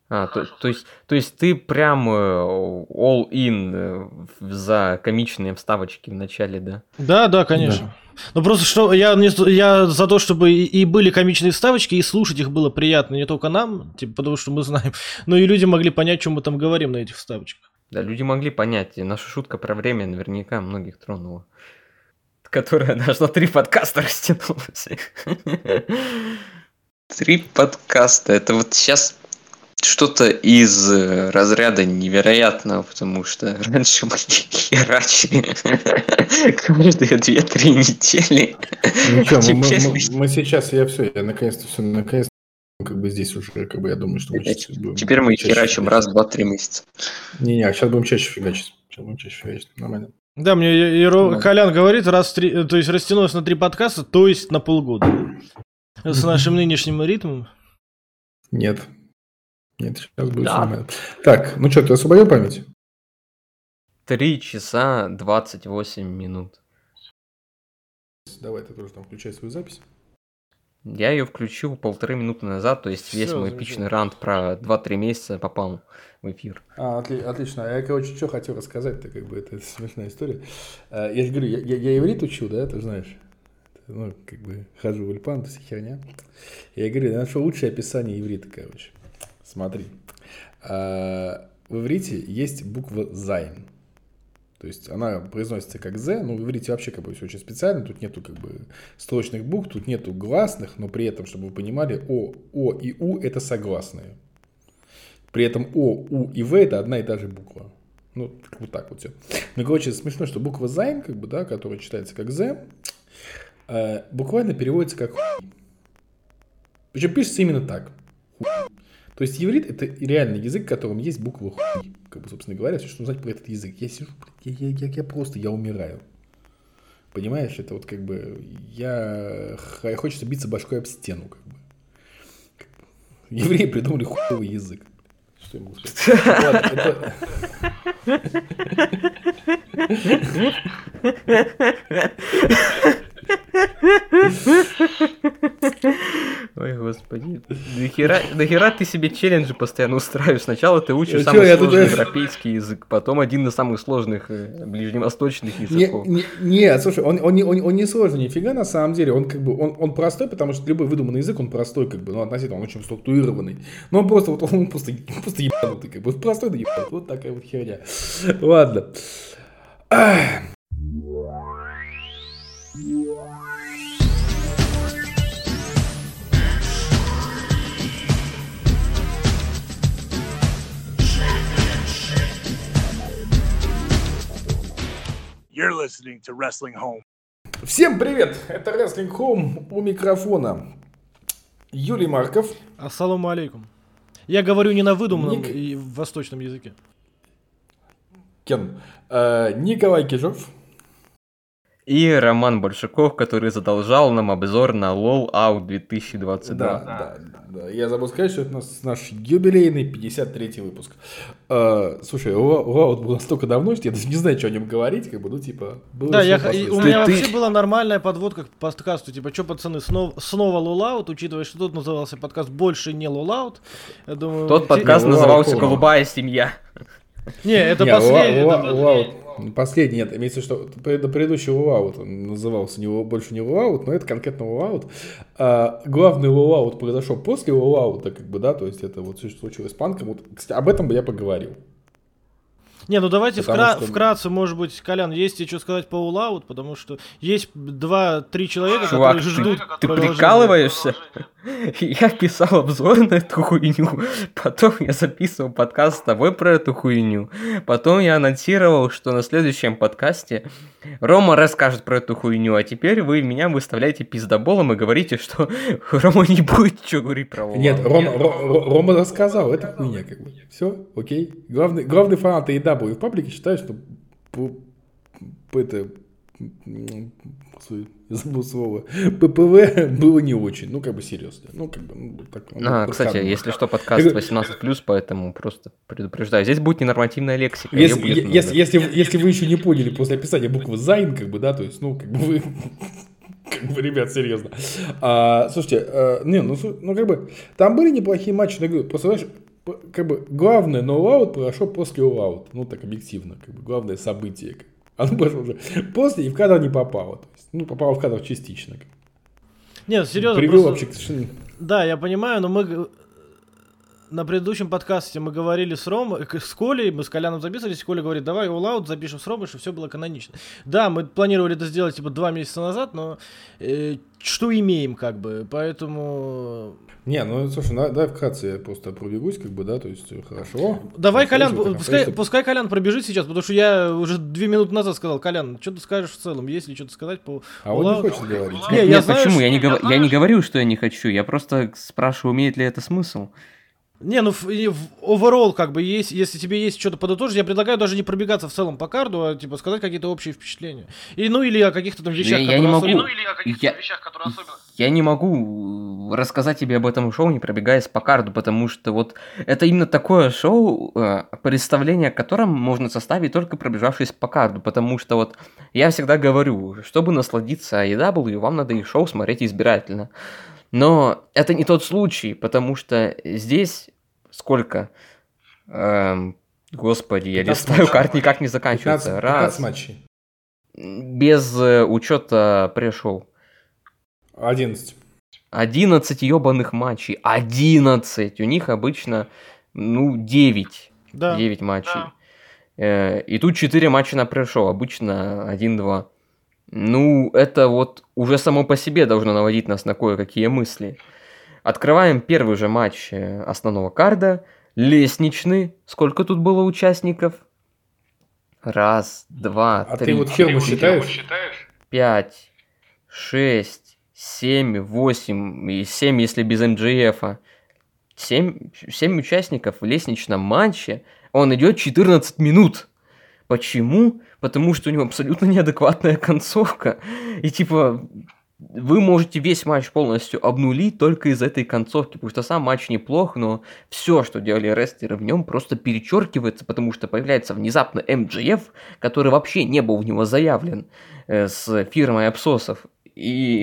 То есть ты прям all in за комичные вставочки в начале, да? Да, конечно. Ну просто что я за то, чтобы и были комичные вставочки, и слушать их было приятно не только нам, типа, потому что мы знаем, но и люди могли понять, что мы там говорим на этих вставочках. Да, люди могли понять, и наша шутка про время наверняка многих тронула. Которая аж на 3 подкаста растянулась. 3 подкаста. Это вот сейчас что-то из разряда невероятного, потому что раньше мы херачили каждые 2-3 недели. Ничего, мы сейчас, я наконец-то как бы здесь уже, как бы я думаю, что мы сейчас будем... Теперь мы херачим раз в 2-3 месяца. Не, а сейчас будем чаще фигачить. Нормально. Да, мне Колян говорит, то есть растянулось на 3 подкаста, то есть на полгода. С нашим нынешним ритмом. Нет, сейчас будет все нормально. Так, ну что, ты освободил память? 3 часа 28 минут. Давай, ты тоже там включай свою запись. Я ее включил 1,5 минуты назад, то есть весь мой эпичный рант про 2-3 месяца попал в эфир. Отлично. Я, короче, что хотел рассказать-то, как бы, это смешная история. Я же говорю, я иврит учил, да, ты знаешь. Ну, как бы, хожу в Ульпан, вся херня. Я говорю, я нашел лучшее описание иврита, короче. Смотри. В иврите есть буква «зайн». То есть она произносится как «з», но в иврите вообще как бы все очень специально, тут нету как бы строчных букв, тут нету гласных, но при этом, чтобы вы понимали, О и У это согласные. При этом О, У и В это одна и та же буква. Ну, вот так вот все. Ну, короче, смешно, что буква «зайн», как бы, да, которая читается как «з», буквально переводится как «хуй». Причем пишется именно так. «Хуй». То есть иврит это реальный язык, в котором есть буква «хуй». Как бы, собственно говоря, все, что знать про этот язык. Я сижу, я умираю. Понимаешь, это вот как бы, хочется биться башкой об стену, как бы. Евреи придумали хуевый язык. Что я могу сказать? Ладно, Ой, господи. Нахера ты себе челленджи постоянно устраиваешь? Сначала ты учишь самый сложный европейский язык, потом один из самых сложных ближневосточных языков. Нет, слушай, он не сложный, нифига на самом деле. Он как бы, он простой, потому что любой выдуманный язык, он простой, как бы, ну, относительно, он очень структурированный. Но он просто ебанутый, как бы, простой, да ебанутый. Вот такая вот херня. Ладно. You're listening to Wrestling Home. Всем привет! Это Wrestling Home, у микрофона Юрий Марков. Ассаламу алейкум. Я говорю не на выдуманном и восточном языке. Николай Кижов. И Роман Большаков, который задолжал нам обзор на LOL Out 2022. Да. Я забыл сказать, что это наш юбилейный 53-й выпуск. Слушай, LOL был настолько давно, что я даже не знаю, что о нем говорить, как бы, ну, типа... Да, у меня вообще была нормальная подводка к подкасту, типа, что, пацаны, снова LOL Out, учитывая, что тут назывался подкаст больше не LOL Out. Я думаю, тот подкаст назывался «Голубая семья». Не, это последний. Последний, нет, имеется в виду, что предыдущий лулаут назывался больше не лулаут, но это конкретно лулаут. Главный лулаут произошел после лулаута, как бы, да, то есть это вот все, что случилось с панком. Вот, кстати, об этом бы я поговорил. Не, ну давайте вкратце, может быть, Колян, есть тебе что сказать по All Out, потому что есть 2-3 человека, чувак, которые ждут. Ты прикалываешься? Я писал обзор на эту хуйню, потом я записывал подкаст с тобой про эту хуйню, потом я анонсировал, что на следующем подкасте Рома расскажет про эту хуйню, а теперь вы меня выставляете пиздоболом и говорите, что Рома не будет ничего говорить про All Out. Нет, Рома рассказал, это хуйня, как бы. Все, окей. Главный фанат AEW в паблике считает, что это... Я забыл слово. ППВ было не очень. Ну, как бы, серьезно. Ну, как бы, так, кстати, если что, подкаст 18+, поэтому просто предупреждаю. Здесь будет ненормативная лексика. Если вы еще не поняли после описания буквы «зайн», как бы, да, то есть, ну, как бы вы... Как бы, ребят, серьезно. Слушайте, как бы, там были неплохие матчи, но, просто, знаешь, как бы главное ноу-аут произошло после all-out. Ну, так объективно, как бы главное событие. Оно произошло уже после и в кадр не попало. То есть, ну, попало в кадр частично. Нет, серьезно. Привел просто... вообще к совершенно... Да, я понимаю, но мы на предыдущем подкасте мы говорили с Ромой, с Колей, мы с Коляном записывались, Коля говорит, давай all-out запишем с Ромой, чтобы все было канонично. Да, мы планировали это сделать типа 2 месяца назад, но что имеем, как бы, поэтому... Не, ну слушай, давай вкратце я просто пробегусь, как бы, да, то есть хорошо. Давай, Колян, пускай Колян пробежит сейчас, потому что я уже 2 минуты назад сказал, Колян, что ты скажешь в целом, есть ли что-то сказать по... А он не хочет говорить. Нет, почему? Я не говорю, что я не хочу, я просто спрашиваю, имеет ли это смысл. Не, ну overall, как бы, есть, если тебе есть что-то подытожить, я предлагаю даже не пробегаться в целом по карду, а типа сказать какие-то общие впечатления. Или о каких-то там вещах, Я не могу рассказать тебе об этом шоу, не пробегаясь по карду, потому что вот это именно такое шоу, представление о котором можно составить только пробежавшись по карду, потому что вот я всегда говорю, чтобы насладиться AEW, вам надо их шоу смотреть избирательно. Но это не тот случай, потому что здесь сколько? Господи, я листаю, карт никак не заканчивается. 15 матчей. Без учета пре-шоу. 11. 11 ебаных матчей. 11! У них обычно, 9. Да. 9 матчей. Да. И тут 4 матча на пре-шоу. Обычно 1-2. Это вот уже само по себе должно наводить нас на кое-какие мысли. Открываем первый же матч основного карда. Лестничный. Сколько тут было участников? 1, 2, 3. А ты вот фирму считаешь? 5, 6, 7, 8 и 7, если без МДФ. 7 участников в лестничном матче. Он идет 14 минут. Почему? Потому что у него абсолютно неадекватная концовка. И типа, вы можете весь матч полностью обнулить только из этой концовки, потому что сам матч неплох, но все, что делали рестлеры в нем, просто перечеркивается, потому что появляется внезапно МДФ, который вообще не был в него заявлен с фирмой абсосов. И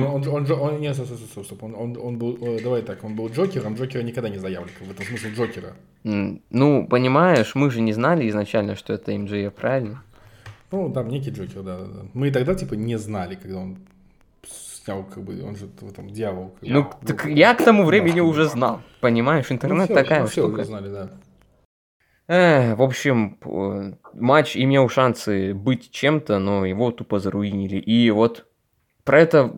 он был, давай так, он был Джокером, Джокера никогда не заявлен, в этом смысле Джокера. Понимаешь, мы же не знали изначально, что это МДФ, правильно? Там некий Джокер, да. Мы и тогда, типа, не знали, когда он снял, как бы, он же там дьявол. Так я к тому времени уже знал, понимаешь, интернет такая штука. Все уже знали, да. В общем, матч имел шансы быть чем-то, но его тупо заруинили. И вот про это,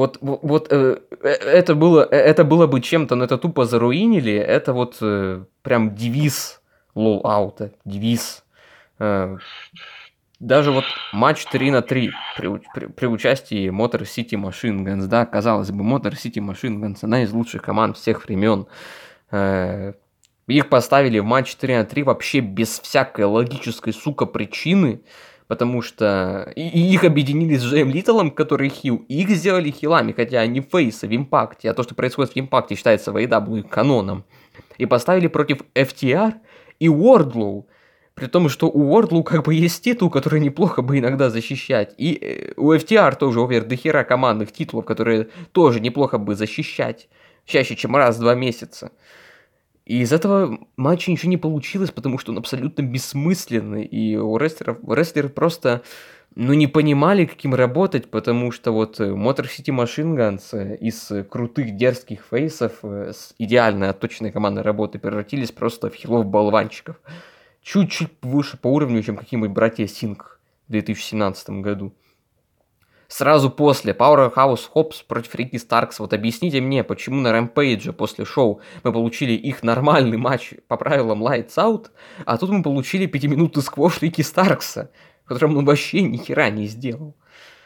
это было бы чем-то, но это тупо заруинили. Это вот прям девиз лол-аута, девиз. Даже вот матч 3-3 при участии Motor City Machine Guns, да, казалось бы, Motor City Machine Guns, одна из лучших команд всех времен. Их поставили в матч 3-3 вообще без всякой логической, причины, потому что и их объединили с Джеем Литтлом, который хил, и их сделали хилами, хотя они фейсы в Импакте, а то, что происходит в Импакте, считается в AEW каноном. И поставили против FTR и Wardlow, при том, что у Wardlow как бы есть титул, который неплохо бы иногда защищать, и у FTR тоже овер дохера командных титулов, которые тоже неплохо бы защищать, чаще, чем раз в 2 месяца. И из этого матча ничего не получилось, потому что он абсолютно бессмысленный, и у рестлеры просто не понимали, каким работать, потому что вот Motor City Machine Guns из крутых дерзких фейсов с идеальной отточенной командной работы превратились просто в хилов-болванчиков. Чуть-чуть выше по уровню, чем какие-нибудь братья Синг в 2017 году. Сразу после Powerhouse Hobbs против Рики Старкс. Вот объясните мне, почему на Рэмпейдже после шоу мы получили их нормальный матч по правилам Lights Out, а тут мы получили 5-минутный сквош Рики Старкса, в котором он вообще ни хера не сделал.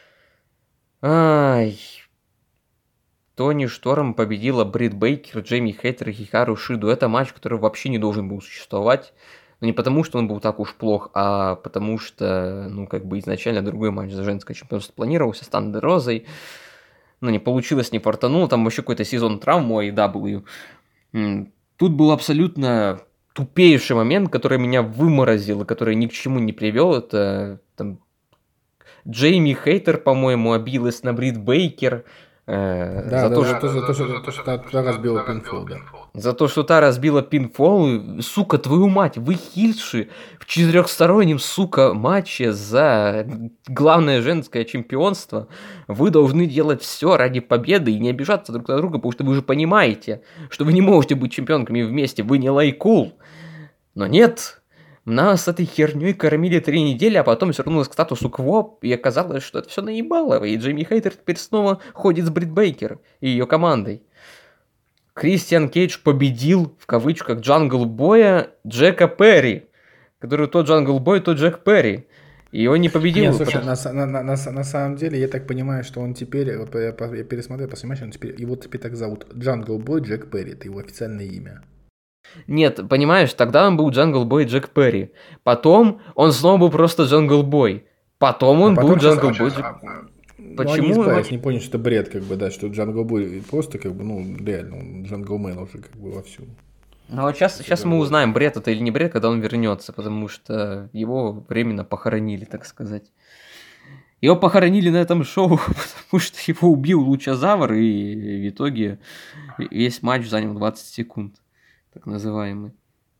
Тони Шторм победила Брит Бейкер, Джейми Хейтер и Хикару Шиду. Это матч, который вообще не должен был существовать. Но не потому, что он был так уж плох, а потому что, изначально другой матч за женское чемпионство планировался с Тандер Розой. Но не получилось, не фартануло. Там вообще какой-то сезон травм у AEW. Тут был абсолютно тупейший момент, который меня выморозил, и который ни к чему не привел. Это там Джейми Хейтер, по-моему, обиделась на Брит Бейкер. Да, за то, что разбила пинфол, да. За то, что та разбила пинфол, сука, твою мать, вы хильши в 4-стороннем, сука, матче за главное женское чемпионство. Вы должны делать все ради победы и не обижаться друг на друга, потому что вы же понимаете, что вы не можете быть чемпионками вместе, вы не лайкул. Но нет, нас этой херней кормили 3 недели, а потом все вернулось к статусу кво, и оказалось, что это все наебалово, и Джейми Хейтер теперь снова ходит с Брит Бейкер и ее командой. Кристиан Кейдж победил, в кавычках, Джангл Боя Джека Перри, который то Джангл Бой, то Джек Перри. И он не победил. Нет, слушай, на самом деле, я так понимаю, что он теперь, вот я пересмотрел после матча, его теперь так зовут Джангл Бой Джек Перри, это его официальное имя. Нет, понимаешь, тогда он был Джангл Бой Джек Перри. Потом он снова был просто Джангл Бой. Потом он был Джангл Бой Джек... Почему? Ну, они не поняли, что это бред, как бы, да, что Джангл Бой просто, как бы, ну, реально, Джангл Мэн уже, как бы, вовсю. Ну, вот сейчас мы узнаем, бред это или не бред, когда он вернется, потому что его временно похоронили, так сказать. Его похоронили на этом шоу, потому что его убил Лучезавр, и в итоге весь матч занял 20 секунд, так называемый.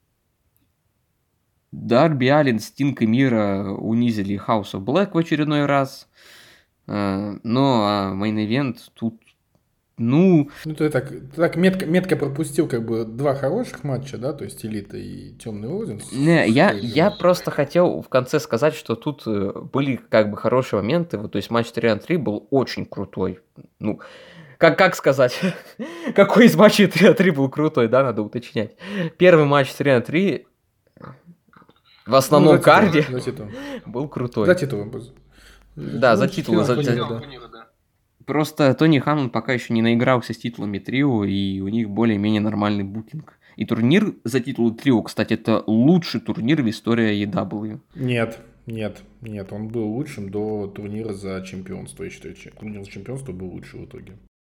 Дарби Аллин, Стинг и Мира унизили House of Black в очередной раз. Ну, а мейн-ивент тут, ну... Ну, ты так метко пропустил, как бы, 2 хороших матча, да, то есть Элита и Темный Орден. Не, я просто хотел в конце сказать, что тут были, как бы, хорошие моменты, вот, то есть матч 3-3 был очень крутой, ну... Как сказать? Какой из матчей 3-3 был крутой, да, надо уточнять. Первый матч 3-3 в основном карде был крутой. За титулом. Да, за титул. Просто Тони Хан пока еще не наигрался с титулами трио, и у них более-менее нормальный букинг. И турнир за титул трио, кстати, это лучший турнир в истории AEW. Нет, он был лучшим до турнира за чемпионство. Я считаю, турнир за чемпионство был лучше в итоге.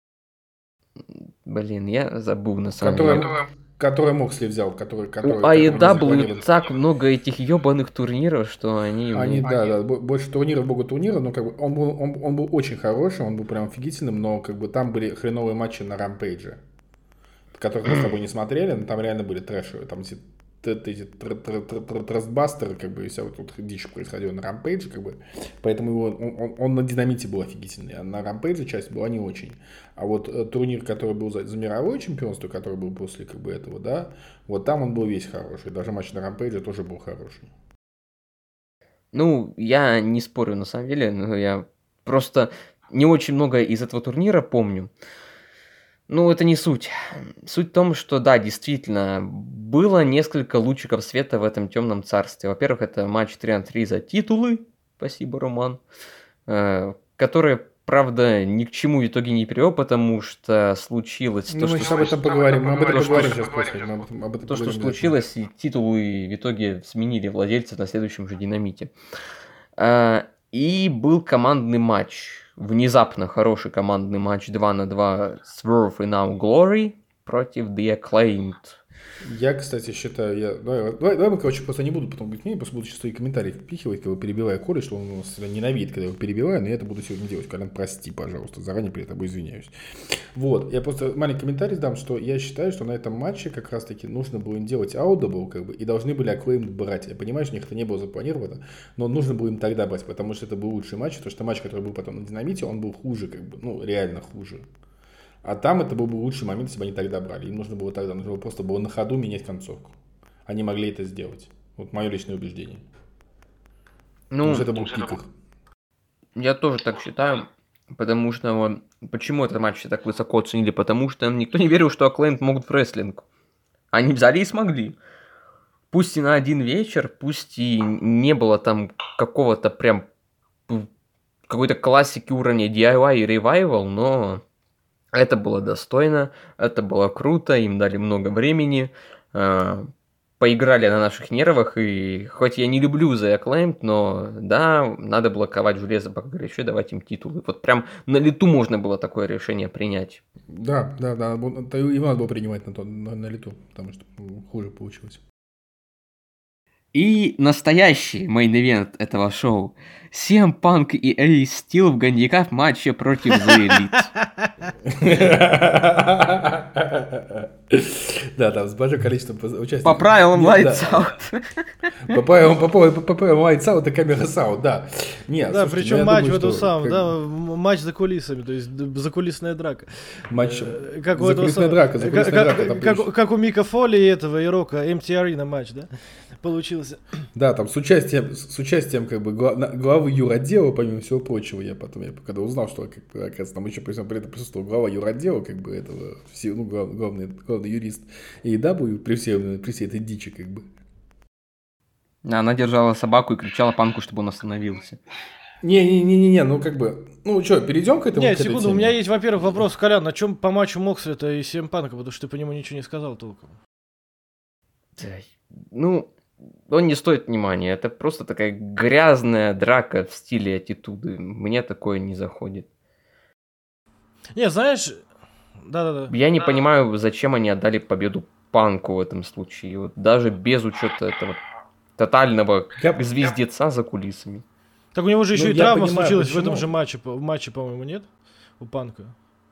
Блин, я забыл на самом деле. Который Моксли взял, который... У AEW так много этих ебаных турниров, что они... Да, больше турниров, бога турнира, но как бы он был очень хороший, он был прям офигительным, но как бы там были хреновые матчи на Рампейдже, которых мы с тобой не смотрели, но там реально были трэшевые, там эти трастбастеры, как бы, и вся вот тут дичь происходила на Рампейдже, как бы, поэтому он на Динамите был офигительный, а на Рампейдже часть была не очень. А вот турнир, который был за мировое чемпионство, который был после, как бы, этого, да, вот там он был весь хороший, даже матч на Рампейдже тоже был хороший. Ну, я не спорю на самом деле, но я просто не очень много из этого турнира помню. Ну, это не суть. Суть в том, что да, действительно, было несколько лучиков света в этом темном царстве. Во-первых, это матч 3-3 за титулы, спасибо, Роман, который, правда, ни к чему в итоге не привел, потому что случилось... Ну, мы сейчас об этом поговорим, мы об этом поговорим сейчас после. То, что случилось, и титулы в итоге сменили владельца на следующем же Динамите. И был командный матч. Внезапно хороший командный матч 2-2 Swerve и Now Glory против The Acclaimed. Я, кстати, считаю, давай мы, короче, просто не буду потом говорить мнение, просто буду сейчас свои комментарии впихивать, когда перебивая Коля, что он всегда ненавидит, когда я его перебиваю, но я это буду сегодня делать. Колян, прости, пожалуйста, заранее перед тобой извиняюсь. Вот, я просто маленький комментарий дам, что я считаю, что на этом матче как раз-таки нужно было им делать audible, как бы, и должны были Acclaimed брать. Я понимаю, что у них это не было запланировано, но нужно было им тогда брать, потому что это был лучший матч, потому что матч, который был потом на Динамите, он был хуже, как бы, ну, реально хуже. А там это был бы лучший момент, если бы они тогда брали. Им нужно было просто было на ходу менять концовку. Они могли это сделать. Вот мое личное убеждение. Ну, потому что это был пик их. Я тоже так считаю, потому что почему этот матч все так высоко оценили? Потому что никто не верил, что Acclaimed могут в рестлинг. Они взяли и смогли. Пусть и на один вечер, пусть и не было там какого-то прям какой-то классики уровня DIY и Revival, но это было достойно, это было круто, им дали много времени, поиграли на наших нервах, и хоть я не люблю The Acclaimed, но да, надо было ковать железо покрепче, давать им титулы. Вот прям на лету можно было такое решение принять. Да, его надо было принимать на лету, потому что хуже получилось. И настоящий мейн-ивент этого шоу. CM Punk и Ace Steel в гандикап матче против The Elite. Да, там с большим количеством участников. По правилам Lights Out. По правилам Lights Out и Camera Sound, да. Нет, Да, слушайте, причем я матч думаю, в эту что самую, как да, матч за кулисами, то есть закулисная драка. матч Как у этого закулисная драка, там точно. как у Мика Фоли и этого, и Рока, MT Arena матч, да, получился. Да, там с участием как бы главы юротдела, помимо всего прочего, я когда узнал, что, как бы, оказывается, там еще при этом присутствовал глава юротдела, как бы этого, ну, главный юрист AEW при всей этой дичи, как бы. Она держала собаку и кричала Панку, чтобы он остановился. Не, ну как бы, ну что, перейдем к этому? Нет, секунду, у меня есть, во-первых, вопрос, Колян, на чем по матчу Моксли-то и CM Панка, потому что ты по нему ничего не сказал толком. Ну, он не стоит внимания, это просто такая грязная драка в стиле аттитуды, мне такое не заходит. Не, знаешь, да-да-да. Я не понимаю, зачем они отдали победу Панку в этом случае, вот даже без учета этого тотального звездеца за кулисами. Так у него же еще Ну, и я травма понимаю, случилась почему. в этом же матче, по-моему, нет? У Панка.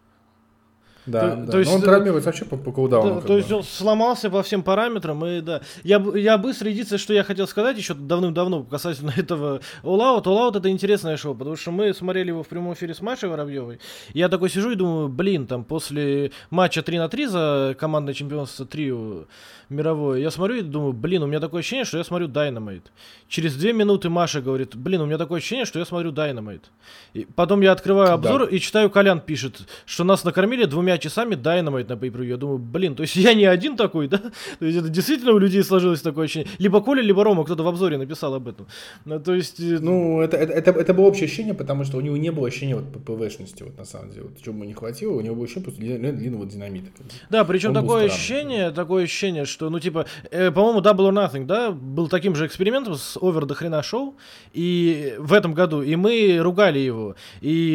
Да, То да. есть, Но он травмируется вообще по кулдауну. Да, то есть он сломался по всем параметрам, и да. Я быстро, единственное, что я хотел сказать еще давным-давно касательно этого All Out. All Out — это интересное шоу, потому что мы смотрели его в прямом эфире с Машей Воробьевой. Я такой сижу и думаю, блин, там после матча 3-3 за командное чемпионство трио мировое, я смотрю и думаю, блин, у меня такое ощущение, что я смотрю Dynamite. Через 2 минуты Маша говорит, блин, у меня такое ощущение, что я смотрю Dynamite. И потом я открываю обзор и читаю, Колян пишет, что нас накормили 2 часами Dynamite на pay-per-view. Я думаю, блин, то есть я не один такой, да? То есть это действительно у людей сложилось такое ощущение. Либо Коля, либо Рома, кто-то в обзоре написал об этом. Ну, то есть... Ну, это было общее ощущение, потому что у него не было ощущения вот ПВшности, вот на самом деле. Вот, чего ему не хватило, у него было ощущение просто длинного динамита. Да, причем Он был такое странным. ощущение, что, ну, типа, по-моему, Double or Nothing, да, был таким же экспериментом с овер до хрена шоу, и в этом году, и мы ругали его. И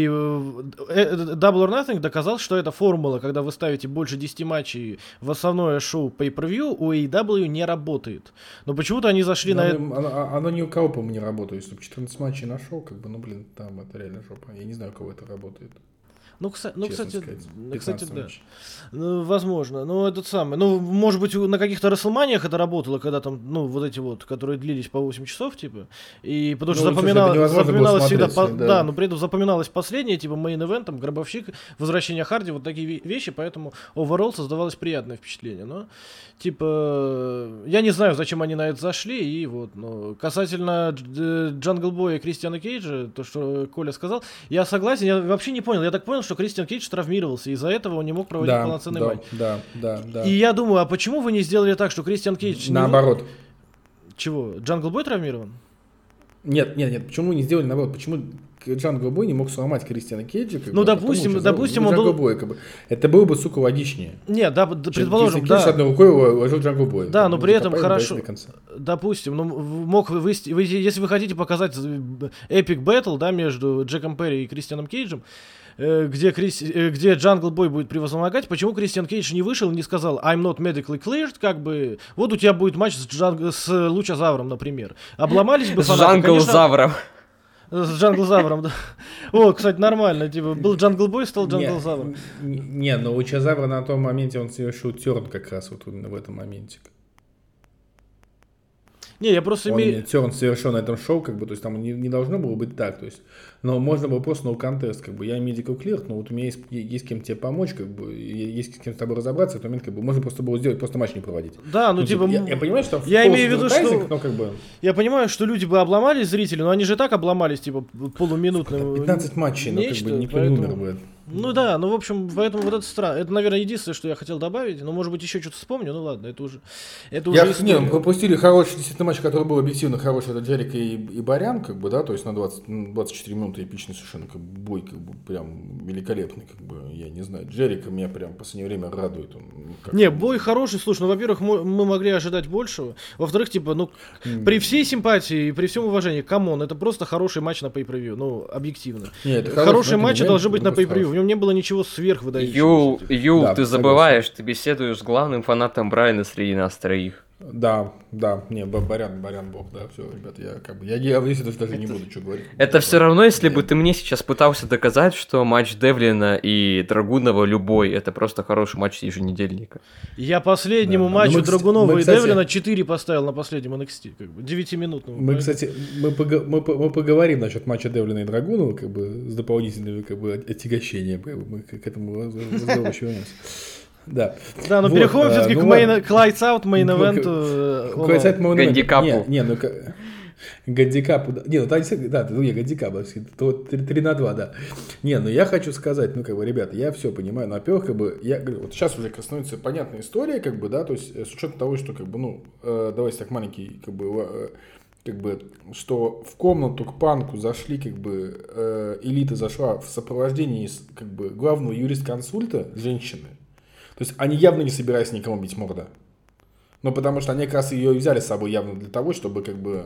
Double or Nothing доказал, что эта формула, когда вы ставите больше 10 матчей в основное шоу pay-per-view, у AEW не работает. Но почему-то они зашли на это... Оно ни у кого, по-моему, не работает. Если бы 14 матчей нашел, как бы, ну, блин, там это реально жопа. Я не знаю, у кого это работает. Ну, кстати, да. Матч. Ну, возможно. Ну, этот самый. Ну, может быть, на каких-то Расселманиях это работало, когда там, ну, вот эти вот, которые длились по 8 часов, типа. И потому что запоминалось всегда. Да, но при этом запоминалось последнее, типа, мейн-эвент, там, Гробовщик, Возвращение Харди, вот такие вещи, поэтому overall создавалось приятное впечатление. Но, типа, я не знаю, зачем они на это зашли, и вот, но касательно Джангл Боя и Кристиана Кейджа, то, что Коля сказал, я согласен, я вообще не понял. Я так понял, что Кристиан Кейдж травмировался, из-за этого он не мог проводить полноценный матч. Да. И я думаю, а почему вы не сделали так, что Кристиан Кейдж... Наоборот. Чего? Джангл Бой травмирован? Нет. Почему не сделали наоборот? Почему Джангл Бой не мог сломать Кристиана Кейджа? Ну, допустим, он Джангл Бой, как бы. Это было бы, сука, логичнее. Нет, да, предположим, Кейдж одной рукой уложил Джангл Бой. Да, но при этом хорошо. Допустим, ну, мог вы, если вы хотите показать эпик бэтл, да, между Джеком Перри и Кристианом Кейджем, где Джангл Бой будет превозмогать, почему Кристиан Кейдж не вышел и не сказал I'm not medically cleared, как бы, вот у тебя будет матч с Лучезавром, например. Обломались бы фанаты, Джанглзавром. С Джанглзавром, да. О, кстати, нормально, типа, был Джангл Бой, стал Джанглзавром. Не, но Лучезавра на том моменте он совершил терн как раз вот именно в этом моменте. Не, я просто имею... Он совершил на этом шоу, как бы, то есть там не должно было быть так, то есть, но можно было просто no contest, как бы, я medical cleared, но вот у меня есть кем тебе помочь, как бы, есть с кем с тобой разобраться, в этот момент, как бы, можно просто было сделать, просто матч не проводить. Да, ну типа... Я понимаю, что... Я имею в виду, что... Но, как бы... Я понимаю, что люди бы обломались, зрители, но они же так обломались, типа, полуминутным... 15 матчей, но, как бы, никто не умер бы. Ну да, ну в общем, поэтому вот это странно. Это, наверное, единственное, что я хотел добавить. Но, может быть, еще что-то вспомню. Ну ладно, это уже мы пропустили хороший действительно матч, который был объективно хороший. Это Джерика и Барян, как бы, да, то есть на 24 минуты эпичный совершенно как бы, бой, как бы, прям великолепный, как бы, я не знаю. Джерика меня прям в последнее время радует. Бой хороший, слушай, ну, во-первых, мы могли ожидать большего. Во-вторых, типа, ну, при всей симпатии и при всем уважении, камон, это просто хороший матч на pay-per-view, ну, объективно. Хорошие матчи должны быть на pay-per-view. В нем не было ничего сверхвыдающегося. Юл, ты забываешь, ты беседуешь с главным фанатом Брайана среди нас троих. Да, не, Барян бог, да, все, ребята, я как бы, я если даже не буду что говорить. Это все равно, если бы ты мне сейчас пытался доказать, что матч Девлина и Драгунова любой, это просто хороший матч еженедельника. Я последнему матчу Драгунова и Девлина 4 поставил на последнем NXT, как бы, 9-минутному. Мы, кстати, мы поговорим насчет матча Девлина и Драгунова, как бы, с дополнительными, как бы, отягощением, как бы, мы к этому разговору еще вернемся. Да, но переходим все-таки к Lights Out, мейн-эвенту. Гандикапу. Гандикапу. Не, ну гандикап, 3-2, да. Не, ну я хочу сказать, ну, как бы, ребята, я все понимаю, но, во-первых, как бы, я говорю, вот сейчас уже становится понятная история, как бы, да, то есть, с учетом того, что, как бы, ну, давайте так маленький, как бы, что в комнату к Панку зашли, как бы, элита зашла в сопровождении, как бы, главного юрист-консульта, женщины. То есть они явно не собираются никому бить морда. Ну, потому что они как раз ее взяли с собой явно для того, чтобы, как бы,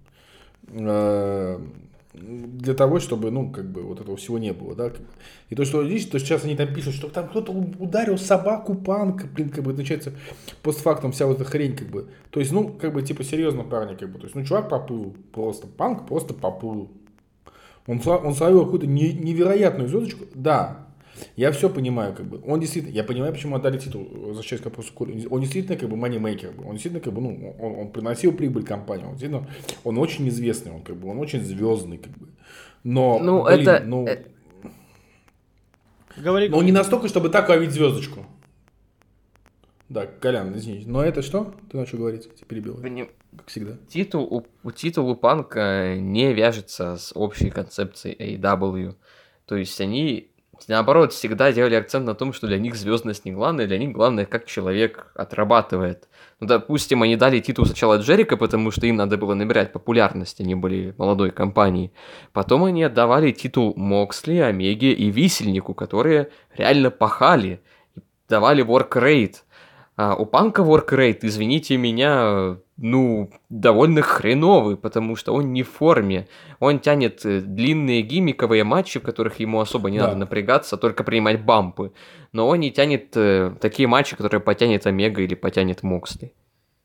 для того, чтобы, ну, как бы, вот этого всего не было, да. И то, что видишь, то сейчас они там пишут, что там кто-то ударил собаку Панка, блин, как бы, начинается постфактум вся вот эта хрень, как бы. То есть, ну, как бы, типа, серьезно, парни, как бы, то есть, ну, чувак поплыл просто, Панк просто поплыл. Он словил какую-то невероятную звездочку, да. Я все понимаю, как бы. Он действительно, я понимаю, почему отдали титул, возвращаясь к вопросу Коли. Он действительно, как бы, манимейкер. Он действительно, как бы, ну, он приносил прибыль компании. Он действительно, он очень известный, он, как бы, он очень звездный, как бы. Но, ну, блин, это... ну, Говори. но не настолько, чтобы так ловить звездочку. Да, Колян, извините. Но это что? Ты начал говорить, я перебил. Как всегда. Титул у Панка не вяжется с общей концепцией AEW. То есть они, наоборот, всегда делали акцент на том, что для них звездность не главное, для них главное, как человек отрабатывает. Ну, допустим, они дали титул сначала Джерико, потому что им надо было набирать популярность, они были молодой компанией. Потом они отдавали титул Моксли, Омеге и Висельнику, которые реально пахали, давали work-rate. А у Панка work-rate, извините меня, ну, довольно хреновый, потому что он не в форме. Он тянет длинные гиммиковые матчи, в которых ему особо не надо напрягаться, только принимать бампы. Но он не тянет такие матчи, которые потянет Омега или потянет Моксли.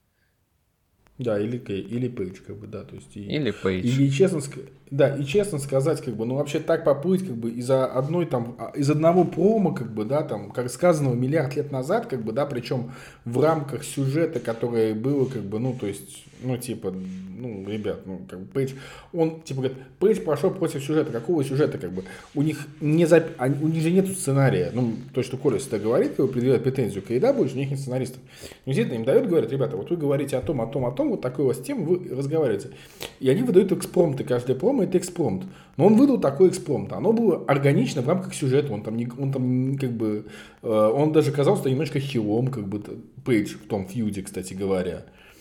Да, или Пейдж, как бы, да, то есть... Или Пейдж. И честно сказать, как бы, ну, вообще так поплыть, как бы, из одного промо, как бы, да, там, как сказанного миллиард лет назад, как бы, да, причем в рамках сюжета, которое было, как бы, ну, то есть, ну, типа, ну, ребят, ну, как бы, Пейдж, он, типа, говорит, Пейдж пошел против сюжета. Какого сюжета, как бы? У них же нету сценария. Ну, то, что Коля всегда говорит, как бы, предъявляет претензию к AEW, у них нет сценаристов. Но, действительно, им дают, говорят, ребята, вот вы говорите о том, вот такой у вас тема, вы разговариваете. И они выдают экспромты, каждое промо это экспромт. Но он выдал такой экспромт. Оно было органично в рамках сюжета. Он как бы, он даже казался немножко хилом, как бы, Пейдж в том фьюде, кстати говоря.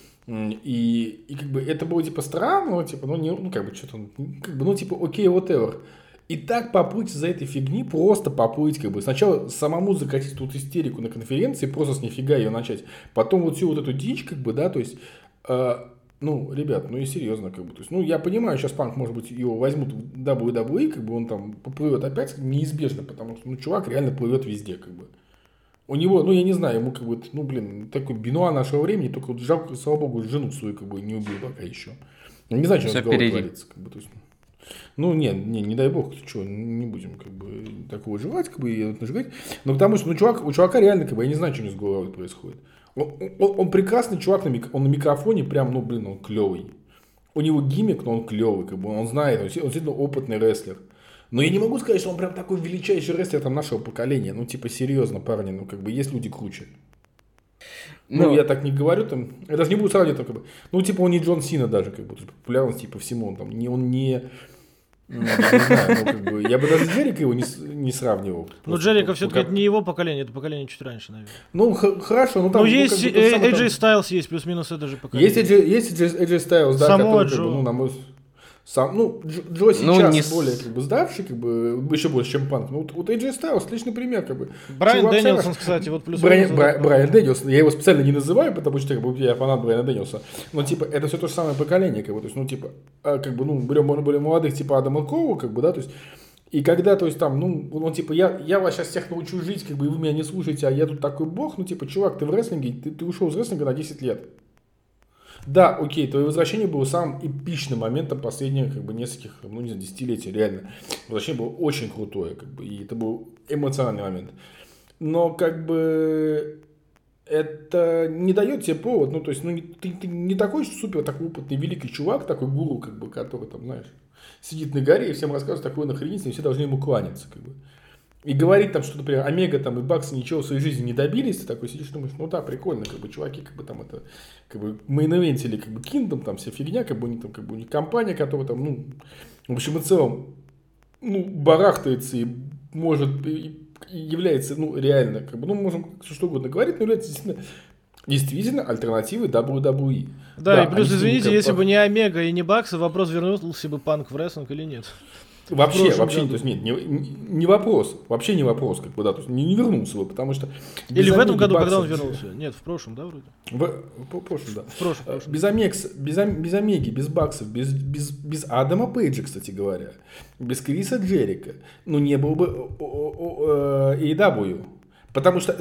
И как бы это было типа странно, типа, ну как бы что-то, как бы, ну типа, окей, whatever. И так поплыть из-за этой фигни, просто поплыть, как бы. Сначала самому закатить тут истерику на конференции, просто с нифига ее начать. Потом вот всю вот эту дичь, как бы, да, то есть, ну, ребят, ну и серьезно, как бы. То есть, ну, я понимаю, сейчас Панк, может быть, его возьмут в WWE, как бы, он там поплывет опять, неизбежно, потому что, ну, чувак реально плывет везде, как бы. У него, ну, я не знаю, ему, как бы, ну, блин, такой Бенуа нашего времени, только вот жалко, слава богу, жену свою, как бы, не убил пока еще. Я не знаю, что разговор творится, как бы, то есть. Ну, не дай бог, что, не будем, как бы, такого желать, как бы, и нажигать. Но потому что, ну, у чувака реально, как бы, я не знаю, что у него с головой происходит. Он прекрасный чувак, он на микрофоне прям, ну, блин, он клевый. У него гиммик, но он клевый, как бы, он знает, он действительно опытный рестлер. Но я не могу сказать, что он прям такой величайший рестлер там нашего поколения. Ну, типа, серьезно, парни, ну, как бы, есть люди круче. Ну, я так не говорю, там, я даже не буду сравнивать, как бы, ну, типа, он не Джон Сина даже, как бы, то есть, популярность, типа, всему, он там, он не знаю, ну, как бы, я бы даже с Джерико его не сравнивал. Ну, Джерико все-таки это не его поколение, это поколение чуть раньше, наверное. Ну, хорошо, ну, там... Ну, есть AJ Styles, есть плюс-минус это же поколение. Есть AJ Styles, да, который, как бы, ну, на мой... Джо сейчас более, как бы, сдавший, как бы, еще больше, чем Панк. Ну, вот AJ Styles отличный пример, как бы. Брайан Дэнилсон, кстати, вот плюс Брайан Дэнилсон, я его специально не называю, потому что, как бы, я фанат Брайана Дэнилса. Но, типа, это все то же самое поколение, как бы, то есть, ну, типа, как бы, ну, берем более молодых, типа, Адама Коула, как бы, да, то есть, и когда, то есть, там, ну, он, типа, я вас сейчас всех научу жить, как бы, и вы меня не слушаете, а я тут такой бог, ну, типа, чувак, ты в рестлинге, ты ушел из рестлинга на 10 лет. Да, окей, твое возвращение было самым эпичным моментом последних как бы нескольких, ну не знаю, десятилетий, реально. Возвращение было очень крутое, как бы, и это был эмоциональный момент. Но как бы это не дает тебе повод, ну то есть, ну ты не такой супер, такой опытный, великий чувак, такой гуру, как бы, который там, знаешь, сидит на горе и всем рассказывает такое нахренительное, и все должны ему кланяться, как бы. И говорит там, что, например, Омега там и Баксы ничего в своей жизни не добились, ты такой сидишь, думаешь, ну да, прикольно, как бы чуваки, как бы там это, как бы мейн-эвентили, как бы Kingdom, там вся фигня, как бы у них там, как бы у них компания, которая там, ну, в общем и целом, ну, барахтается и может, и является, ну, реально, как бы, ну, можем что угодно говорить, но является действительно альтернативой WWE. Да, и плюс, они извините, как если бы- бы не Омега и не Баксы, вопрос, вернулся бы Панк в рестлинг или нет. Вообще, прошлом то году. есть нет, не вопрос, вообще не вопрос, как бы, да, то есть не вернулся бы, потому что... без Или в этом Омеги, году, когда он Баксов- вернулся? Нет, в прошлом, да, вроде? В прошлом, да. В прошлом. Без Омеги, без Баксов, без Адама Пейджа, кстати говоря, без Криса Джерика, ну, не было бы AEW. Потому что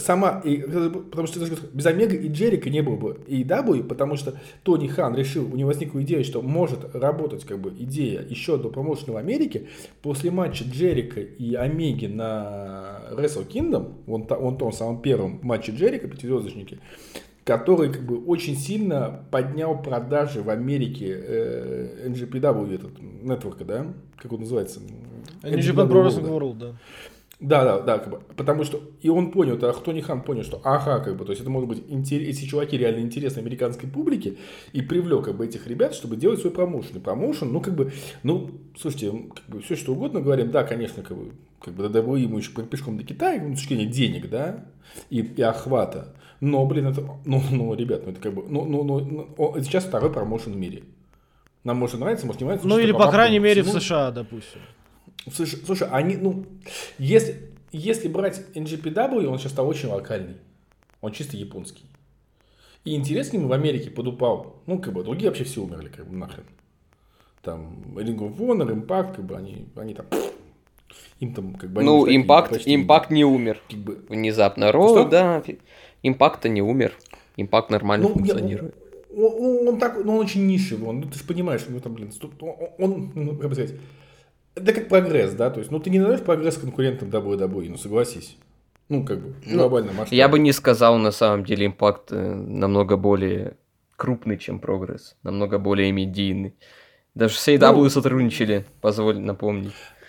без Омега и Джерика не было бы AEW, потому что Тони Хан решил, у него возникла идея, что может работать как бы идея еще одного промоушена в Америке после матча Джерика и Омеги на Wrestle Kingdom, вон том самом первом матче Джерика, пятизвездочники, который как бы очень сильно поднял продажи в Америке NJPW, этот нетворка, да? Как он называется? New Japan Pro Wrestling World, да. Да, как бы, потому что и он понял, Тони Хан понял, что ага, как бы, то есть это может быть эти чуваки реально интересны американской публике, и привлек как бы этих ребят, чтобы делать свой промоушен. И промоушен, ну как бы, ну слушайте, как бы все что угодно говорим, да, конечно, как бы WWE ему еще пешком до Китая, ну, с точки зрения денег, да, и охвата. Но, блин, это, ребят, ну это как бы, это сейчас второй промоушен в мире. Нам может нравиться, может не нравится. Ну или, по крайней мере, в США, допустим. Слушай, они, ну, если брать NJPW, он сейчас стал очень локальный. Он чисто японский. И интерес к нему в Америке подупал. Ну, как бы, другие вообще все умерли, как бы, нахрен. Там, Ring of Honor, Impact, как бы, они там... Им там, как бы... Ну, Impact не умер. Как бы... Внезапно. Ро, да, Impact-то не умер. Impact нормально функционирует. Он очень нишевый, ты же понимаешь, ну, там, блин, он, как бы сказать... Это как прогресс, да, то есть, ну, ты не даешь прогресс конкурентам WWE, ну, согласись. Ну, как бы, глобально масштаб. Я бы не сказал, на самом деле, Impact намного более крупный, чем прогресс, намного более медийный. Даже с AEW сотрудничали, позволь напомнить.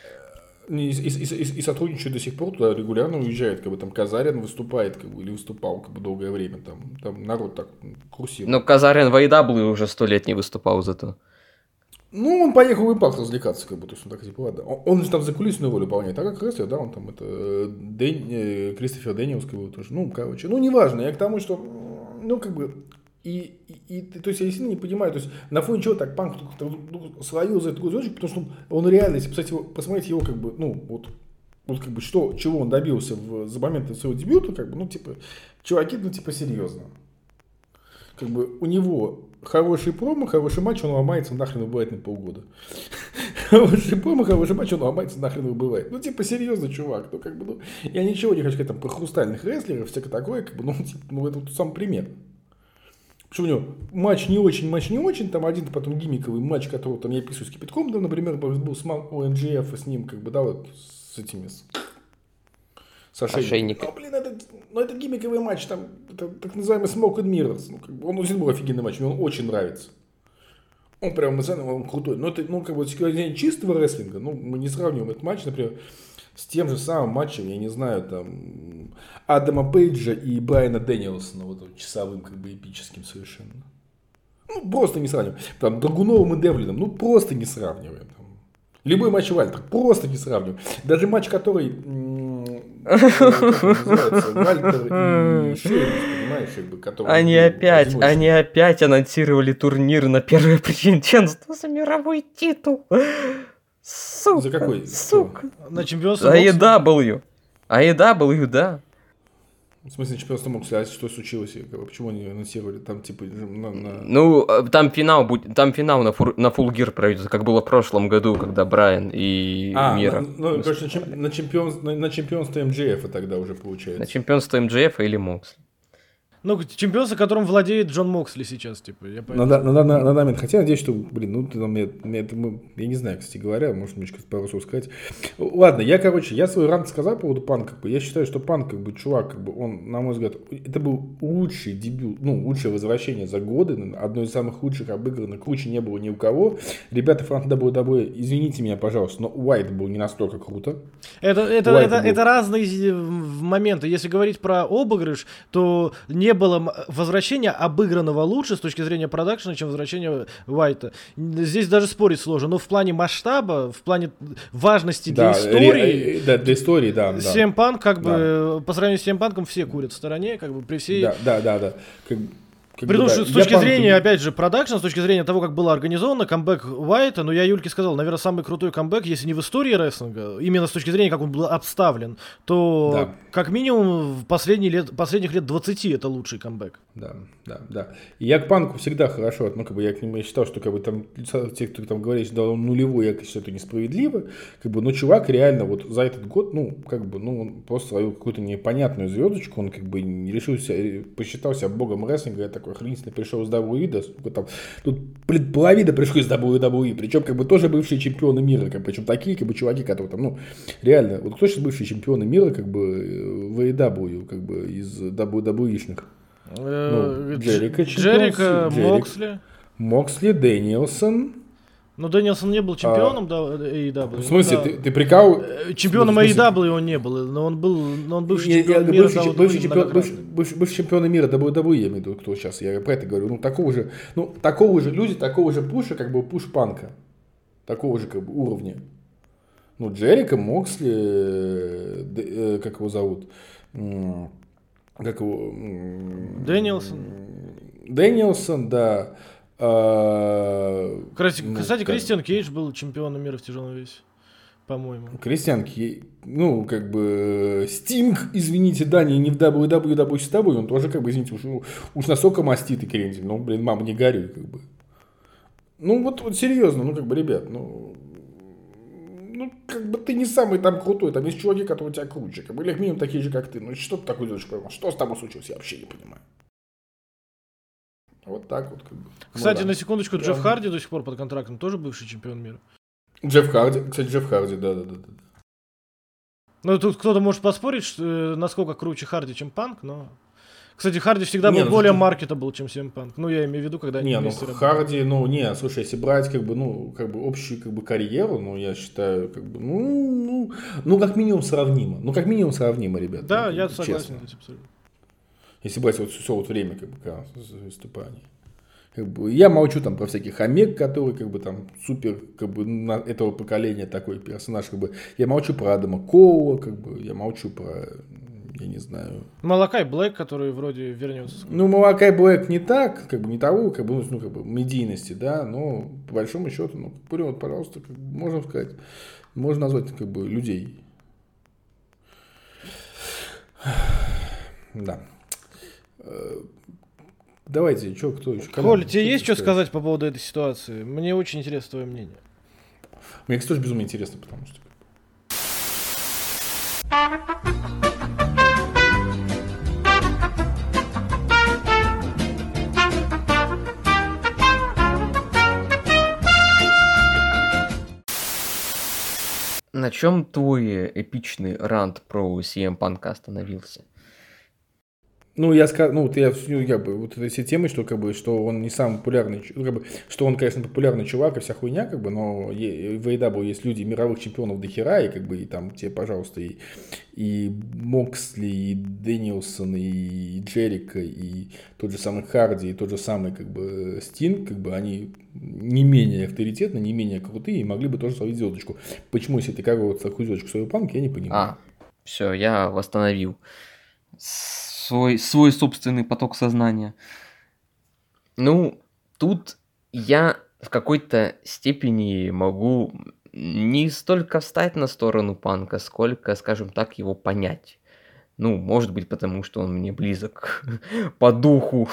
И сотрудничают до сих пор, туда регулярно уезжают, как бы там Казарян выступает, как бы, или выступал как бы долгое время, там народ так курсирует. Но Казарян в AEW уже 100 лет не выступал зато. Ну, он поехал в Impact развлекаться, как бы, то есть он так типа, ладно. Он же там за кулисную волю выполняет, а как рестлер, да, он там это Кристофер Дэниелс, как бы, тоже, ну, короче, ну, неважно, я к тому, что, ну, как бы, то есть я сильно не понимаю, то есть на фоне чего так Панк словил за этот кусочек, потому что он реально, если посмотреть его, как бы, ну, вот как бы, чего он добился за момент своего дебюта, как бы, ну, типа, чуваки, ну, типа, серьезно. Как бы у него хороший промо, хороший матч, он ломается, нахрен убывает на полгода. Хороший промо, хороший матч, он ломается, нахрен убывает. Ну, типа, серьезно, чувак. Ну, как бы, ну, я ничего не хочу сказать там про хрустальных рестлеров, всякое такое, как бы, ну, типа, ну, это вот сам пример. Почему у него матч не очень, там один потом гиммиковый матч, который там я пишу с кипятком, да, например, был с МJF с ним, как бы, да, вот, с этими... С ошейником. Ну, блин, это гиммиковый матч, там, это так называемый Smoke and Mirrors. Ну, как бы, он очень был офигенный матч, мне он очень нравится. Он прям эмоциональный, он крутой. Но это, ну, как бы, с точки зрения чистого рестлинга, ну, мы не сравниваем этот матч, например, с тем же самым матчем, я не знаю, там, Адама Пейджа и Брайана Дэниелсона, вот часовым, как бы, эпическим совершенно. Ну, просто не сравниваем. Там, Драгуновым и Девлином, ну, просто не сравниваем. Там. Любой матч Вальтер, просто не сравниваем. Даже матч, который... Вальтер и Шеймус, понимаешь, как бы, который... Они опять анонсировали турнир на первое претендентство за мировой титул. Сука. За какой? Сука. На чемпионство AEW. AEW, да. В смысле, чемпионство Моксли, а что случилось? Почему они анонсировали? Там, типа, Ну, там финал на Full Gear проведется, как было в прошлом году, когда Брайан и Мира. Ну, короче, на чемпионство МJF тогда уже получается. На чемпионство МJF или Моксли. Ну, чемпионство, которым владеет Джон Моксли сейчас, типа. Я на данный момент. Хотя надеюсь, что, я не знаю, кстати говоря, может, мне пару слов сказать. Ладно, я свой ранг сказал по поводу Панка. Я считаю, что Панк, чувак, он, на мой взгляд, это был лучший дебют, лучшее возвращение за годы, одно из самых лучших обыгранных, круче не было ни у кого. Ребята фанаты WWE, извините меня, пожалуйста, но Уайт был не настолько круто. Это разные моменты. Если говорить про обыгрыш, то не было возвращения обыгранного лучше с точки зрения продакшена, чем возвращение Уайта. Здесь даже спорить сложно. Но в плане масштаба, в плане важности для истории... для истории, да. CM Punk, по сравнению с CM Punk'ом все курят в стороне, при всей... Да. При том, что с точки зрения, опять же, продакшн, с точки зрения того, как было организовано, камбэк Уайта, я Юльке сказал, наверное, самый крутой камбэк, если не в истории рестлинга, именно с точки зрения, как он был обставлен, то как минимум в последних лет 20 это лучший камбэк. Да. И я к Панку всегда хорошо, я считал, что там те, кто там говорит, что он нулевой, я считаю, это несправедливо, но чувак реально вот за этот год, он просто свою какую-то непонятную звездочку, он не решился, посчитал себя богом рестлинга, я такой охренительно пришел из WWE, тут половина пришли из WWE, причем тоже бывшие чемпионы мира, причем такие чуваки, которые реально, вот кто сейчас бывшие чемпионы мира, в AEW, из WWE-шных? Джерика, Моксли, Дэниелсон. Но Дэниелсон не был чемпионом AEW. В смысле, ты прикал? Чемпионом AEW он не был, но он бывший чемпион мира. Бывший чемпион мира WWE, я имею в виду, кто сейчас, я про это говорю. Такого же пуша, пуш Панка. Такого же уровня. Джерика, Моксли, как его зовут? Дэниелсон, да. Кстати, Кристиан Кейдж был чемпионом мира в тяжелом весе, по-моему. Кристиан Кейдж, Стинг, извините, не в WWE, он тоже, извините, уж настолько мастит и крендель, мама, не горюй, вот серьезно, ребят, ты не самый там крутой, там есть чуваки, которые у тебя круче, или минимум такие же, как ты, что ты такой делаешь, что с тобой случилось, я вообще не понимаю. Вот так вот. Кстати, на секундочку, Джефф Харди до сих пор под контрактом, тоже бывший чемпион мира. Джефф Харди, да. Тут кто-то может поспорить, насколько круче Харди, чем Панк, но... Кстати, Харди всегда был более маркетабл, чем CM Punk. Я имею в виду, когда они вместе работали. Харди, слушай, если брать, общую, карьеру, я считаю, как минимум сравнимо. Ребята. Да, я согласен с этим абсолютно. Если брать все время, выступаний. Я молчу там про всяких Омег, который супер, этого поколения такой персонаж, я молчу про Адама Коула, я молчу про... Я не знаю. Малакай Блэк, который вроде вернется. Малакай Блэк не так, не того, медийности, да, но по большому счету, пожалуйста, можно сказать, можно назвать, людей. Да. Давайте, кто еще? Коль, тебе есть что сказать по поводу этой ситуации? Мне очень интересно твое мнение. Мне, кстати, тоже безумно интересно, потому что... На чем твой эпичный рант про CM Punk остановился? Я сказал, все темы, что он не самый популярный, что он, конечно, популярный чувак и вся хуйня, но в AEW есть люди мировых чемпионов до хера, и там те, пожалуйста, и Моксли, и Дэниелсон, и Джерика, и тот же самый Харди, и тот же самый, Стинг, они не менее авторитетны, не менее крутые, и могли бы тоже свою звездочку. Почему, если ты такую звездочку свою Панк, я не понимаю. Все, я восстановил свой собственный поток сознания. Тут я в какой-то степени могу не столько встать на сторону Панка, сколько, скажем так, его понять. Может быть, потому что он мне близок по духу.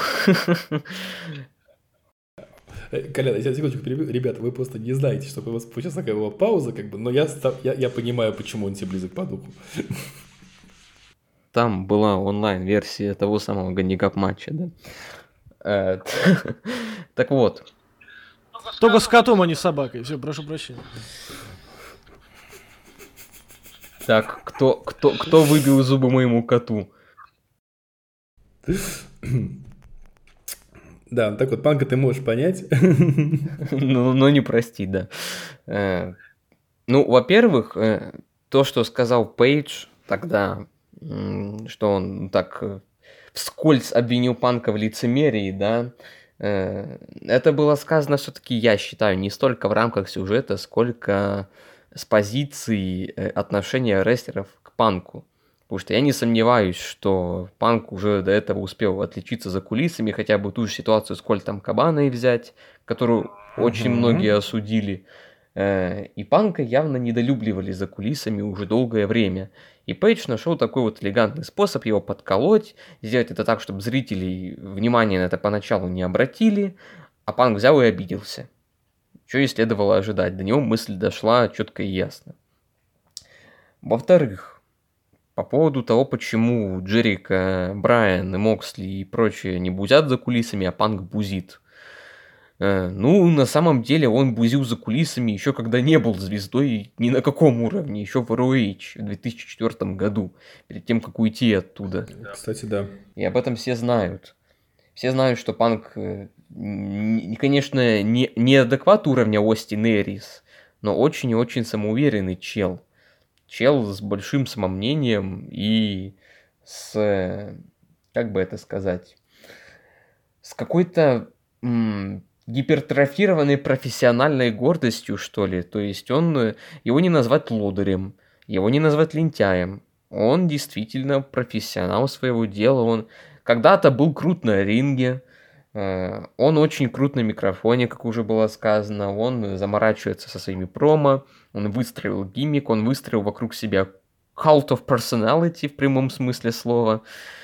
Колян, я секундочку перебью. Ребята, вы просто не знаете, что у вас сейчас такая была пауза, но я понимаю, почему он тебе близок по духу. там была онлайн-версия того самого гандикап-матча, да. Так вот. Только с котом, а не с собакой. Все, прошу прощения. Так, кто выбил зубы моему коту? Да, так вот, Панка ты можешь понять. Но не простить, да. Ну, во-первых, то, что сказал Пейдж тогда, что он так вскользь обвинил Панка в лицемерии, да, это было сказано все-таки, я считаю, не столько в рамках сюжета, сколько с позиции отношения рестлеров к Панку. Потому что я не сомневаюсь, что Панк уже до этого успел отличиться за кулисами, хотя бы ту же ситуацию с Кольтом Кабаной взять, которую очень многие осудили. И Панка явно недолюбливали за кулисами уже долгое время. И Пейдж нашел такой вот элегантный способ его подколоть, сделать это так, чтобы зрители внимание на это поначалу не обратили, а Панк взял и обиделся. Что и следовало ожидать. До него мысль дошла четко и ясно. Во-вторых, по поводу того, почему Джерика, Брайан и Моксли и прочие не бузят за кулисами, а Панк бузит. Ну, на самом деле он бузил за кулисами еще когда не был звездой ни на каком уровне, еще в ROH в 2004 году, перед тем, как уйти оттуда. Кстати, да. И об этом все знают. Все знают, что Панк, конечно, не адекват уровня Остин Эрис, но очень и очень самоуверенный чел. Чел с большим самомнением и с, как бы это сказать, с какой-то гипертрофированной профессиональной гордостью, что ли. То есть его не назвать лодырем, его не назвать лентяем. Он действительно профессионал своего дела. Он когда-то был крут на ринге, он очень крут на микрофоне, как уже было сказано, он заморачивается со своими промо, он выстроил гиммик, он выстроил вокруг себя cult of personality в прямом смысле слова.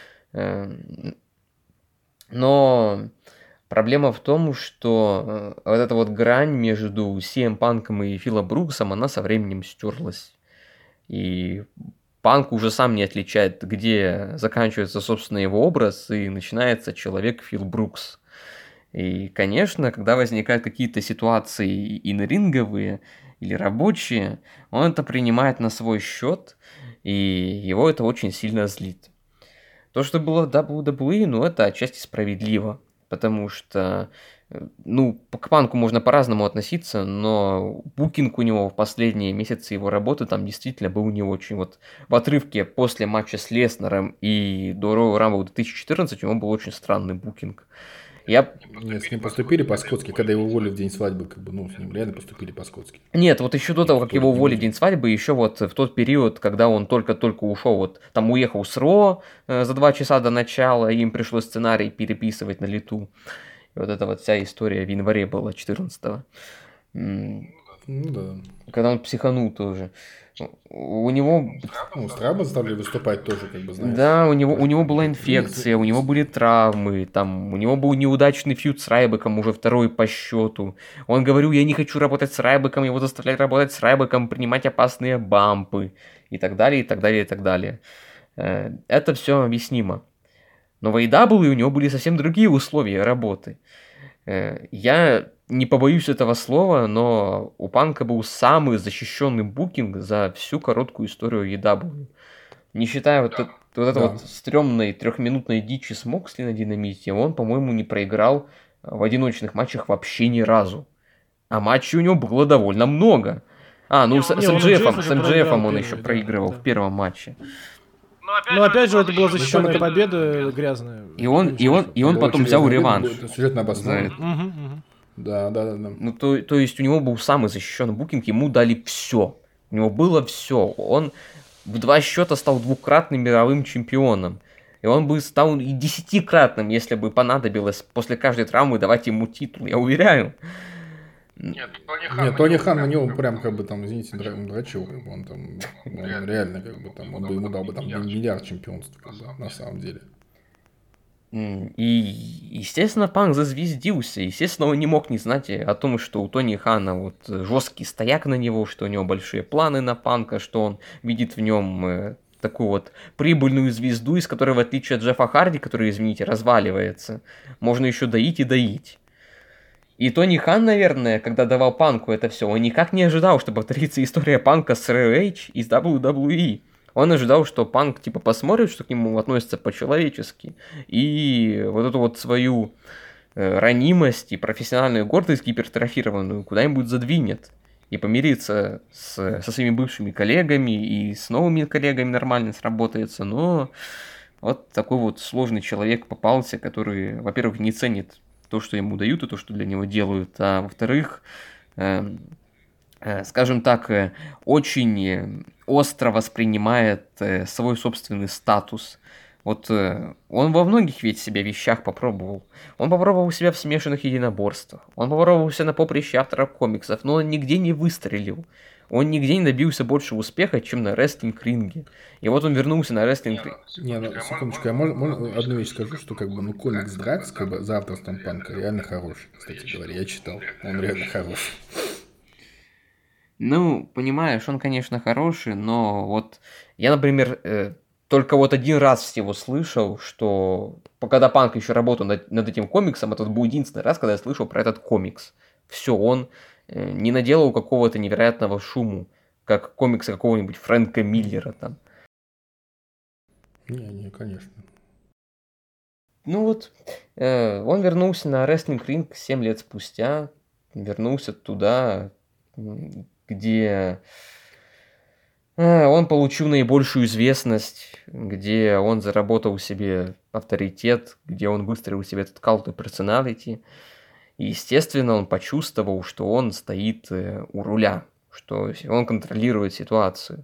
Но проблема в том, что вот эта вот грань между CM Панком и Филом Бруксом, она со временем стерлась. И Панк уже сам не отличает, где заканчивается, собственно, его образ и начинается человек Фил Брукс. И, конечно, когда возникают какие-то ситуации инринговые или рабочие, он это принимает на свой счет, и его это очень сильно злит. То, что было в WWE, ну, это отчасти справедливо, потому что, ну, к Панку можно по-разному относиться, но букинг у него в последние месяцы его работы там действительно был не очень. Вот в отрывке после матча с Леснером и до Royal Rumble 2014 у него был очень странный букинг. Нет, с ним поступили по-скотски, когда его уволили в день свадьбы, как бы, ну, с ним реально поступили по-скотски. Нет, вот еще до того, как его уволили в день свадьбы, еще вот в тот период, когда он только-только ушел, вот там уехал с Ро за 2 часа до начала, и им пришлось сценарий переписывать на лету. И вот эта вот вся история в январе была 14-го. Ну да. Когда он психанул тоже. У него... Ну, Страйба заставили выступать тоже, как бы, знаешь. Да, у него была инфекция, у него были травмы, там, у него был неудачный фьюд с Райбеком, уже второй по счету. Он говорил, я не хочу работать с Райбеком, его заставляют работать с Райбеком, принимать опасные бампы, и так далее, и так далее, и так далее. Это все объяснимо. Но в AEW у него были совсем другие условия работы. Я не побоюсь этого слова, но у Панка был самый защищенный букинг за всю короткую историю AEW. Не считая вот этой вот стрёмной 3-минутной дичи с Моксли на Динамите, он, по-моему, не проиграл в одиночных матчах вообще ни разу. А матчей у него было довольно много. С МДФом он еще проигрывал в первом матче. Но опять же, это была защищенная победа грязная. И он потом взял реванш. Сюжетно обоснованно. Да. Ну, то есть у него был самый защищенный букинг, ему дали все. У него было все. Он в 2 счета стал 2-кратным мировым чемпионом. И он бы стал и 10-кратным, если бы понадобилось после каждой травмы давать ему титул, я уверяю. Нет, Тони Хан на него прям, как бы, там, извините, дрочил, как бы, он там, он реально, как бы, там, он бы ему дал бы, там, миллиард чемпионств, как бы, на самом деле. И, естественно, Панк зазвездился. Естественно, он не мог не знать о том, что у Тони Хана вот жесткий стояк на него, что у него большие планы на Панка, что он видит в нем такую вот прибыльную звезду, из которой, в отличие от Джеффа Харди, который, извините, разваливается, можно еще доить и доить. И Тони Хан, наверное, когда давал Панку это все, он никак не ожидал, что повторится история Панка с ROH из WWE. Он ожидал, что Панк типа посмотрит, что к нему относятся по-человечески, и вот эту вот свою ранимость и профессиональную гордость гипертрофированную куда-нибудь задвинет и помириться со своими бывшими коллегами и с новыми коллегами нормально сработается, но вот такой вот сложный человек попался, который, во-первых, не ценит то, что ему дают, и то, что для него делают, а во-вторых, скажем так, очень остро воспринимает свой собственный статус. Вот он во многих ведь себя вещах попробовал. Он попробовал себя в смешанных единоборствах. Он попробовал себя на поприще авторов комиксов, но он нигде не выстрелил. Он нигде не добился больше успеха, чем на рестлинг-ринге. И вот он вернулся на рестлинг-ринг. Не, ну, секундочку, я можно одну вещь скажу, что как бы, ну, комикс Дракс, как бы, за авторством Панка реально хороший, кстати говоря, я читал, он реально хороший. Ну, понимаешь, он, конечно, хороший, но вот я, например, только вот один раз всего слышал, что когда Панк еще работал над этим комиксом, это был единственный раз, когда я слышал про этот комикс. Все, он не наделал какого-то невероятного шуму, как комиксы какого-нибудь Фрэнка Миллера там. Не, конечно. Ну вот, он вернулся на рестлинг-ринг 7 лет спустя, вернулся туда, где он получил наибольшую известность, где он заработал себе авторитет, где он выстроил себе этот cult of personality. И, естественно, он почувствовал, что он стоит у руля, что он контролирует ситуацию.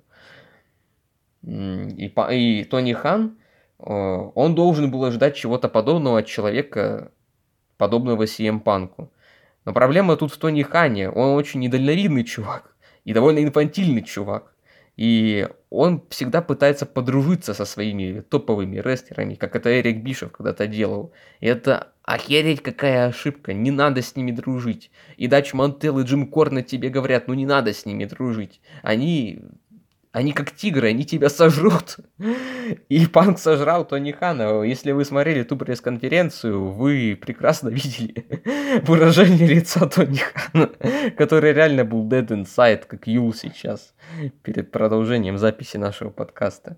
И Тони Хан, он должен был ожидать чего-то подобного от человека, подобного CM Панку. Но проблема тут в Тони Хане. Он очень недальновидный чувак и довольно инфантильный чувак. И он всегда пытается подружиться со своими топовыми рестлерами, как это Эрик Бишоф когда-то делал. И это охереть какая ошибка, не надо с ними дружить. И Дач Мантел и Джим Корнет тебе говорят, ну не надо с ними дружить. Они как тигры, они тебя сожрут. И Панк сожрал Тони Хана. Если вы смотрели ту пресс-конференцию, вы прекрасно видели выражение лица Тони Хана, который реально был dead inside, как Юл сейчас, перед продолжением записи нашего подкаста.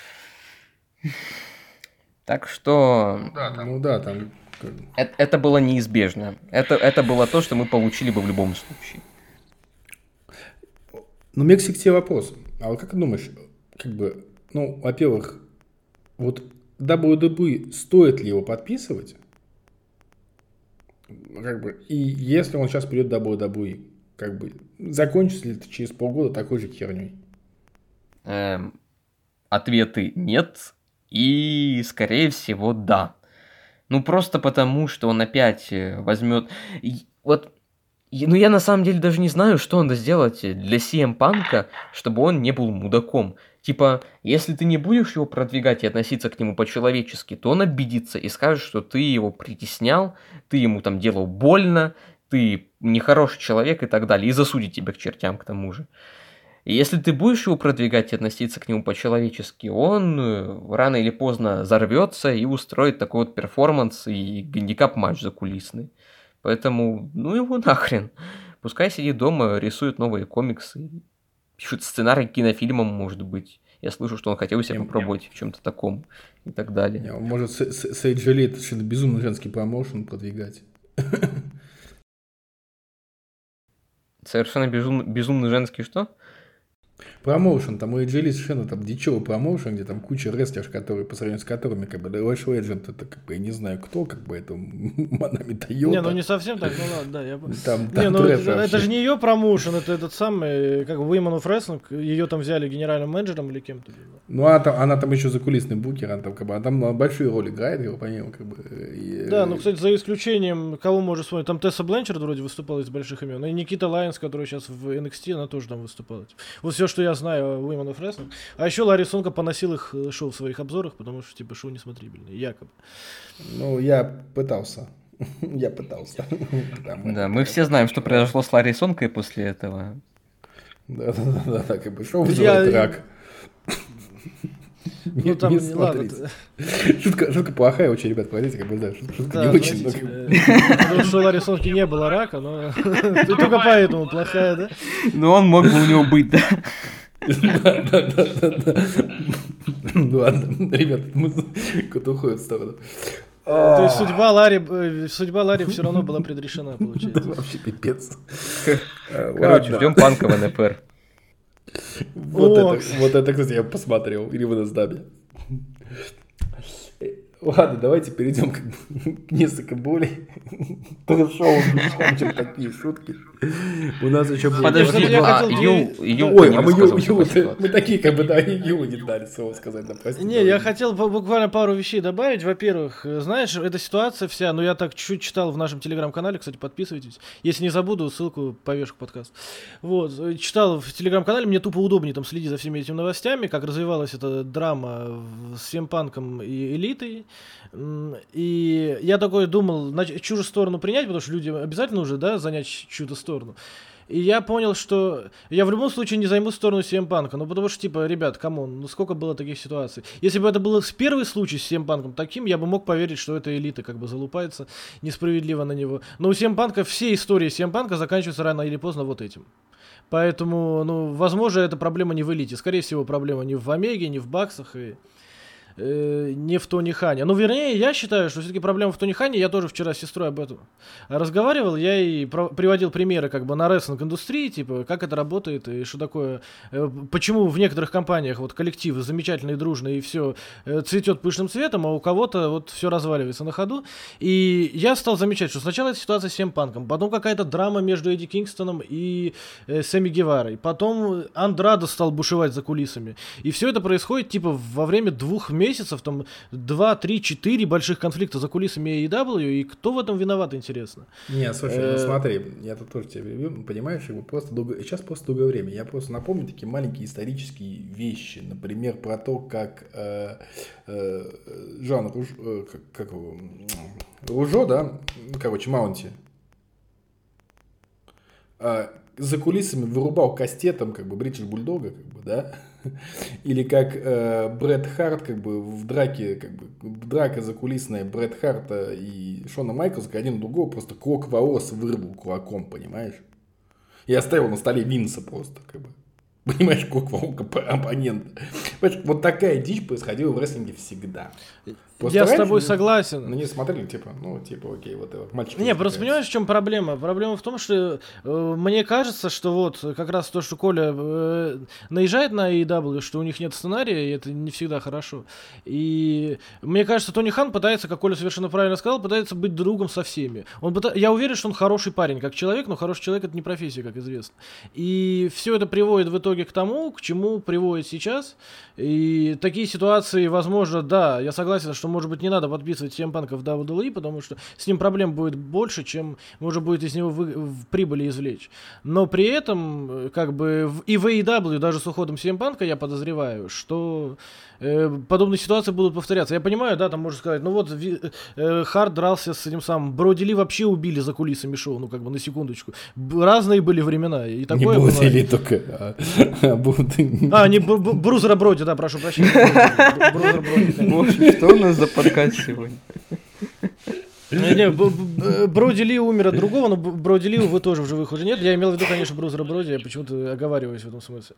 Так что... там... Это было неизбежно. Это было то, что мы получили бы в любом случае. Ну, у меня к тебе вопрос. А вот как ты думаешь, как бы, ну, во-первых, вот WWE, стоит ли его подписывать? Как бы, и если он сейчас придет в WWE, как бы, закончится ли это через полгода такой же херней? Ответы нет и, скорее всего, да. Ну, просто потому, что он опять возьмет... Вот... Ну, я на самом деле даже не знаю, что надо сделать для CM Панка, чтобы он не был мудаком. Типа, если ты не будешь его продвигать и относиться к нему по-человечески, то он обидится и скажет, что ты его притеснял, ты ему там делал больно, ты нехороший человек и так далее, и засудит тебя к чертям к тому же. И если ты будешь его продвигать и относиться к нему по-человечески, он рано или поздно взорвется и устроит такой вот перформанс и гандикап-матч закулисный. Поэтому, ну его нахрен. Пускай сидит дома, рисует новые комиксы, пишет сценарий к кинофильмам, может быть. Я слышу, что он хотел себя попробовать в чем-то таком и так далее. Он может с AJ Lee совершенно безумно женский промоушен продвигать. Совершенно безумный женский что? Промоушен, там у AJ Lee совершенно там дичевый промоушен, где там куча рестлеров, которые, по сравнению с которыми, как бы, Lash Legend, это, как бы, я не знаю кто, как бы, это Манами Тойота. Не, ну не совсем так, ну ладно, да, я там не, ну это же не ее промоушен, это этот самый, как Women of Wrestling, ее там взяли генеральным менеджером или кем-то. Ну, она там еще закулисный букер, она там, как бы, она там большую роль играет, его понял, как бы. Да, ну, кстати, за исключением, кого можно вспомнить, там Тесса Бленчард вроде выступала из больших имен, и Никита Лайнс, который сейчас в NXT, она тоже там выступала. Вот все, что я знаю о Women of Wrestling. А еще Ларри Сонка поносил их шоу в своих обзорах, потому что, типа, шоу несмотрибельное, якобы. Ну, я пытался. Да, мы все знаем, что произошло с Ларри Сонкой после этого. Да, как бы, шоу вызывает рак. Ну там, Не ладно. смотрите. Шутка плохая очень, ребят, погодите, как бы, да, шутка Да, не очень. потому что у Ларри Сонки не было рака, но только поэтому плохая, да? Но он мог бы у него быть, да. Да. Ну ладно, ребят, мы куда-то уходим в сторону. То есть судьба Ларри все равно была предрешена, получается. Вообще пипец. Короче, ждем панка в НФР. Вот это, кстати, я посмотрел. Или в NSW. Ладно, давайте перейдем к несколько более трэшовым, чем такие шутки. У нас еще было... Подожди, мы такие, как бы, да, Юлу не дали слово сказать, да, простите. Не, я хотел буквально пару вещей добавить. Во-первых, знаешь, эта ситуация вся, я так чуть-чуть читал в нашем телеграм-канале, кстати, подписывайтесь. Если не забуду, ссылку повешу к подкасту. Вот, читал в телеграм-канале, мне тупо удобнее там следить за всеми этими новостями, как развивалась эта драма с CM Punk'ом и Элитой. И я такой думал, чью же сторону принять, потому что люди обязательно уже, да, занять чью-то сторону. И я понял, что я в любом случае не займу сторону CM Punk'а, потому что, типа, ребят, камон, сколько было таких ситуаций. Если бы это был первый случай с CM Punk'ом таким, я бы мог поверить, что эта элита как бы залупается несправедливо на него. Но у CM Punk'а все истории CM Punk'а заканчиваются рано или поздно вот этим. Поэтому, возможно, эта проблема не в элите. Скорее всего, проблема не в Омеге, не в Баксах и... не в Тони Хане. Ну, вернее, я считаю, что все-таки проблема в Тони Хане. Я тоже вчера с сестрой об этом разговаривал. Я и приводил примеры как бы на рестлинг-индустрии, типа, как это работает и что такое, почему в некоторых компаниях вот коллективы замечательные, дружные, и все цветет пышным цветом, а у кого-то вот все разваливается на ходу. И я стал замечать, что сначала эта ситуация с CM Punk'ом, потом какая-то драма между Эдди Кингстоном и Сэмми Геварой, потом Андрадо стал бушевать за кулисами. И все это происходит, типа, во время 2 месяцев, там 2, 3, 4 больших конфликта за кулисами AEW, и кто в этом виноват, интересно? Не, слушай, ну смотри, я тут тоже тебя перебью, понимаешь, сейчас просто другое время. Я просто напомню такие маленькие исторические вещи, например, про то, как Жан Ружо, да, Маунти, за кулисами вырубал кастетом, как бы, Бридж Бульдога, как бы, да, или как Брэд Харт, как бы, в драке, как бы, драка закулисная Брэд Харта и Шона Майклса, один другого просто клок волос вырвал кулаком, понимаешь? И оставил на столе Винса просто, как бы. Понимаешь, клок волка оппонента. Вот такая дичь происходила в рестлинге всегда. Просто я с тобой согласен. На нее смотрели, окей, вот это мальчик. Не, просто понимаешь, в чем проблема? Проблема в том, что мне кажется, что вот как раз то, что Коля наезжает на AEW, что у них нет сценария, и это не всегда хорошо. И мне кажется, Тони Хан пытается, как Коля совершенно правильно сказал, пытается быть другом со всеми. Я уверен, что он хороший парень, как человек, но хороший человек — это не профессия, как известно. И все это приводит в итоге к тому, к чему приводит сейчас. И такие ситуации, возможно, да, я согласен, что, может быть, не надо подписывать CM Punk'а в WWE, потому что с ним проблем будет больше, чем можно будет из него в прибыли извлечь. Но при этом, как бы, и в AEW, даже с уходом CM Punk'а, я подозреваю, что подобные ситуации будут повторяться. Я понимаю, да, там можно сказать, ну вот Харт дрался с этим самым, Броди Ли вообще убили за кулисами шоу, ну как бы на секундочку. Разные были времена. И такое не Броди Ли только, не Брузера Броди, да, прошу прощения. Брузер Броди. Что у нас за подкаст сегодня? Не, Броди Ли умер от другого, но Броди Ли, вы тоже в живых уже нет. Я имел в виду, конечно, Брузера Броди, я почему-то оговариваюсь в этом смысле.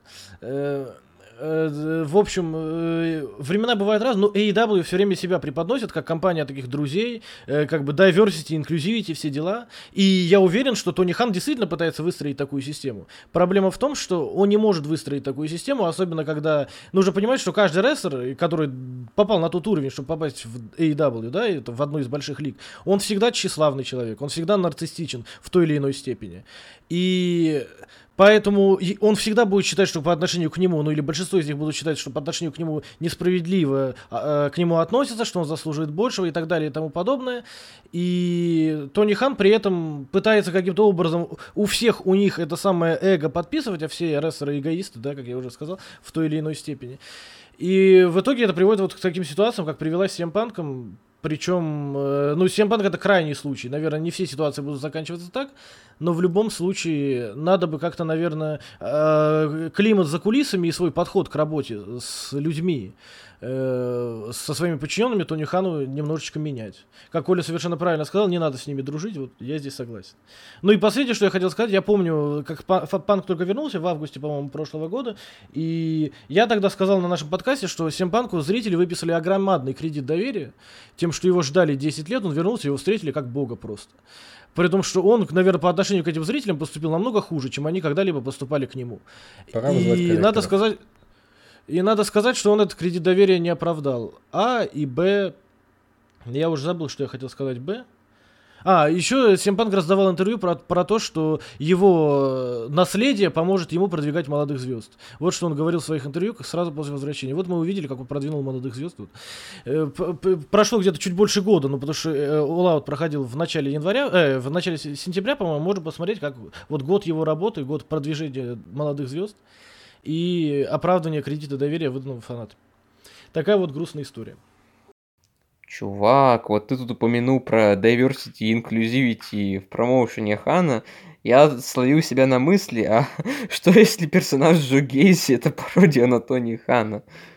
В общем, времена бывают разные, но AEW все время себя преподносит как компания таких друзей, как бы diversity, inclusivity, все дела. И я уверен, что Тони Хан действительно пытается выстроить такую систему. Проблема в том, что он не может выстроить такую систему, особенно когда нужно понимать, что каждый рестлер, который попал на тот уровень, чтобы попасть в AEW, да, это в одну из больших лиг, он всегда тщеславный человек, он всегда нарциссичен в той или иной степени. И поэтому он всегда будет считать, что по отношению к нему, ну или большинство из них будут считать, что по отношению к нему несправедливо к нему относятся, что он заслуживает большего и так далее и тому подобное. И Тони Хан при этом пытается каким-то образом у всех у них это самое эго подписывать, а все рестлеры эгоисты, да, как я уже сказал, в той или иной степени. И в итоге это приводит вот к таким ситуациям, как привела с CM Punk'ом. Причем, CM Punk — это крайний случай. Наверное, не все ситуации будут заканчиваться так, но в любом случае надо бы как-то, наверное, климат за кулисами и свой подход к работе с людьми со своими подчиненными Тони Хану немножечко менять. Как Оля совершенно правильно сказал, не надо с ними дружить, вот я здесь согласен. Ну и последнее, что я хотел сказать, я помню, как Панк только вернулся в августе, по-моему, прошлого года, и я тогда сказал на нашем подкасте, что CM Punk'у зрители выписали огромный кредит доверия, тем, что его ждали 10 лет, он вернулся, его встретили как бога просто. При том, что он, наверное, по отношению к этим зрителям поступил намного хуже, чем они когда-либо поступали к нему. И надо сказать, что он этот кредит доверия не оправдал. А и Б... Я уже забыл, что я хотел сказать. Б. Еще CM Punk раздавал интервью про то, что его наследие поможет ему продвигать молодых звезд. Вот что он говорил в своих интервью сразу после возвращения. Вот мы увидели, как он продвинул молодых звезд. Прошло где-то чуть больше года, ну потому что All Out проходил в начале января, в начале сентября, по-моему, можно посмотреть, как вот год его работы, год продвижения молодых звезд и оправдывание кредита доверия выданного фанатам. Такая вот грустная история. Чувак, вот ты тут упомянул про diversity и inclusivity в промоушене Хана. Я словил себя на мысли, а что если персонаж Джо Гейси это пародия на Тони Хана?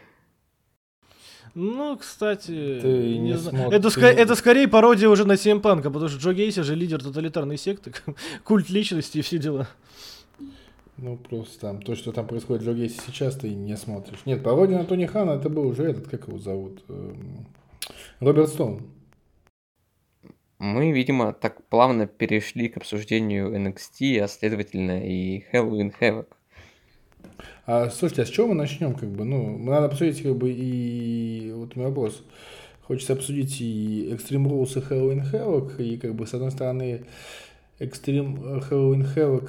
Ну, кстати, не знаю. Это скорее пародия уже на CM Punk'а, потому что Джо Гейси же лидер тоталитарной секты, культ личности и все дела. Ну, просто там, то, что там происходит в Джо Гейси сейчас, ты не смотришь. Нет, пародия на Тони Хана, это был уже этот, как его зовут? Роберт Стоун. Мы, видимо, так плавно перешли к обсуждению NXT, а следовательно и Halloween Havoc. Слушайте, а с чего мы начнем? Надо обсудить, и вот у меня вопрос. Хочется обсудить и Extreme Rules, и Halloween Havoc, и с одной стороны Extreme Halloween Havoc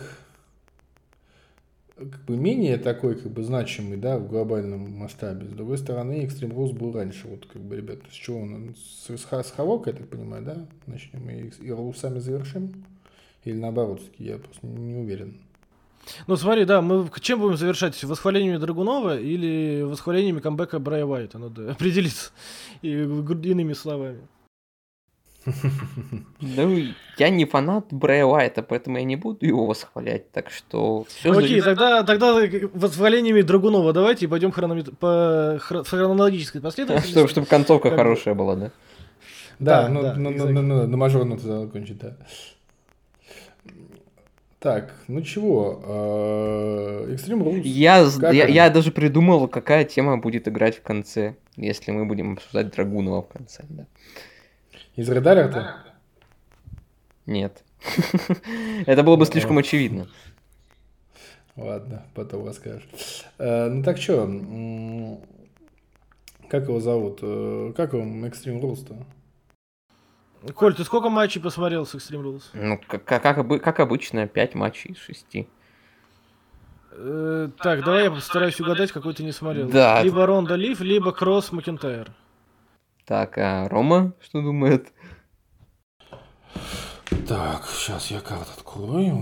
менее такой, значимый, да, в глобальном масштабе. С другой стороны, Extreme Rules был раньше. Вот, ребят, с чего он? С Хавока, я так понимаю, да? Начнем и рулсами завершим? Или наоборот, я просто не уверен. Ну, смотри, да, мы чем будем завершать? Восхвалениями Драгунова или восхвалениями камбэка Брая Уайта? Надо определиться иными словами. Ну, я не фанат Брая Уайта, поэтому я не буду его восхвалять, так что... Окей, тогда восхвалениями Драгунова давайте и пойдем по хронологической последовательности. Чтобы концовка хорошая была, да? Да, на мажорную тогда закончить, да. Так, ну чего, Extreme Rules. Я даже придумал, какая тема будет играть в конце, если мы будем обсуждать Драгунова в конце, да. Из Red Alert? Нет. Это было бы слишком очевидно. Ладно, потом расскажешь. Ну так что, как его зовут? Как вам Extreme Rules-то? Коль, ты сколько матчей посмотрел с Extreme Rules? Ну, как обычно, 5 матчей из 6. Так, давай я постараюсь угадать, какой ты не смотрел. Да. Либо Ронда Лив, либо Кросс Макентайр. Так, а Рома что думает? Так, сейчас я карту открою.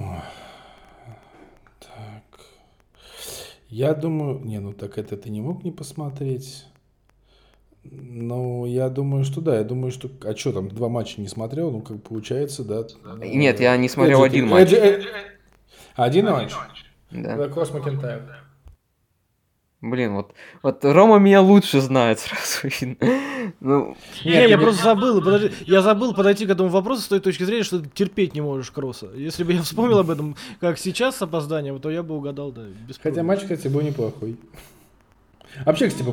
Так. Я думаю... так это ты не мог не посмотреть. Ну, я думаю, что да. Я думаю, что... А что там, 2 матча не смотрел? Ну, получается, да. Нет, я не смотрел один матч. Один матч? Да. Кросс Макентайр. Блин, вот Рома меня лучше знает сразу. Ну, я просто забыл. Я забыл подойти к этому вопросу с той точки зрения, что ты терпеть не можешь Кросса. Если бы я вспомнил об этом, как сейчас с опозданием, то я бы угадал, да. Хотя матч, кстати, был неплохой. А вообще, кстати,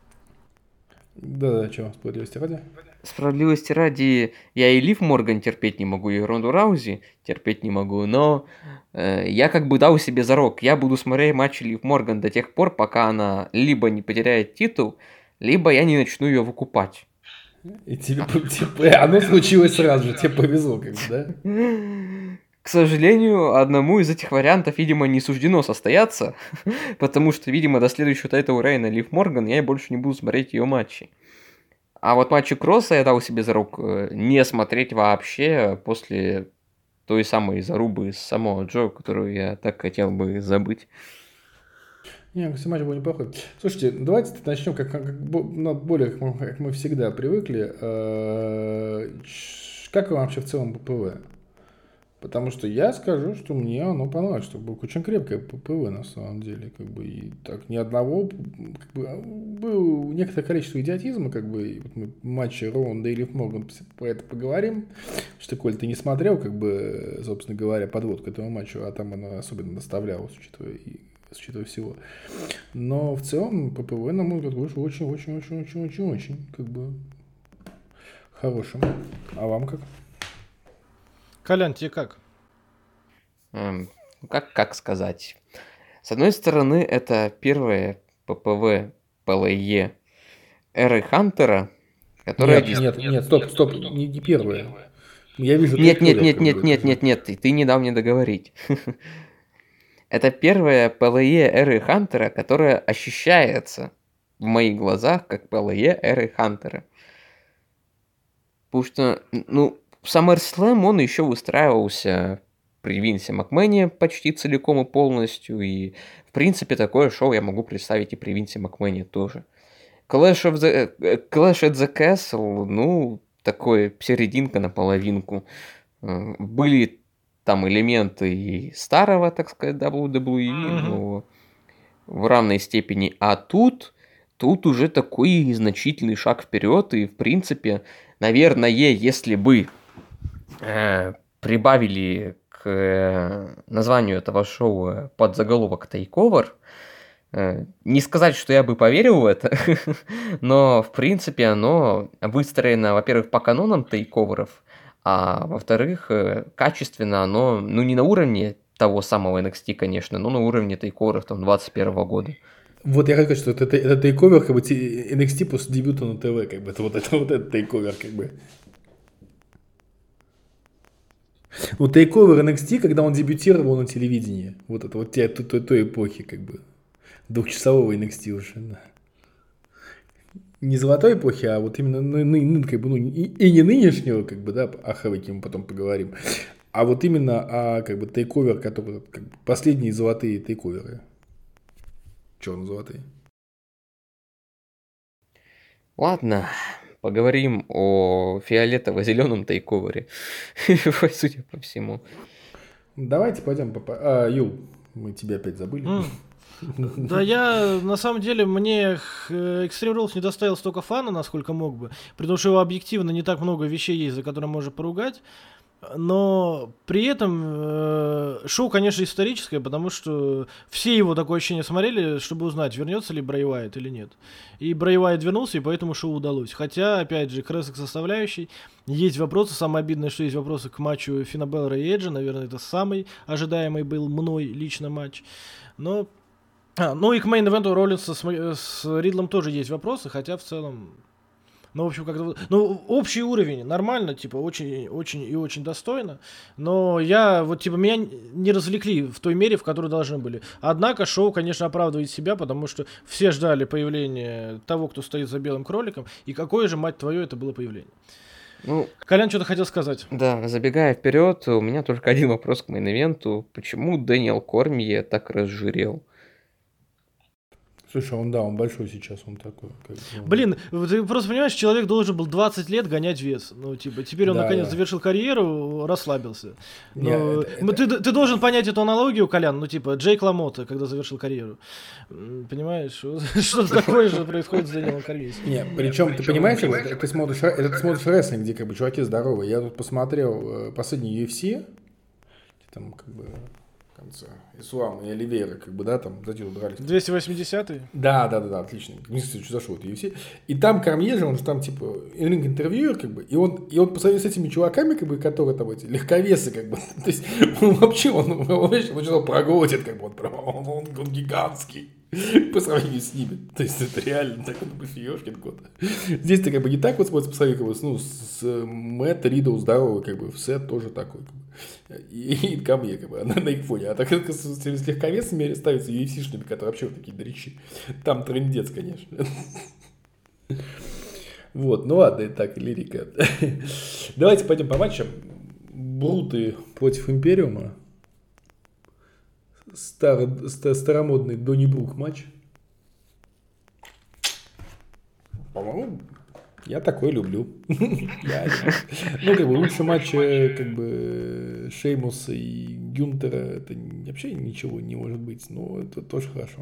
да, что, справедливости ради? Справедливости ради, я и Лив Морган терпеть не могу, и Ронду Раузи терпеть не могу, но я дал себе зарок, я буду смотреть матчи Лив Морган до тех пор, пока она либо не потеряет титул, либо я не начну ее выкупать. И тебе оно случилось сразу же, тебе повезло, да? К сожалению, одному из этих вариантов, видимо, не суждено состояться, потому что, видимо, до следующего тайтл рейна Лив Морган я больше не буду смотреть ее матчи. А вот матчи Кросса я дал себе зарок не смотреть вообще после той самой зарубы с самого Джо, которую я так хотел бы забыть. Не, кстати, матч был неплохой. Слушайте, давайте начнем, более, как мы всегда привыкли. Как вам вообще в целом ППВ? Потому что я скажу, что мне оно понравилось, что было очень крепкое ППВ на самом деле, как бы, и так ни одного, как бы, было некоторое количество идиотизма, как бы, и вот мы в матче Роун Дейлиф Морган про это поговорим, что, Коль, ты не смотрел, как бы, собственно говоря, подводку этого матча, а там она особенно доставлялась, учитывая всего. Но в целом ППВ, на мой взгляд, вышел очень, как бы, хорошим. А вам как? Колян, тебе как? Как сказать? С одной стороны, это первое ППВ ПЛЕ эры Хантера, которое... Нет, стоп, не первое. Я вижу Нет, тейковер, ты не дал мне договорить. Это первое ПЛЕ эры Хантера, которое ощущается в моих глазах как ПЛЕ эры Хантера. Потому что, ну, SummerSlam, он еще выстраивался при Винсе Макмене почти целиком и полностью, и, в принципе, такое шоу я могу представить и при Винсе Макмене тоже. Clash at the Castle, ну, такое серединка на половинку. Были там элементы и старого, так сказать, WWE, но в равной степени. А тут уже такой значительный шаг вперед, и, в принципе, наверное, если бы прибавили к названию этого шоу подзаголовок Takeover, не сказать, что я бы поверил в это, но, в принципе, оно выстроено, во-первых, по канонам тейковеров, а во-вторых, качественно оно, ну, не на уровне того самого NXT, конечно, но на уровне тейковеров там 21 года. Вот я хочу сказать, что это тейковер, как бы NXT после дебюта на ТВ, как бы это тейковер, как бы. Ну, тейковер NXT, когда он дебютировал на телевидении, вот это вот той эпохи, как бы, двухчасового NXT уже, да. Не золотой эпохи, а вот именно, как бы, и не нынешнего, как бы, да, о Хэвике мы потом поговорим, а вот именно как бы, тейковер, который, как бы, последние золотые тейковеры. Черно-золотые. Ладно, поговорим о фиолетово-зеленом тейковере, судя по всему. Давайте пойдем. Юл, мы тебя опять забыли. Да я, на самом деле, мне Extreme Rules не доставил столько фана, насколько мог бы, потому что его объективно не так много вещей есть, за которые можно поругать. Но при этом шоу, конечно, историческое, потому что все его такое ощущение смотрели, чтобы узнать, вернется ли Брэй Уайт или нет. И Брэй Уайт вернулся, и поэтому шоу удалось. Хотя, опять же, к рестлинг-составляющей есть вопросы. Самое обидное, что есть вопросы к матчу Финна Бэлора и Эджа. Наверное, это самый ожидаемый был мной лично матч. Но... ну и к мейн-эвенту Роллинса с Ридлом тоже есть вопросы, хотя в целом... Ну, в общем, как-то... Ну, общий уровень нормально, типа, очень достойно. Но меня не развлекли в той мере, в которой должны были. Однако шоу, конечно, оправдывает себя, потому что все ждали появления того, кто стоит за белым кроликом. И какое же, мать твою, это было появление. Ну, Колян что-то хотел сказать. Да, забегая вперед, у меня только один вопрос к мейн-ивенту. Почему Дэниел Кормье так разжирел? Слушай, он большой сейчас, он такой. Блин, ты просто понимаешь, человек должен был 20 лет гонять вес. Ну, типа, теперь он наконец завершил карьеру, расслабился. Ты должен понять эту аналогию, Колян, ну, типа, Джейк Ламотта, когда завершил карьеру. Понимаешь, что такое же происходит с Дэниелом Кормье? Нет, причем, ты понимаешь, ты смотришь рестлинг, где, как бы, чуваки здоровые. Я тут посмотрел последний UFC, там, как бы... конце. Ислам и Оливейра, как бы, да, там за титул дрались. 280-й? Да, отлично. Не знаю, что зашел, это UFC. И там Кормье же, он же там, типа, интервьюер, как бы, и он по сравнению с этими чуваками, как бы, которые там эти легковесы, как бы, то есть, он вообще, он что-то проглотит, как бы, он гигантский. По сравнению с ними. То есть это реально так, ёшкин кот. Здесь ты как бы не так вот смотришь, по сравнению, как бы, ну, с Мэтт Ридл здоровый, как бы, Сет тоже такой, как бы. И ко мне, как бы, на их фоне. А так как с легковесами ставятся UFC-шными, которые вообще вот такие дрищи. Там трындец, конечно. Вот, ну ладно, и так, лирика. Давайте пойдем по матчам. Бруты против Империума. Старомодный Донни Брук матч. По-моему, Я такой люблю. Ну, как бы лучше матча как бы Шеймуса и Гюнтера это вообще ничего не может быть. Но это тоже хорошо.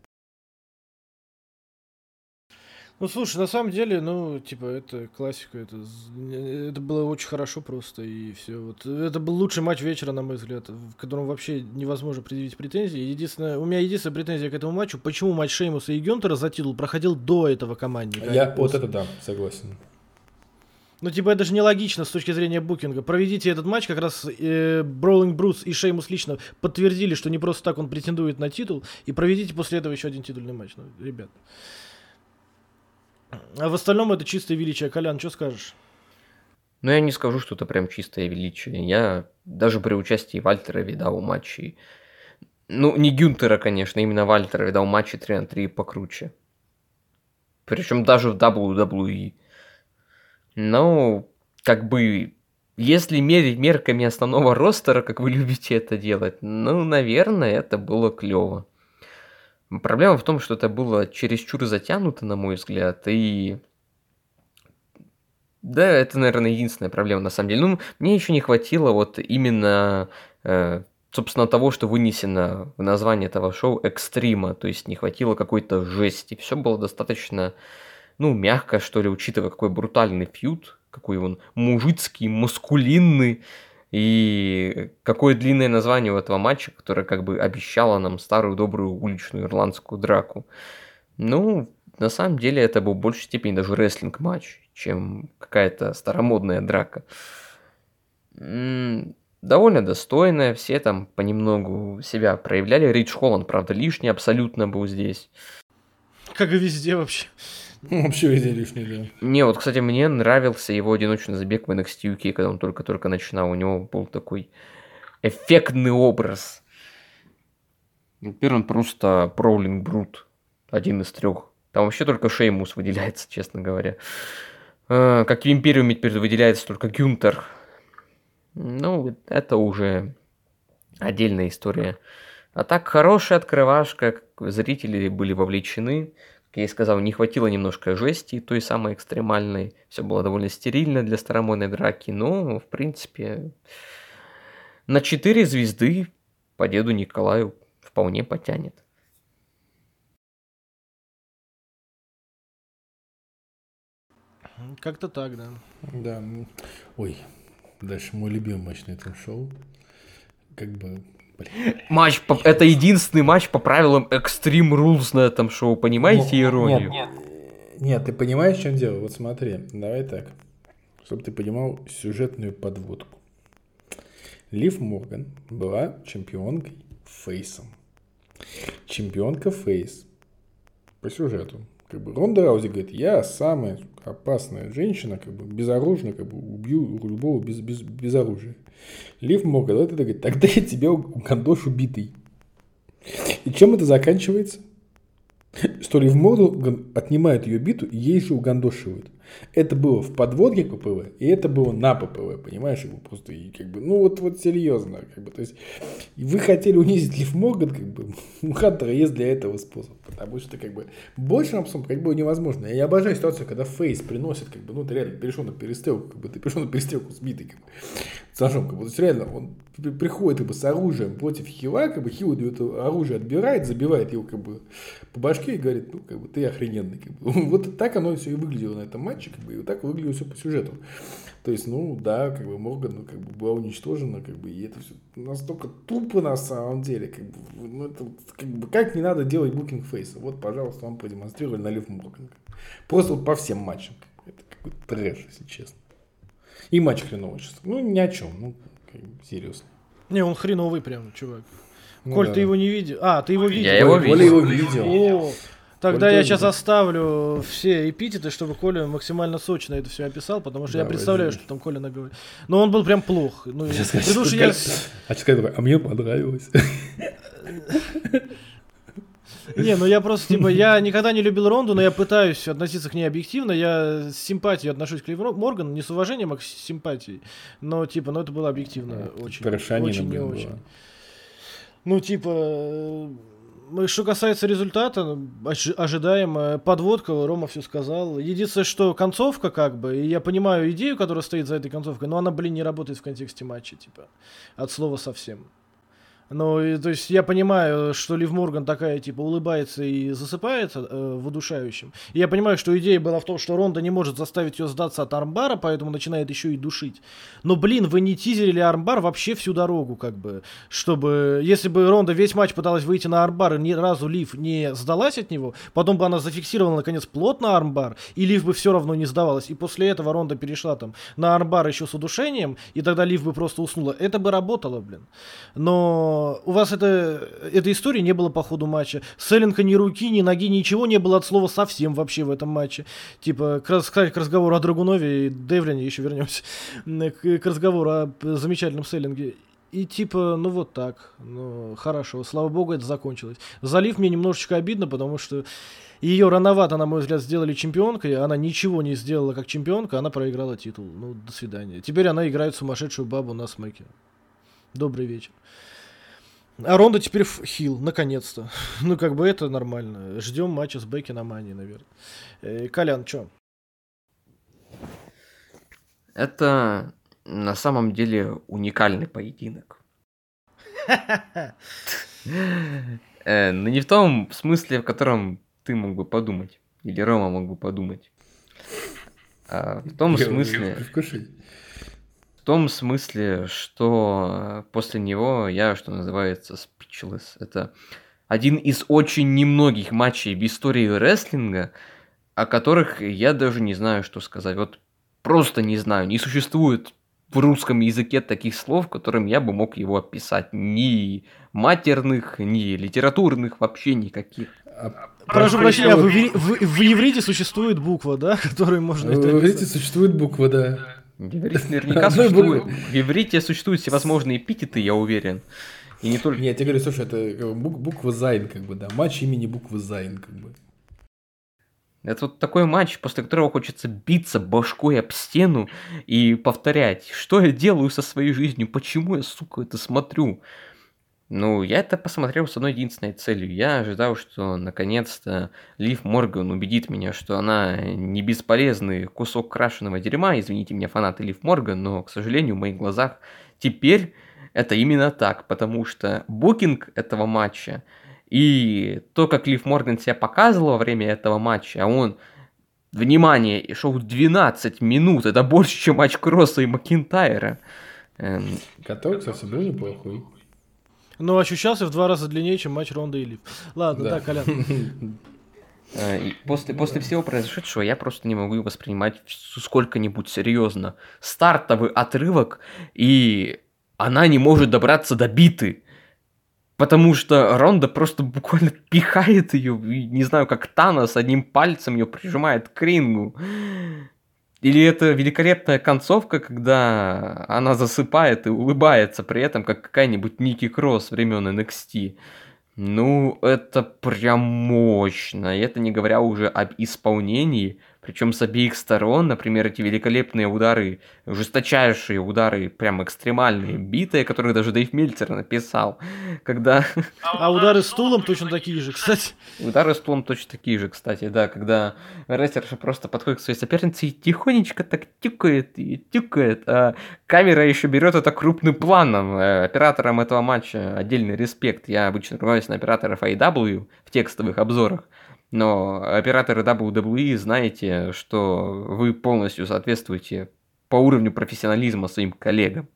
Ну, слушай, на самом деле, ну, типа, это классика, это было очень хорошо просто, и все. Вот. Это был лучший матч вечера, на мой взгляд, в котором вообще невозможно предъявить претензии. У меня единственная претензия к этому матчу, почему матч Шеймуса и Гюнтера за титул проходил до этого командника. Вот это да, согласен. Ну, типа, это же нелогично с точки зрения букинга. Проведите этот матч, как раз Броулинг Брус и Шеймус лично подтвердили, что не просто так он претендует на титул, и проведите после этого еще один титульный матч. Ну, ребят. А в остальном это чистое величие. Колян, что скажешь? Ну, я не скажу, что это прям чистое величие. Я даже при участии Вальтера видал матчи. Ну, не Гюнтера, конечно, именно Вальтера видал матчи 3-3 покруче. Причем даже в WWE. Ну, как бы, если мерить мерками основного ростера, как вы любите это делать, ну, наверное, это было клево. Проблема в том, что это было чересчур затянуто, на мой взгляд, и... Да, это, наверное, единственная проблема, на самом деле. Ну, мне еще не хватило вот именно, собственно, того, что вынесено в название этого шоу экстрима, то есть не хватило какой-то жести. Все было достаточно, ну, мягко, что ли, учитывая, какой брутальный фьюд, какой он мужицкий, маскулинный, и какое длинное название у этого матча, которое как бы обещало нам старую добрую уличную ирландскую драку. Ну, на самом деле это был в большей степени даже рестлинг-матч, чем какая-то старомодная драка. Довольно достойная, все там понемногу себя проявляли. Ридж Холланд, правда, лишний абсолютно был здесь. Как и везде вообще. Вообще везде лишний, да. Не, вот, кстати, мне нравился его одиночный забег в NXT UK, когда он только-только начинал. У него был такой эффектный образ. Теперь он просто Brawling Brute, один из 3. Там вообще только Шеймус выделяется, честно говоря. Как в Империуме теперь выделяется только Гюнтер. Ну, это уже отдельная история. А так, хорошая открывашка, зрители были вовлечены. Как я и сказал, не хватило немножко жести, той самой экстремальной. Все было довольно стерильно для старомодной драки. Но, в принципе, на 4 звезды по деду Николаю вполне потянет. Как-то так, да. Да. Ой, дальше мой любимый матч на этом шоу. Как бы... Матч, это единственный матч по правилам Extreme Rules на этом шоу, понимаете иронию? Нет, ты понимаешь, в чем дело? Вот смотри, давай так, чтобы ты понимал сюжетную подводку. Лив Морган была чемпионкой фейсом. Чемпионка фейс по сюжету. Как бы Ронда Раузи говорит, я самая опасная женщина, как бы безоружная, как бы убью любого без оружия. Лив Морган это говорит, тогда я тебя угандошу битый. И чем это заканчивается? Что Лив Морган отнимает ее биту и ей же угандошивают. Это было в подводке ППВ, и это было на ППВ, понимаешь? Его просто, и как бы, ну вот серьезно, как бы, то есть, вы хотели унизить Лив Морган, как бы, у Хантера есть для этого способ, потому что, как бы, больше абсолютно, как бы, невозможно. Я обожаю ситуацию, когда Фейс приносит, как бы, ну, ты реально перешел на перестрелку, как бы, ты перешел на перестрелку с битой, как бы, с ножом, как бы, то есть, реально, он приходит, как бы, с оружием против Хила, как бы, Хил это оружие отбирает, забивает его, как бы, по башке и говорит, ну, как бы, ты охрененный, как бы. Вот так оно все и выглядело на этом матче, как бы, и вот так выглядело все по сюжету. То есть, ну, да, как бы, Морган, ну, как бы, была уничтожена, как бы, и это все настолько тупо на самом деле, как бы, ну, это, как не надо делать букинг фейса. Вот, пожалуйста, вам продемонстрировали на Лив Морган. Просто вот по всем матчам. Это какой-то трэш, если честно. И матч хреновый сейчас. Ну, ни о чем, ну, как бы, серьезно. Не, он хреновый прям, чувак. Ну, Коль, да. ты его не видел? А, ты его видел? Я его Коля видел. его видел. О, тогда Коль я тоже сейчас видел. оставлю все эпитеты, чтобы Коля максимально сочно это все описал, потому что я Давай, представляю, давай. что там Коля наговорит. Но он был прям плох. Ну, Сейчас при том, скажу, что я... сейчас скажу, а мне понравилось. Не, ну я просто, типа, я никогда не любил Ронду, но я пытаюсь относиться к ней объективно. Я с симпатией отношусь к Лив Морган, не с уважением, а с симпатией. Но, типа, ну это было объективно очень. Трэшанина, Очень не блин, очень. была. Ну, типа, Что касается результата, ожидаемо, подводка, Рома все сказал. Единственное, что концовка как бы, и я понимаю идею, которая стоит за этой концовкой, но она, не работает в контексте матча, типа, от слова совсем. Ну, то есть я понимаю, что Лив Морган такая, типа, улыбается и засыпает в удушающем. И я понимаю, что идея была в том, что Ронда не может заставить ее сдаться от армбара, поэтому начинает еще и душить. Но, вы не тизерили армбар вообще всю дорогу, как бы. Чтобы, если бы Ронда весь матч пыталась выйти на армбар, и ни разу Лив не сдалась от него, потом бы она зафиксировала, наконец, плотно армбар, и Лив бы все равно не сдавалась. И после этого Ронда перешла там на армбар еще с удушением, и тогда Лив бы просто уснула. Это бы работало, Но у вас этой истории не было по ходу матча. Селлинга ни руки, ни ноги, ничего не было от слова совсем вообще в этом матче. Типа, к разговору о Драгунове и Девлине еще вернемся. К разговору о замечательном Селлинге. И типа, ну вот так. Ну, хорошо, слава богу, это закончилось. За Лив мне немножечко обидно, потому что ее рановато, на мой взгляд, сделали чемпионкой. Она ничего не сделала как чемпионка, она проиграла титул. Ну, до свидания. Теперь она играет сумасшедшую бабу на смеке. Добрый вечер. А Ронда теперь хил, наконец-то. Ну, как бы это нормально. Ждем матча с Бекки на Мании, наверное. Колян, чё? Это на самом деле уникальный поединок. Но не в том смысле, в котором ты мог бы подумать. Или Рома мог бы подумать. А в том смысле... В том смысле, что после него я, что называется, speechless. Это один из очень немногих матчей в истории рестлинга, о которых я даже не знаю, что сказать. Вот просто не знаю. Не существует в русском языке таких слов, которым я бы мог его описать. Ни матерных, ни литературных, вообще никаких. Прошу прощения, в иврите существует буква, да, которую можно... В иврите существует буква, да. В иврите наверняка существует. В иврите существуют всевозможные эпитеты, я уверен. И не только... Нет, я тебе говорю, слушай, это буква Зайн, как бы, да. Матч имени буквы Зайн, как бы. Это вот такой матч, после которого хочется биться башкой об стену и повторять, что я делаю со своей жизнью, почему я, сука, это смотрю. Ну, я это посмотрел с одной единственной целью. Я ожидал, что наконец-то Лив Морган убедит меня, что она не бесполезный кусок крашеного дерьма. Извините меня, фанаты Лив Морган, но, к сожалению, в моих глазах теперь это именно так, потому что букинг этого матча и то, как Лив Морган себя показывала во время этого матча, а он, внимание, шел 12 минут, это больше, чем матч Кросса и Макинтайра. Который, кстати, был неплохой. Но ощущался в 2 раза длиннее, чем матч Ронда и Лив. Ладно, да, Колян. После всего произошедшего я просто не могу воспринимать сколько-нибудь серьезно. Стартовый отрывок, и она не может добраться до биты. Потому что Ронда просто буквально пихает ее, не знаю, как Танос одним пальцем ее прижимает к рингу. Или это великолепная концовка, когда она засыпает и улыбается при этом, как какая-нибудь Ники Кросс времен NXT. Ну, это прям мощно. И это не говоря уже об исполнении, причем с обеих сторон, например, эти великолепные удары, жесточайшие удары, прям экстремальные, битые, которые даже Дэйв Мельцер написал, когда... А удары стулом точно такие же, кстати. Удары стулом точно такие же, кстати, да, когда рестлерша просто подходит к своей сопернице и тихонечко так тюкает, а камера еще берет это крупным планом. Операторам этого матча отдельный респект. Я обычно ругаюсь на операторов AEW в текстовых обзорах. Но операторы WWE, знаете, что вы полностью соответствуете по уровню профессионализма своим коллегам.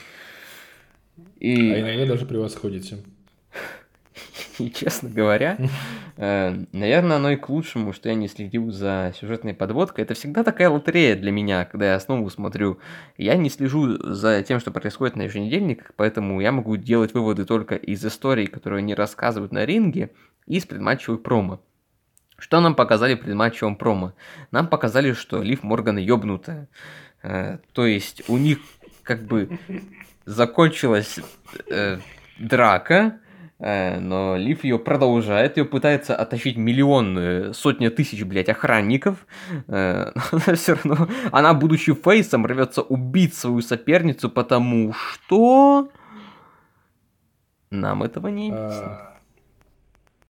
А иногда даже превосходите. И, честно говоря, наверное, оно и к лучшему, что я не следил за сюжетной подводкой. Это всегда такая лотерея для меня, когда я снова смотрю. Я не слежу за тем, что происходит на еженедельниках, поэтому я могу делать выводы только из историй, которые они рассказывают на ринге, и из предматчевых промо. Что нам показали в предматчевом промо? Нам показали, что Лив Морган ёбнутая. То есть у них как бы закончилась драка, но Лив ее продолжает, ее пытается оттащить сотни тысяч, блядь, охранников. Но все равно она, будучи фейсом, рвется убить свою соперницу, потому что нам этого не видно.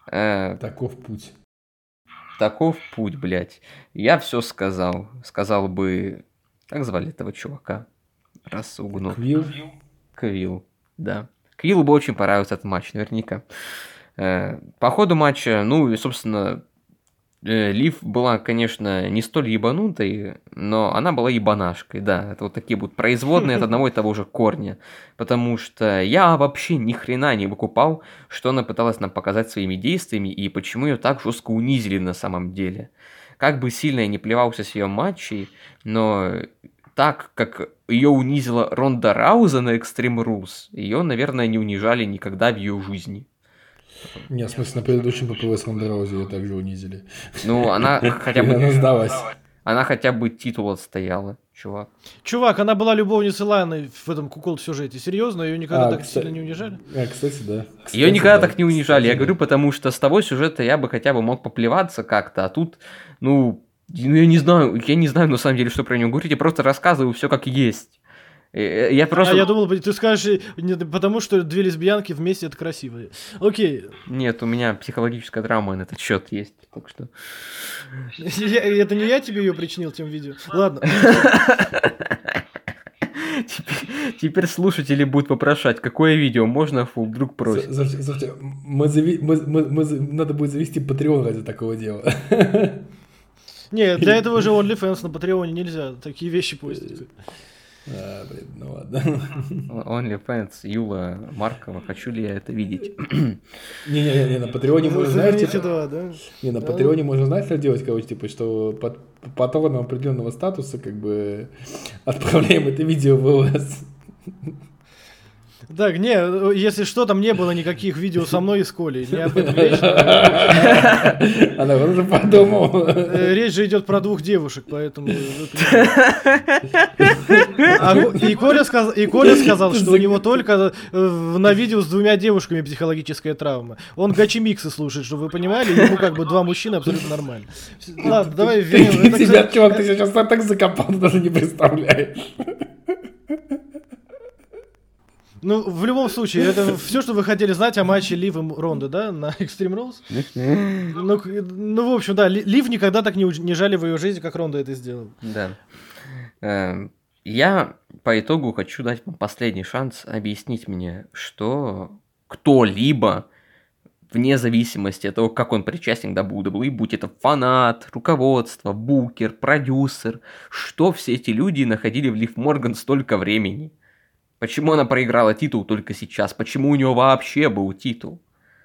Таков путь. Таков путь, блядь. Я все сказал. Сказал бы... Как звали этого чувака? Раз угнул. Квилл, да. Квиллу бы очень понравился этот матч, наверняка. По ходу матча, ну и, собственно, Лив была, конечно, не столь ебанутой, но она была ебанашкой, да. Это вот такие будут производные от одного и того же корня. Потому что я вообще ни хрена не выкупал, что она пыталась нам показать своими действиями и почему ее так жестко унизили на самом деле. Как бы сильно я не плевался с ее матчей, но так, как ее унизила Ронда Рауза на Extreme Rules, ее, наверное, не унижали никогда в ее жизни. Не, в смысле, на предыдущем ППВ с Ронда Раузи ее также унизили. Ну, она хотя бы... Она сдалась. Она хотя бы титул отстояла, чувак. Чувак, она была любовницей Ланы в этом кукол-сюжете. Серьезно? Ее никогда так сильно не унижали? Кстати, да. Ее никогда так не унижали. Я говорю, потому что с того сюжета я бы хотя бы мог поплеваться как-то, а тут, я не знаю, на самом деле, что про нее говорить, я просто рассказываю все как есть. Я просто... я думал, ты скажешь, потому что две лесбиянки вместе это красиво. Окей. Нет, у меня психологическая травма на этот счет есть, так что... Это не я тебе ее причинил тем видео? Ладно. Теперь слушатели будут вопрошать, какое видео можно, вдруг просят. Слушайте, надо будет завести Patreon ради такого дела. Нет, для этого же OnlyFans на Патреоне нельзя такие вещи постить. Блин, ну ладно. OnlyFans, Юла Маркова, хочу ли я это видеть? Не, на Патреоне можно, знаете, да? Не, на Патреоне можно, знаешь, что делать, короче, типа, что под патроном определенного статуса, как бы, отправляем это видео в ЛС. Так, не, если что, там не было никаких видео со мной и с Колей. Не об этом речь. Она уже подумала. Речь же идет про двух девушек, поэтому... И Коля сказал, что у него только на видео с двумя девушками психологическая травма. Он гачи-миксы слушает, чтобы вы понимали, ему как бы два мужчины абсолютно нормально. Ладно, давай вернем. Тебя, чувак, ты сейчас так закопал, ты даже не представляешь. Ну, в любом случае, это все, что вы хотели знать о матче Лив и Ронды, да, на Extreme Rules? Ну, в общем, да, Лив никогда так не унижали в ее жизни, как Ронда это сделала. Да. Я по итогу хочу дать вам последний шанс объяснить мне, что кто-либо, вне зависимости от того, как он причастен к WWE, будь это фанат, руководство, букер, продюсер, что все эти люди находили в Лив Морган столько времени? Почему она проиграла титул только сейчас? Почему у нее вообще был титул?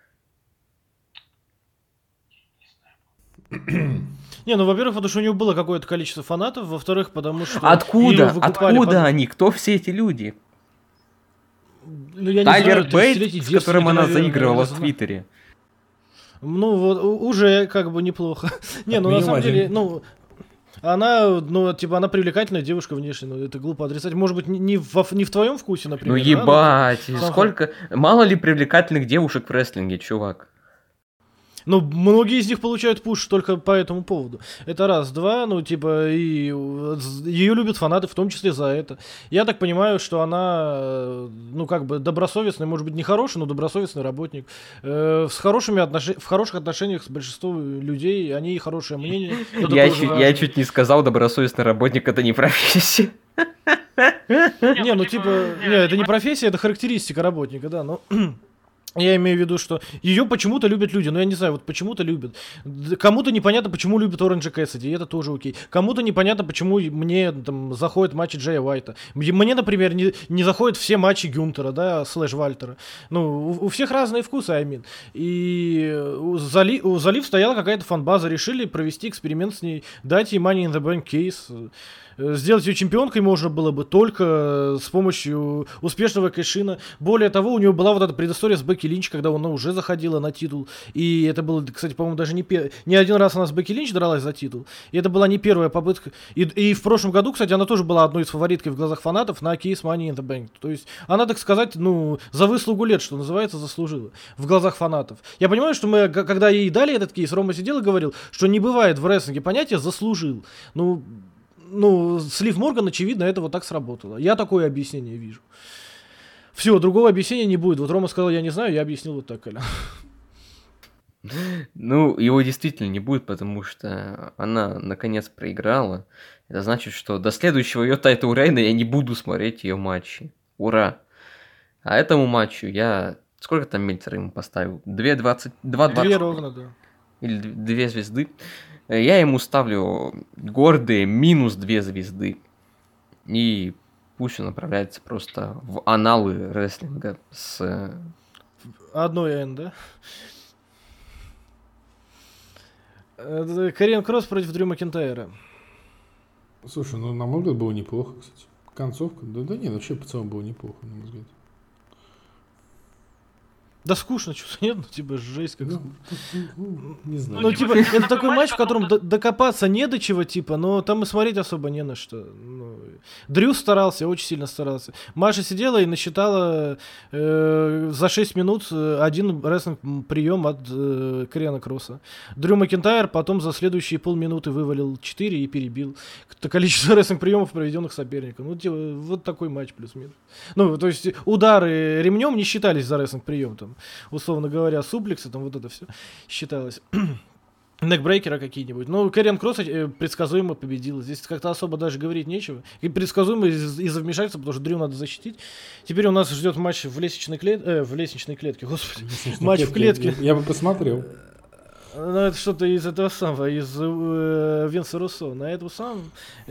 Не, ну, во-первых, потому что у нее было какое-то количество фанатов, во-вторых, потому что... Откуда они? Кто все эти люди? Ну, я Тайлер не знаю, Бейт, с которым она заигрывала в Твиттере. Ну, вот, уже как бы неплохо. Не, ну, на самом деле, она, она привлекательная девушка внешне, но это глупо отрицать. Может быть, не в твоем вкусе, например. Ну ебать, сколько... Мало ли привлекательных девушек в рестлинге, чувак. Ну, многие из них получают пуш только по этому поводу. Это раз. Два, и ее любят фанаты, в том числе за это. Я так понимаю, что она, добросовестный, может быть, не хороший, но добросовестный работник. В хороших отношениях с большинством людей, они хорошее мнение. Я чуть не сказал, добросовестный работник — это не профессия. Это не профессия, это характеристика работника, да, но... Я имею в виду, что ее почему-то любят люди, но я не знаю, вот почему-то любят. Кому-то непонятно, почему любят Оранжа Кэссиди, и это тоже окей. Кому-то непонятно, почему мне там заходят матчи Джея Уайта. Мне, например, не заходят все матчи Гюнтера, да, / Вальтера. Ну, у всех разные вкусы, И за Лив стояла какая-то фан-база, решили провести эксперимент с ней, дать ей Money in the Bank кейс. Сделать ее чемпионкой можно было бы только с помощью успешного кэшина. Более того, у нее была вот эта предыстория с Бекки Линч, когда она уже заходила на титул. И это было, кстати, по-моему, даже не один раз она с Бекки Линч дралась за титул. И это была не первая попытка. И в прошлом году, кстати, она тоже была одной из фавориткой в глазах фанатов на кейс Money in the Bank. То есть она, так сказать, за выслугу лет, что называется, заслужила в глазах фанатов. Я понимаю, что мы, когда ей дали этот кейс, Рома сидел и говорил, что не бывает в рестлинге понятия «заслужил». С Лив Морган, очевидно, это вот так сработало. Я такое объяснение вижу. Все, другого объяснения не будет. Вот Рома сказал, я не знаю, я объяснил вот так, Коля. Ну, его действительно не будет, потому что она наконец проиграла. Это значит, что до следующего ее тайтл рейна я не буду смотреть ее матчи. Ура! А этому матчу я... Сколько там Мельцер ему поставил? 2,20... 2,20... 2 ровно, да. Или 2 звезды. Я ему ставлю гордые минус 2 звезды. И пусть он направляется просто в аналы рестлинга с... Одной N, да? Кариан Кросс против Дрю Макентайра. Слушай, ну, на мой взгляд, было неплохо, кстати. Концовка, да нет, вообще по целому было неплохо, на мой взгляд. Да скучно, что-то нет, ну типа жесть как скучно. Не знаю. Ну, типа, это такой матч, в котором докопаться не до чего, типа, но там и смотреть особо не на что. Ну, Дрю старался, очень сильно старался. Маша сидела и насчитала за 6 минут один рестлинг-прием от Кариана Кросса. Дрю Макентайр потом за следующие полминуты вывалил 4 и перебил количество рестлинг-приемов, проведенных соперником. Ну, типа, вот такой матч плюс-минус. Ну, то есть удары ремнем не считались за рестлинг-прием, там, условно говоря, суплексы, там вот это все считалось. Некбрейкера какие-нибудь. Но Кариан Кросс предсказуемо победил. Здесь как-то особо даже говорить нечего. И предсказуемо из-за вмешательства, потому что Дрю надо защитить. Теперь у нас ждет матч в лестничной клетке, господи. Матч в клетке. Я бы посмотрел. Ну, это что-то из этого самого, из Винса Руссо. На эту самую,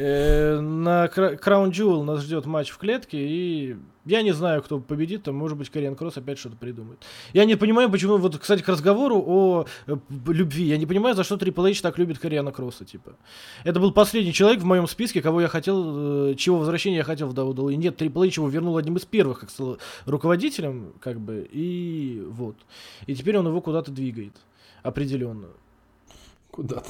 на Crown Jewel нас ждет матч в клетке, и я не знаю, кто победит, там, может быть, Кариан Кросс опять что-то придумает. Я не понимаю, почему, вот, кстати, к разговору о любви, я не понимаю, за что Triple H так любит Кариана Кросса, типа. Это был последний человек в моем списке, кого я хотел, чего возвращения я хотел в WWE. Нет, Triple H его вернул одним из первых, как стал руководителем, как бы, и вот. И теперь он его куда-то двигает. Определенно. Куда-то.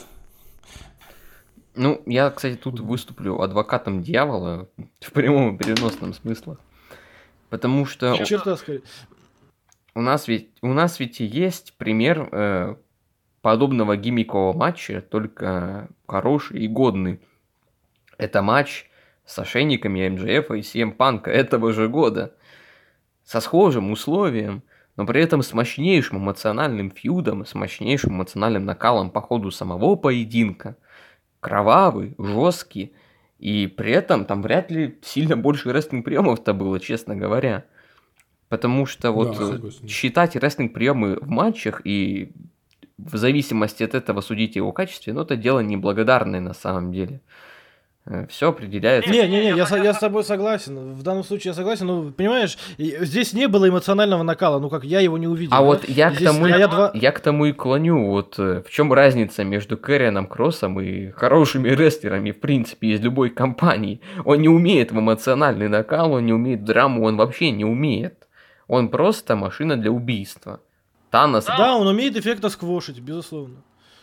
Ну, я, кстати, тут выступлю адвокатом дьявола в прямом и переносном смысле. Потому что Черта скорее. у нас ведь и есть пример подобного гиммикового матча, только хороший и годный. Это матч с ошейниками МJF и CM Punk этого же года. Со схожим условием, но при этом с мощнейшим эмоциональным фьюдом, с мощнейшим эмоциональным накалом по ходу самого поединка. Кровавый, жесткий, и при этом там вряд ли сильно больше рестлинг-приемов-то было, честно говоря. Потому что вот считать рестлинг-приемы в матчах и в зависимости от этого судить его качестве, ну это дело неблагодарное на самом деле. Все определяется. Не, я с тобой согласен. В данном случае я согласен, но понимаешь, здесь не было эмоционального накала, ну как я его не увидел. А да? вот я Здесь к тому и клоню, вот в чем разница между Карианом Кроссом и хорошими рестлерами, в принципе, из любой компании. Он не умеет в эмоциональный накал, он не умеет драму, он вообще не умеет. Он просто машина для убийства. Танос. Да, он умеет эффектно сквошить, безусловно.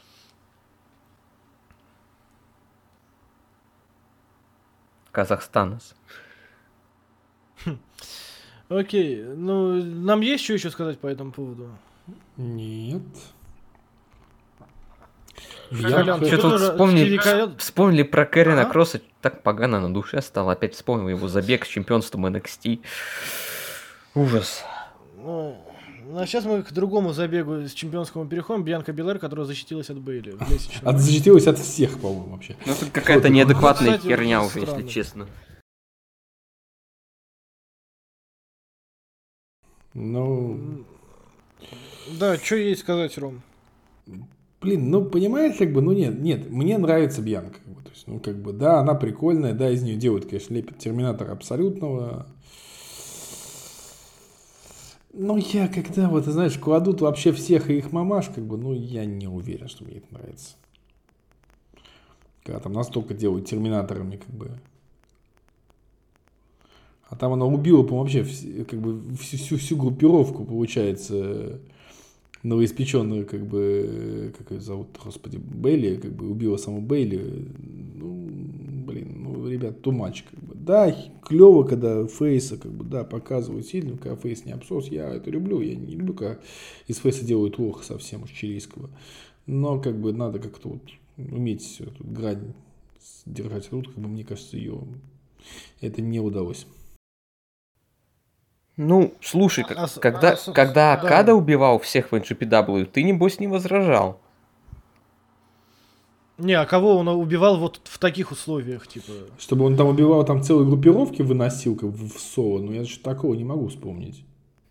Казахстанос. Окей, ну, нам есть что еще сказать по этому поводу? Нет. Колян, Что ты тут тоже вспомнили про Кариана Ага. Кросса, так погано на душе стало. Опять вспомнил его забег с чемпионством NXT. Ужас. Ну, а сейчас мы к другому забегу с чемпионскому переходим. Бьянка Белэр, которая защитилась от Бейли в лестничном матче. Защитилась от всех, по-моему, вообще. Ну тут какая-то неадекватная Кстати, херня очень уже, если странно. честно. Ну, Да, что ей сказать, Ром? блин, ну, понимаешь, как бы, ну, нет, мне нравится Бьянка, как бы, то есть, ну, как бы, да, она прикольная, да, из нее делают, конечно, лепят Терминатора абсолютного. Ну, я когда, вот, ты знаешь, кладут вообще всех и их мамаш, как бы, ну, я не уверен, что мне это нравится. Когда там настолько делают Терминаторами, как бы. А там она убила, по-моему, вообще как бы всю группировку, получается, новоиспеченную, как бы, как ее зовут, господи, Бейли, как бы убила саму Бейли. Ну, блин, ну, ребят, too much, как бы. Да, клево, когда Фейса, как бы, да, показывают сильно, когда Фейс не абсос, я это люблю, я не люблю, когда из Фейса делают плохо совсем уж чилийского. Но, как бы, надо как-то вот уметь эту грань держать. Тут, как бы, мне кажется, ее это не удалось. Ну, слушай, когда да. Окада убивал всех в NGPW, ты, небось, не возражал. Не, а кого он убивал вот в таких условиях, типа? Чтобы он там убивал, там целые группировки выносил как в соло, но я что-то такого не могу вспомнить.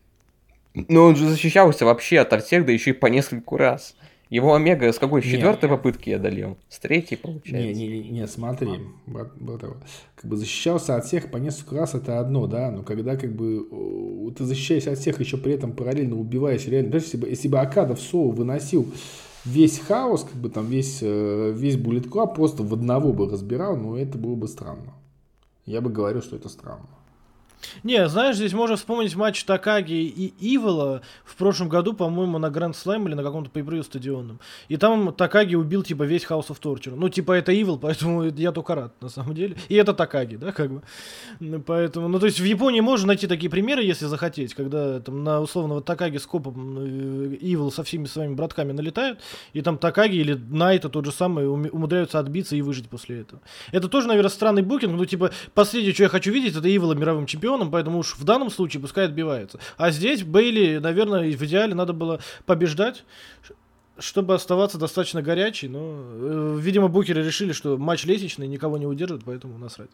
Но он же защищался вообще ото всех, да еще и по нескольку раз. Его Омега с какой? С Нет. 4-й попытки одолел? С 3-й, получается? Не, смотри, как бы защищался от всех по несколько раз, это одно, да, но когда как бы ты защищаешься от всех, еще при этом параллельно убиваешь реально, если бы Окада в соло выносил весь хаос, как бы там весь Bullet Club просто в одного бы разбирал, но это было бы странно. Я бы говорил, что это странно. Не, знаешь, здесь можно вспомнить матч Такаги и Ивола в прошлом году, по-моему, на Гранд Слэм или на каком-то пейпрю стадионном. И там Такаги убил, типа, весь House of Torture. Ну, типа, это Ивол, поэтому я только рад, на самом деле. И это Такаги, да, как бы. Поэтому, ну, то есть в Японии можно найти такие примеры, если захотеть, когда там на условного Такаги с копом Ивол со всеми своими братками налетают, и там Такаги или Найта тот же самый умудряются отбиться и выжить после этого. Это тоже, наверное, странный букинг, ну, типа, последнее, что я хочу видеть, это Ивола мировым чемпионом, поэтому уж в данном случае пускай отбивается. А здесь Бейли, наверное, в идеале надо было побеждать, чтобы оставаться достаточно горячей, но, видимо, букеры решили, что матч лестничный, никого не удержит, поэтому насрать.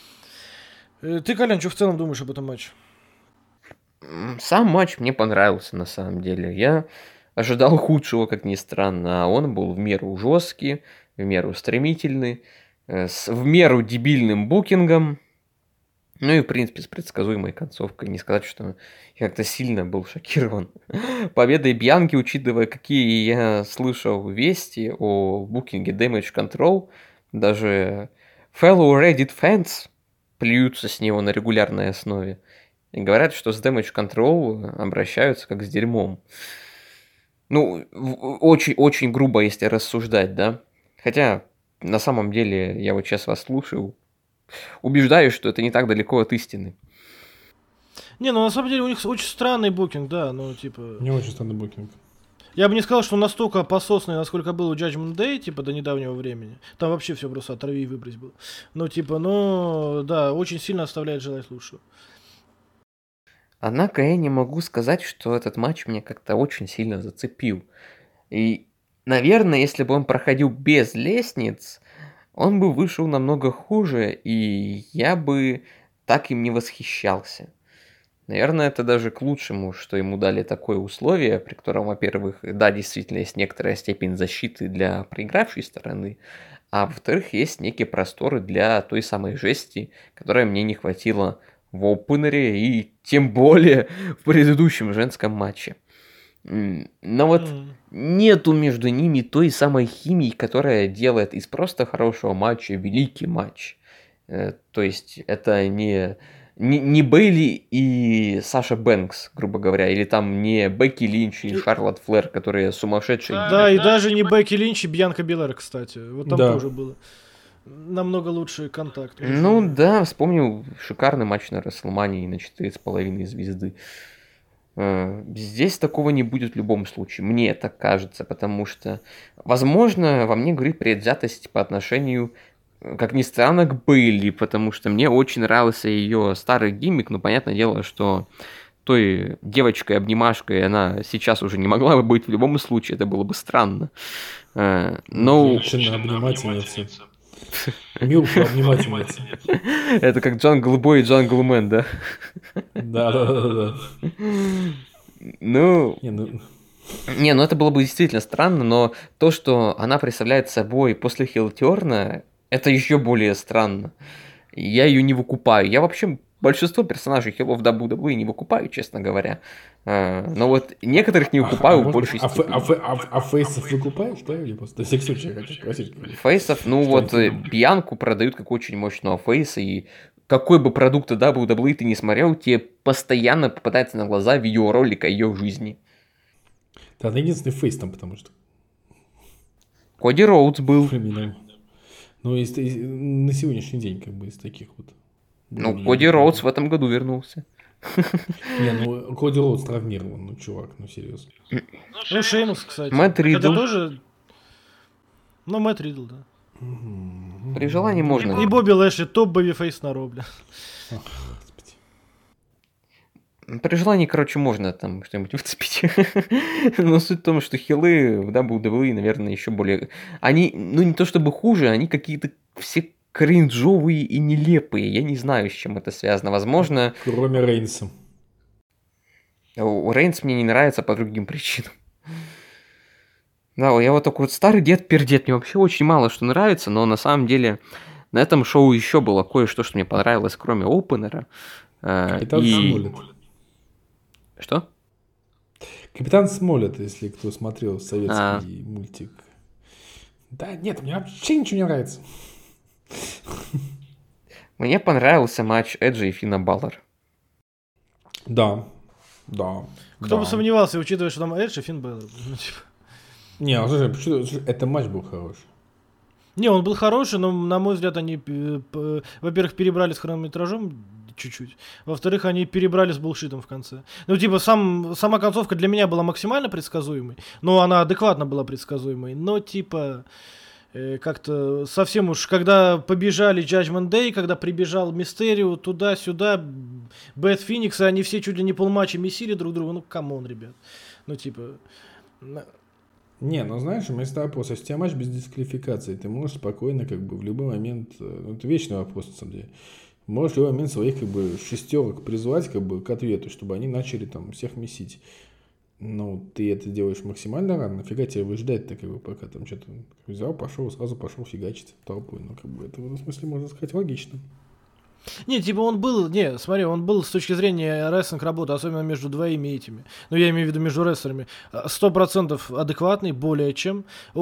Ты, Колян, что в целом думаешь об этом матче? Сам матч мне понравился, на самом деле. Я ожидал худшего, как ни странно, а он был в меру жесткий, в меру стремительный, с в меру дебильным букингом. Ну и, в принципе, с предсказуемой концовкой. Не сказать, что я как-то сильно был шокирован победой Бьянки, учитывая, какие я слышал вести о букинге Damage Control. Даже fellow Reddit fans плюются с него на регулярной основе. И говорят, что с Damage Control обращаются как с дерьмом. Ну, очень грубо, если рассуждать, да? Хотя, на самом деле, я вот сейчас вас слушаю, убеждаюсь, что это не так далеко от истины. Не, ну на самом деле у них очень странный букинг, да, ну типа... Не очень странный букинг. Я бы не сказал, что он настолько пососный, насколько был у Judgment Day, типа, до недавнего времени. Там вообще все просто оторви и выбрось было. Ну, типа, ну, да, очень сильно оставляет желать лучшего. Однако я не могу сказать, что этот матч меня как-то очень сильно зацепил. И, наверное, если бы он проходил без лестниц, он бы вышел намного хуже, и я бы так им не восхищался. Наверное, это даже к лучшему, что ему дали такое условие, при котором, во-первых, да, действительно есть некоторая степень защиты для проигравшей стороны, а во-вторых, есть некие просторы для той самой жести, которой мне не хватило в опенере и тем более в предыдущем женском матче. Но вот нету между ними той самой химии, которая делает из просто хорошего матча великий матч. То есть это не Бейли и Саша Бэнкс, грубо говоря, или там не Бекки Линч и Шарлотт Флэр, которые сумасшедшие. Да, и даже не Бекки Линч и Бьянка Белэр, кстати. Вот там Да. тоже было намного лучший контакт. Ну да, вспомнил шикарный матч на Расселмании на 4,5 звезды. Здесь такого не будет в любом случае, мне так кажется, потому что, возможно, во мне говорит предвзятость по отношению, как ни странно, к Бейли, потому что мне очень нравился ее старый гиммик, но понятное дело, что той девочкой-обнимашкой она сейчас уже не могла бы быть в любом случае, это было бы странно. Но... Женщина-обнимательница. Милка-обнимательница. Это как Джангл Бой и Джангл Мэн, да? Да. Ну... Не, ну это было бы действительно странно, но то, что она представляет собой после хилтерна, это еще более странно. Я ее не выкупаю. Я вообще большинство персонажей хилов WWE не выкупаю, честно говоря. Но вот некоторых не выкупаю в большей степени. А фейсов выкупаешь, да? Или просто фейсов, ну вот Бьянку продают как очень мощного фейса, и какой бы продукт WWE ты не смотрел, тебе постоянно попадается на глаза видеоролик о ее жизни. Да, она единственный фейс там, потому что... Коди Роудс был. Ну, на сегодняшний день, как бы, из таких вот... Ну, Коди Роудс в этом году вернулся. Не, ну, Коди Роудс травмирован, ну, чувак, ну, серьезно. Ну, Шеймус, кстати. Мэтт Ридл. Тоже... Ну, Мэтт Ридл, да. При желании можно. И Бобби Лэшли, топ бэби-фейс на Робле. При желании, короче, можно там что-нибудь выцепить. Но суть в том, что хилы в WWE, наверное, еще более... Они, ну не то чтобы хуже, они какие-то все кринжовые и нелепые. Я не знаю, с чем это связано. Возможно... Кроме Рейнса. У Рейнс мне не нравится по другим причинам. Да, я вот такой вот старый дед-пердед. Мне вообще очень мало что нравится, но на самом деле на этом шоу еще было кое-что, что мне понравилось, кроме опенера. Капитан Смолет. Что? Капитан Смолет, если кто смотрел советский мультик. Да нет, мне вообще ничего не нравится. Мне понравился матч Эджа и Финна Баллера. Да. Кто бы сомневался, учитывая, что там Эдж и Финн Бэлор. Не, это матч был хороший. Не, он был хороший, но, на мой взгляд, они, во-первых, перебрали с хронометражом чуть-чуть. Во-вторых, они перебрали с булшитом в конце. Ну, типа, сама концовка для меня была максимально предсказуемой. Но она адекватно была предсказуемой. Но, типа, как-то совсем уж, когда побежали Judgment Day, когда прибежал Мистерио туда-сюда, Бэт Феникс, и они все чуть ли не полматча месили друг друга. Ну, камон, ребят. Ну, типа... Не, ну знаешь, у меня есть вопрос. Если у тебя матч без дисквалификации, ты можешь спокойно, как бы, в любой момент... Ну, это вечный вопрос, на самом деле. Можешь в любой момент своих, как бы, шестерок призвать, как бы, к ответу, чтобы они начали, там, всех месить. Ну, ты это делаешь максимально рано. Нафига тебе выждать-то, как бы, пока там что-то взял, пошел, сразу пошел фигачить толпой. Ну, как бы, это в этом смысле, можно сказать, логично. Не, типа он был, смотри, он был с точки зрения рестлинг работы, особенно между двоими этими, ну я имею в виду между рестлерами, 100% адекватный, более чем,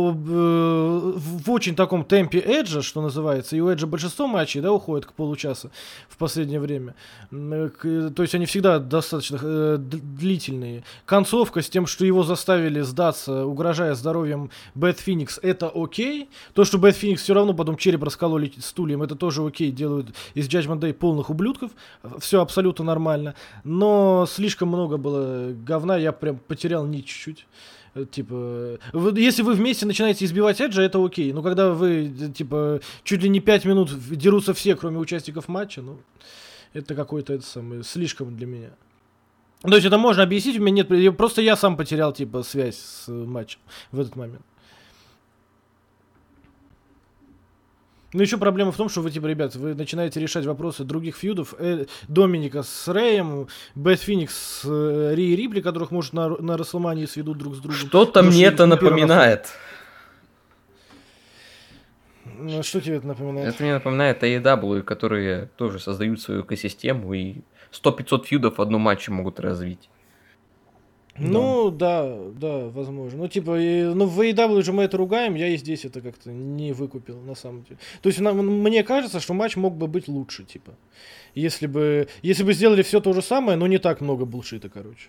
в очень таком темпе Эджа, что называется, и у Эджа большинство матчей, да, уходит к получаса в последнее время, то есть они всегда достаточно длительные. Концовка с тем, что его заставили сдаться, угрожая здоровьем Бэт Феникс, это окей, то, что Бэт Феникс все равно потом череп раскололи стульем, это тоже окей, делают из Judgment Day полных ублюдков, все абсолютно нормально, но слишком много было говна, я прям потерял нить чуть-чуть. Типа, если вы вместе начинаете избивать Эджа, это окей, но когда вы, типа, чуть ли не 5 минут дерутся все, кроме участников матча, ну, это какой-то, это самое, слишком для меня. То есть это можно объяснить, у меня нет, просто я сам потерял, типа, связь с матчем в этот момент. Ну, еще проблема в том, что вы, типа, ребят, вы начинаете решать вопросы других фьюдов. Доминика с Рэем, Бэт Феникс с Ри Рипли, которых, может, на Расселмании сведут друг с другом. Что-то мне это напоминает. Ну, что тебе это напоминает? Это мне напоминает AEW, которые тоже создают свою экосистему и 100-500 фьюдов в одном матче могут развить. Ну, да, возможно. Ну, типа, ну, в AEW же мы это ругаем, я и здесь это как-то не выкупил, на самом деле. То есть, мне кажется, что матч мог бы быть лучше, типа. Если бы сделали все то же самое, но не так много булшита, короче.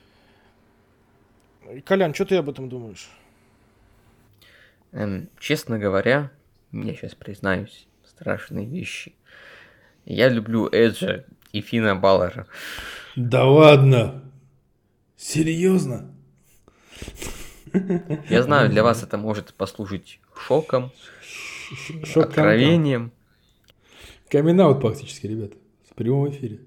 Колян, что ты об этом думаешь? Честно говоря, я сейчас признаюсь, страшные вещи. Я люблю Эджа и Финна Баллера. Да ладно? Серьезно? Я знаю, для вас это может послужить шоком, откровением. Камин-аут практически, ребята. В прямом эфире.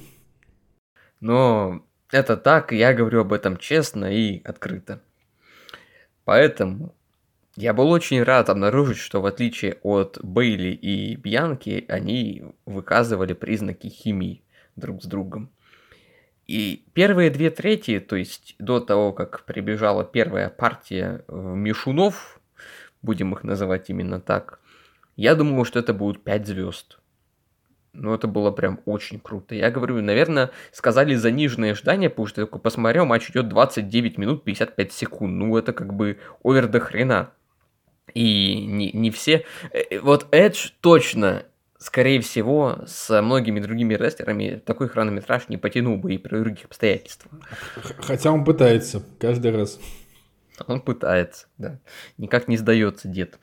Но это так, я говорю об этом честно и открыто. Поэтому я был очень рад обнаружить, что в отличие от Бейли и Бьянки, они выказывали признаки химии друг с другом. И первые 2/3, то есть до того, как прибежала первая партия мишунов, будем их называть именно так, я думал, что это будут 5 звезд. Ну, это было прям очень круто. Я говорю, наверное, сказали заниженные ожидания, потому что я такой посмотрел, матч идет 29 минут 55 секунд. Ну, это как бы овер до хрена. И не все... Вот Эдж точно... Скорее всего, с многими другими рестлерами такой хронометраж не потянул бы и при других обстоятельствах. Хотя он пытается каждый раз. Он пытается, да. Никак не сдается дед.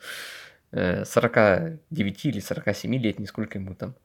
49 или 47-летний, сколько ему там.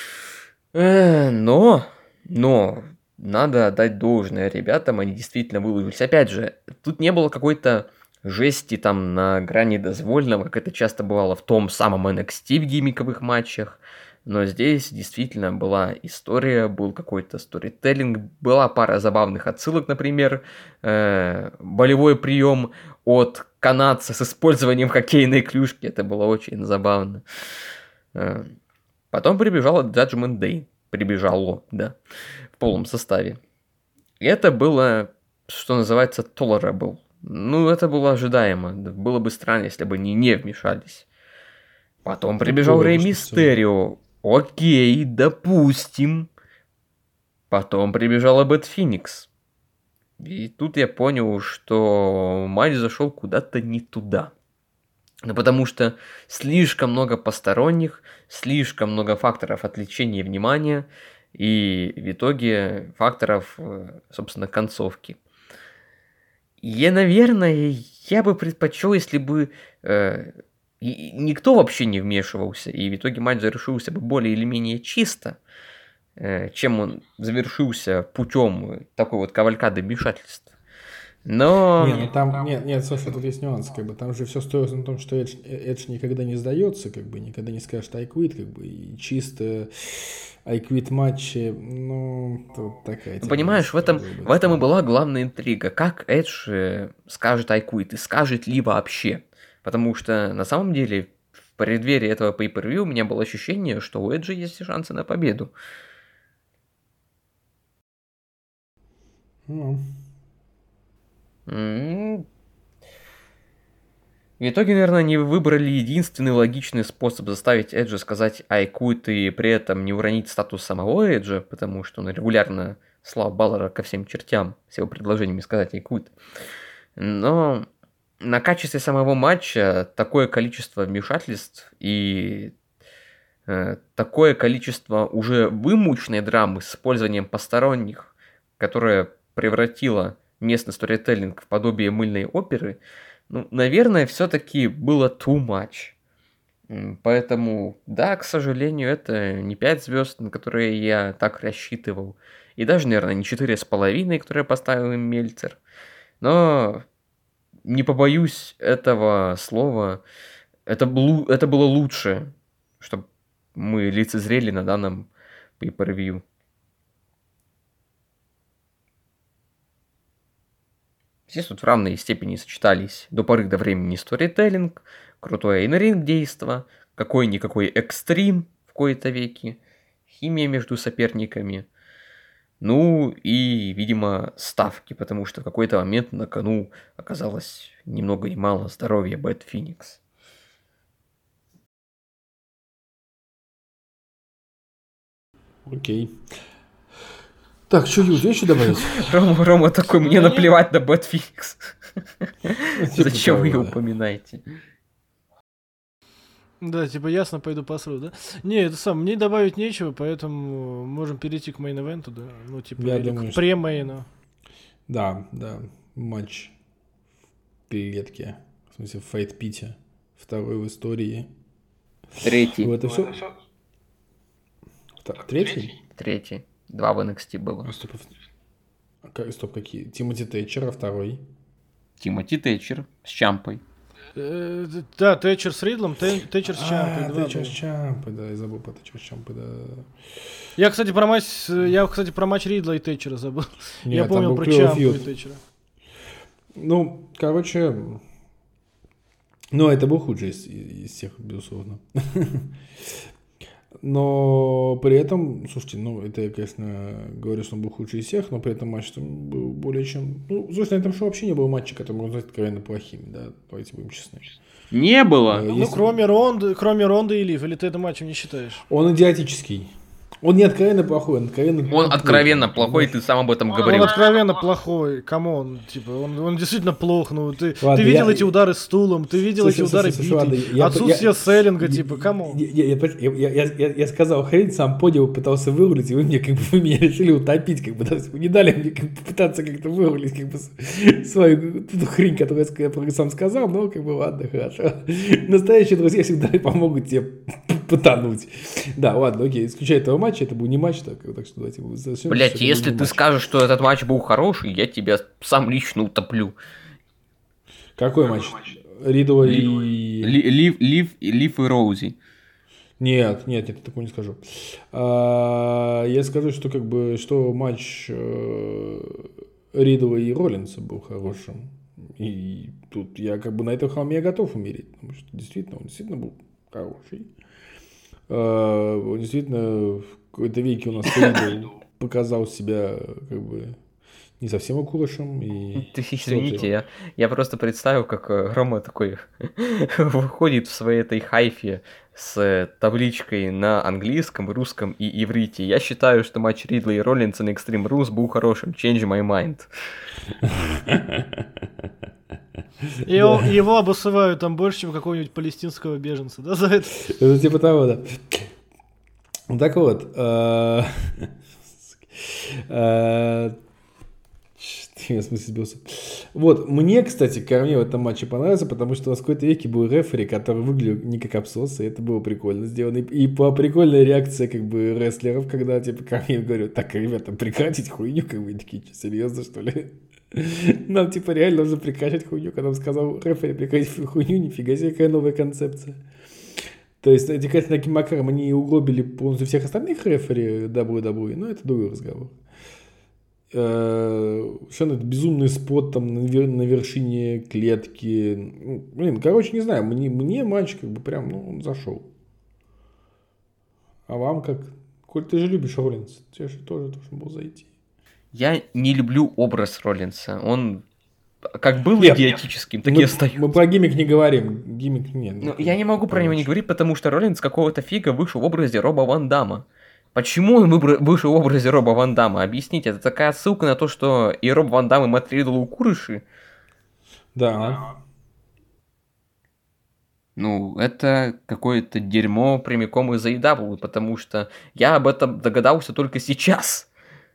Но надо отдать должное ребятам, они действительно выложились. Опять же, тут не было какой-то жести там на грани дозволенного, как это часто бывало в том самом NXT в гиммиковых матчах. Но здесь действительно была история, был какой-то сторителлинг, была пара забавных отсылок, например, болевой прием от канадца с использованием хоккейной клюшки, это было очень забавно. Потом прибежала Judgment Day, прибежало, да, в полном составе. И это было, что называется, tolerable. Ну, это было ожидаемо, было бы странно, если бы они не вмешались. Потом прибежал Рей Мистерио. Окей, допустим. Потом прибежала Бэт Феникс. И тут я понял, что матч зашел куда-то не туда. Ну, потому что слишком много посторонних, слишком много факторов отвлечения внимания и в итоге факторов, собственно, концовки. Наверное, я бы предпочел, если бы никто вообще не вмешивался, и в итоге матч завершился бы более или менее чисто, чем он завершился путем такой вот кавалькады вмешательств. Но... Нет, слушай, тут есть нюанс, как бы, там же все строится на том, что Эдж никогда не сдается, как бы, никогда не скажет I quit, как бы, и чисто I quit матчи, ну, тут такая... Понимаешь, в этом и была главная интрига, как Эдж скажет I quit, и скажет ли вообще. Потому что, на самом деле, в преддверии этого pay-per-view у меня было ощущение, что у Эджа есть шансы на победу. В итоге, наверное, они выбрали единственный логичный способ заставить Эджа сказать I quit и при этом не уронить статус самого Эджа, потому что он регулярно слал Баллера ко всем чертям с его предложениями сказать I quit. Но на качестве самого матча такое количество вмешательств и такое количество уже вымученной драмы с использованием посторонних, которое превратило местный сторителлинг в подобие мыльной оперы, ну, наверное, все-таки было too much. Поэтому, да, к сожалению, это не 5 звезд, на которые я так рассчитывал. И даже, наверное, не 4,5, которые поставил им Мельцер. Но не побоюсь этого слова. Это было лучше, чтобы мы лицезрели на данном pay-per-view. Здесь тут в равной степени сочетались до поры до времени сторителлинг, крутое инринг действо, какой-никакой экстрим в кои-то веки, химия между соперниками, ну и, видимо, ставки, потому что в какой-то момент на кону оказалось ни много ни мало здоровья Бэт Феникс. Окей. Так, что, Юж, есть что добавить? Рома такой, мне наплевать на Бэт Феникс. Зачем вы ее упоминаете? Да, типа ясно, пойду посру, да? Не, это сам, мне добавить нечего, поэтому можем перейти к мейн-эвенту, да? Ну, типа, Я или думаю, к премейну. Да, матч в клетке, в смысле в файт-пите, второй в истории. Третий. Вот это все. Третий? Третий. 2 в NXT было. Стоп, какие? Тимоти Тэтчер, а второй? Тимоти Тэтчер с Чампой. Да, Тэтчер с Ридлом, Тэтчер с Чампой. Тэтчер с Чампой, да, я забыл про Тэтчер с Чампой, да. Я, кстати, про матч Ридла и Тэтчера забыл. Нет, я помнил про Чампу и Тэтчера. Ну, короче, ну, это был худший из всех, безусловно. Но при этом, слушайте, ну, это я, конечно, говорю, что он был худший из всех, но при этом матч там был более чем... Ну, слушайте, на этом шоу вообще не было матча, который можно назвать откровенно плохими, да, давайте будем честны. Не было. Ну, кроме Ронды и Лив, или ты это матчем не считаешь? Он идиотический. Он не откровенно плохой, он откровенно... Он откровенно плохой, ты сам об этом говорил. Он откровенно плохой, камон, типа, он действительно плох, ну, ты видел эти удары стулом, ты видел эти удары биты, отсутствие селлинга, типа, камон. Я сказал хрень, сам поднял, пытался вырулить, и вы меня решили утопить, как бы, вы не дали мне попытаться как-то вырулить, как бы, свою хрень, которую я сам сказал, но, как бы, ладно, хорошо. Настоящие друзья всегда помогут тебе потонуть. Да, ладно, окей, исключая этого матча, это был не матч, так что давайте зачем. Блять, если ты скажешь, что этот матч был хороший, я тебя сам лично утоплю. Какой матч? Ридла и... Лив и Роузи. Нет, я такого не скажу. Я скажу, что как бы что матч Ридла и Роллинса был хорошим. И тут я как бы на этом холме я готов умереть, потому что действительно он действительно был хороший. Он действительно в какой-то веке у нас Ридл показал себя как бы не совсем окурышем. И Извините, я просто представил, как Рома такой выходит в своей этой хайфе с табличкой на английском, русском и иврите. Я считаю, что матч Ридла и Роллинса на Extreme Rules был хорошим. Change my mind. И его обоссывают там больше, чем какого-нибудь палестинского беженца, да, за это? Это типа того, да. Так вот. Я в смысле сбился. Вот, мне, кстати, Корней в этом матче понравился, потому что у нас в какой-то веке был рефери, который выглядел не как абсос, и это было прикольно сделано. И по прикольной реакции, как бы, рестлеров, когда, типа, Корней говорит: так, ребята, прекратить хуйню, как бы, такие, что, серьезно, что ли? Нам, типа, реально нужно прекращать хуйню, когда он сказал рефери прекратить хуйню, нифига себе, какая новая концепция. То есть, эти, конечно, таким макаром они углубили полностью всех остальных рефери WWE, но это другой разговор. Все этот безумный спот там на вершине клетки. Блин, короче, не знаю, мне матч как бы прям, он зашел. А вам как? Коль ты же любишь Роллинса, тебе же тоже должен был зайти. Я не люблю образ Роллинса. Он как был идиотическим, так и остается. Мы про гиммик не говорим. Гиммик нет. Ну, я не могу про него не говорить, потому что Роллинс какого-то фига вышел в образе Роба Ван Дамма. Почему он вышел в образе Роба Ван Дамма? Объясните, это такая ссылка на то, что и Роб Ван Дам, и Мэтт Ридл укурыши? Да. Ну, это какое-то дерьмо прямиком из AEW, потому что я об этом догадался только сейчас.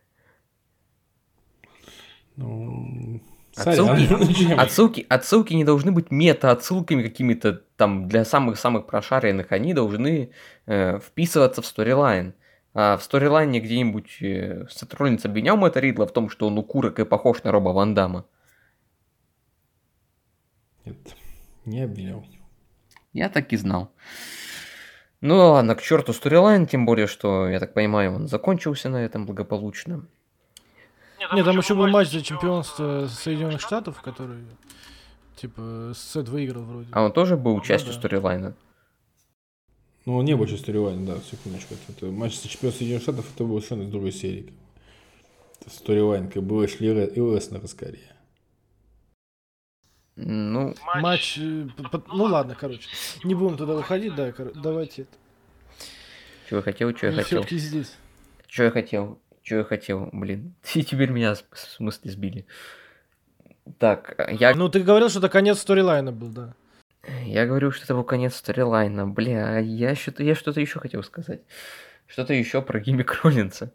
Отсылки не должны быть мета-отсылками какими-то там для самых-самых прошаренных, они должны вписываться в сторилайн. А в сторилайне где-нибудь Сет Роллинс обвинял Мэтта Ридла в том, что он укурок и похож на Роба Ван Дамма? Нет, не обвинял. Я так и знал. Ну ладно, к черту сторилайн, тем более, что, я так понимаю, он закончился на этом благополучно. Нет, там еще был матч за чемпионство Соединенных Штатов, который, типа, Сет выиграл вроде. А он тоже был частью сторилайна? Ну, он не был частью сторилайна, да, секундочку. Это матч за чемпионство Соединенных Штатов, это был совершенно из другой серии. Это сторилайн, как было Эшли и Леснера скорее. Ну, матч, ну ладно, короче, не будем туда уходить, да, давайте это. Что я хотел? Все-таки здесь. Что я хотел, блин. И теперь меня в смысле сбили. Так, Ну, ты говорил, что это конец сторилайна был, да. Я говорю, что это был конец сторилайна. Бля, я что-то еще хотел сказать. Что-то еще про гиммик Роллинса.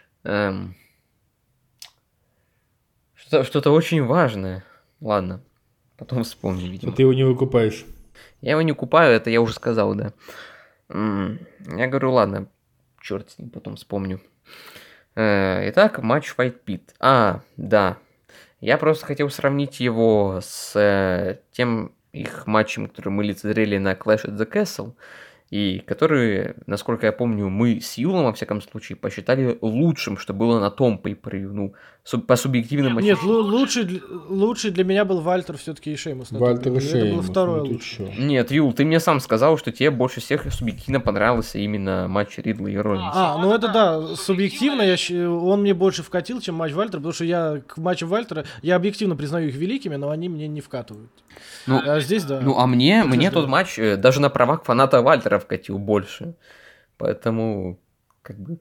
Что-то очень важное. Ладно, потом вспомню, видимо. А ты его не выкупаешь? Я его не купаю, это я уже сказал, да. Я говорю, ладно, черт с ним, потом вспомню. Итак, матч Fight Pit. Да. Я просто хотел сравнить его с тем их матчем, который мы лицезрели на Clash at the Castle, и который, насколько я помню, мы с Юлом, во всяком случае, посчитали лучшим, что было на том pay-per-view, ну, по субъективным ощущениям. Нет, лучший для меня был Вальтер все-таки и Шеймус. Вальтер и Шеймус. Это было второе лучшее. Нет, Юл, ты мне сам сказал, что тебе больше всех субъективно понравился именно матч Ридла и Роллинса. Ну это да, субъективно он мне больше вкатил, чем матч Вальтера, потому что я к матчу Вальтера, я объективно признаю их великими, но они мне не вкатывают. А здесь да. Ну, а мне тот матч даже на правах фаната Вальтера вкатил больше. Поэтому, как бы...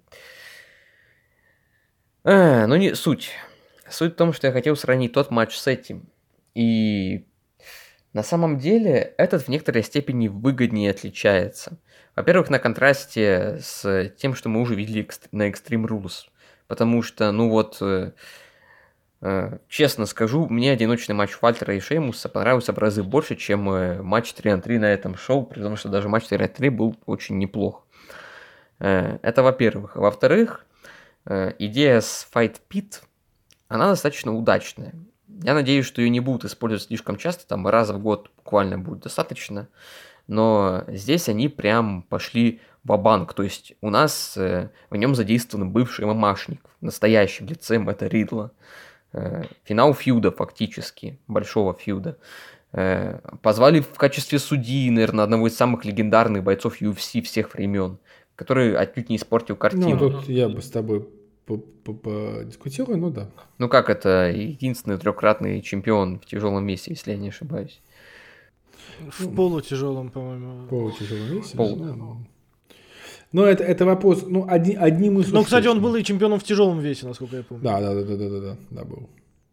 ну, не суть. Суть в том, что я хотел сравнить тот матч с этим. И на самом деле этот в некоторой степени выгоднее отличается. Во-первых, на контрасте с тем, что мы уже видели на Extreme Rules. Потому что, ну вот... честно скажу, мне одиночный матч Вальтера и Шеймуса понравился в разы больше, чем матч 3-3 на этом шоу, потому что даже матч 3-3 был очень неплох. Это во-первых. Во-вторых, идея с Fight Pit, она достаточно удачная. Я надеюсь, что ее не будут использовать слишком часто, там раза в год буквально будет достаточно. Но здесь они прям пошли ва-банк. То есть у нас в нем задействован бывший ММАшник, настоящий в лице Мэтта Ридла. Финал фьюда фактически, большого фьюда. Позвали в качестве судьи, наверное, одного из самых легендарных бойцов UFC всех времен, который отнюдь не испортил картину. Ну, тут я бы с тобой подискутирую, ну да. Ну как это, единственный трехкратный чемпион в тяжелом весе, если я не ошибаюсь. В полутяжелом, по-моему. Полутяжелом весе. Пол. Ну, это вопрос, ну, одним из... Ну, кстати, он был и чемпионом в тяжелом весе, насколько я помню. Да, был.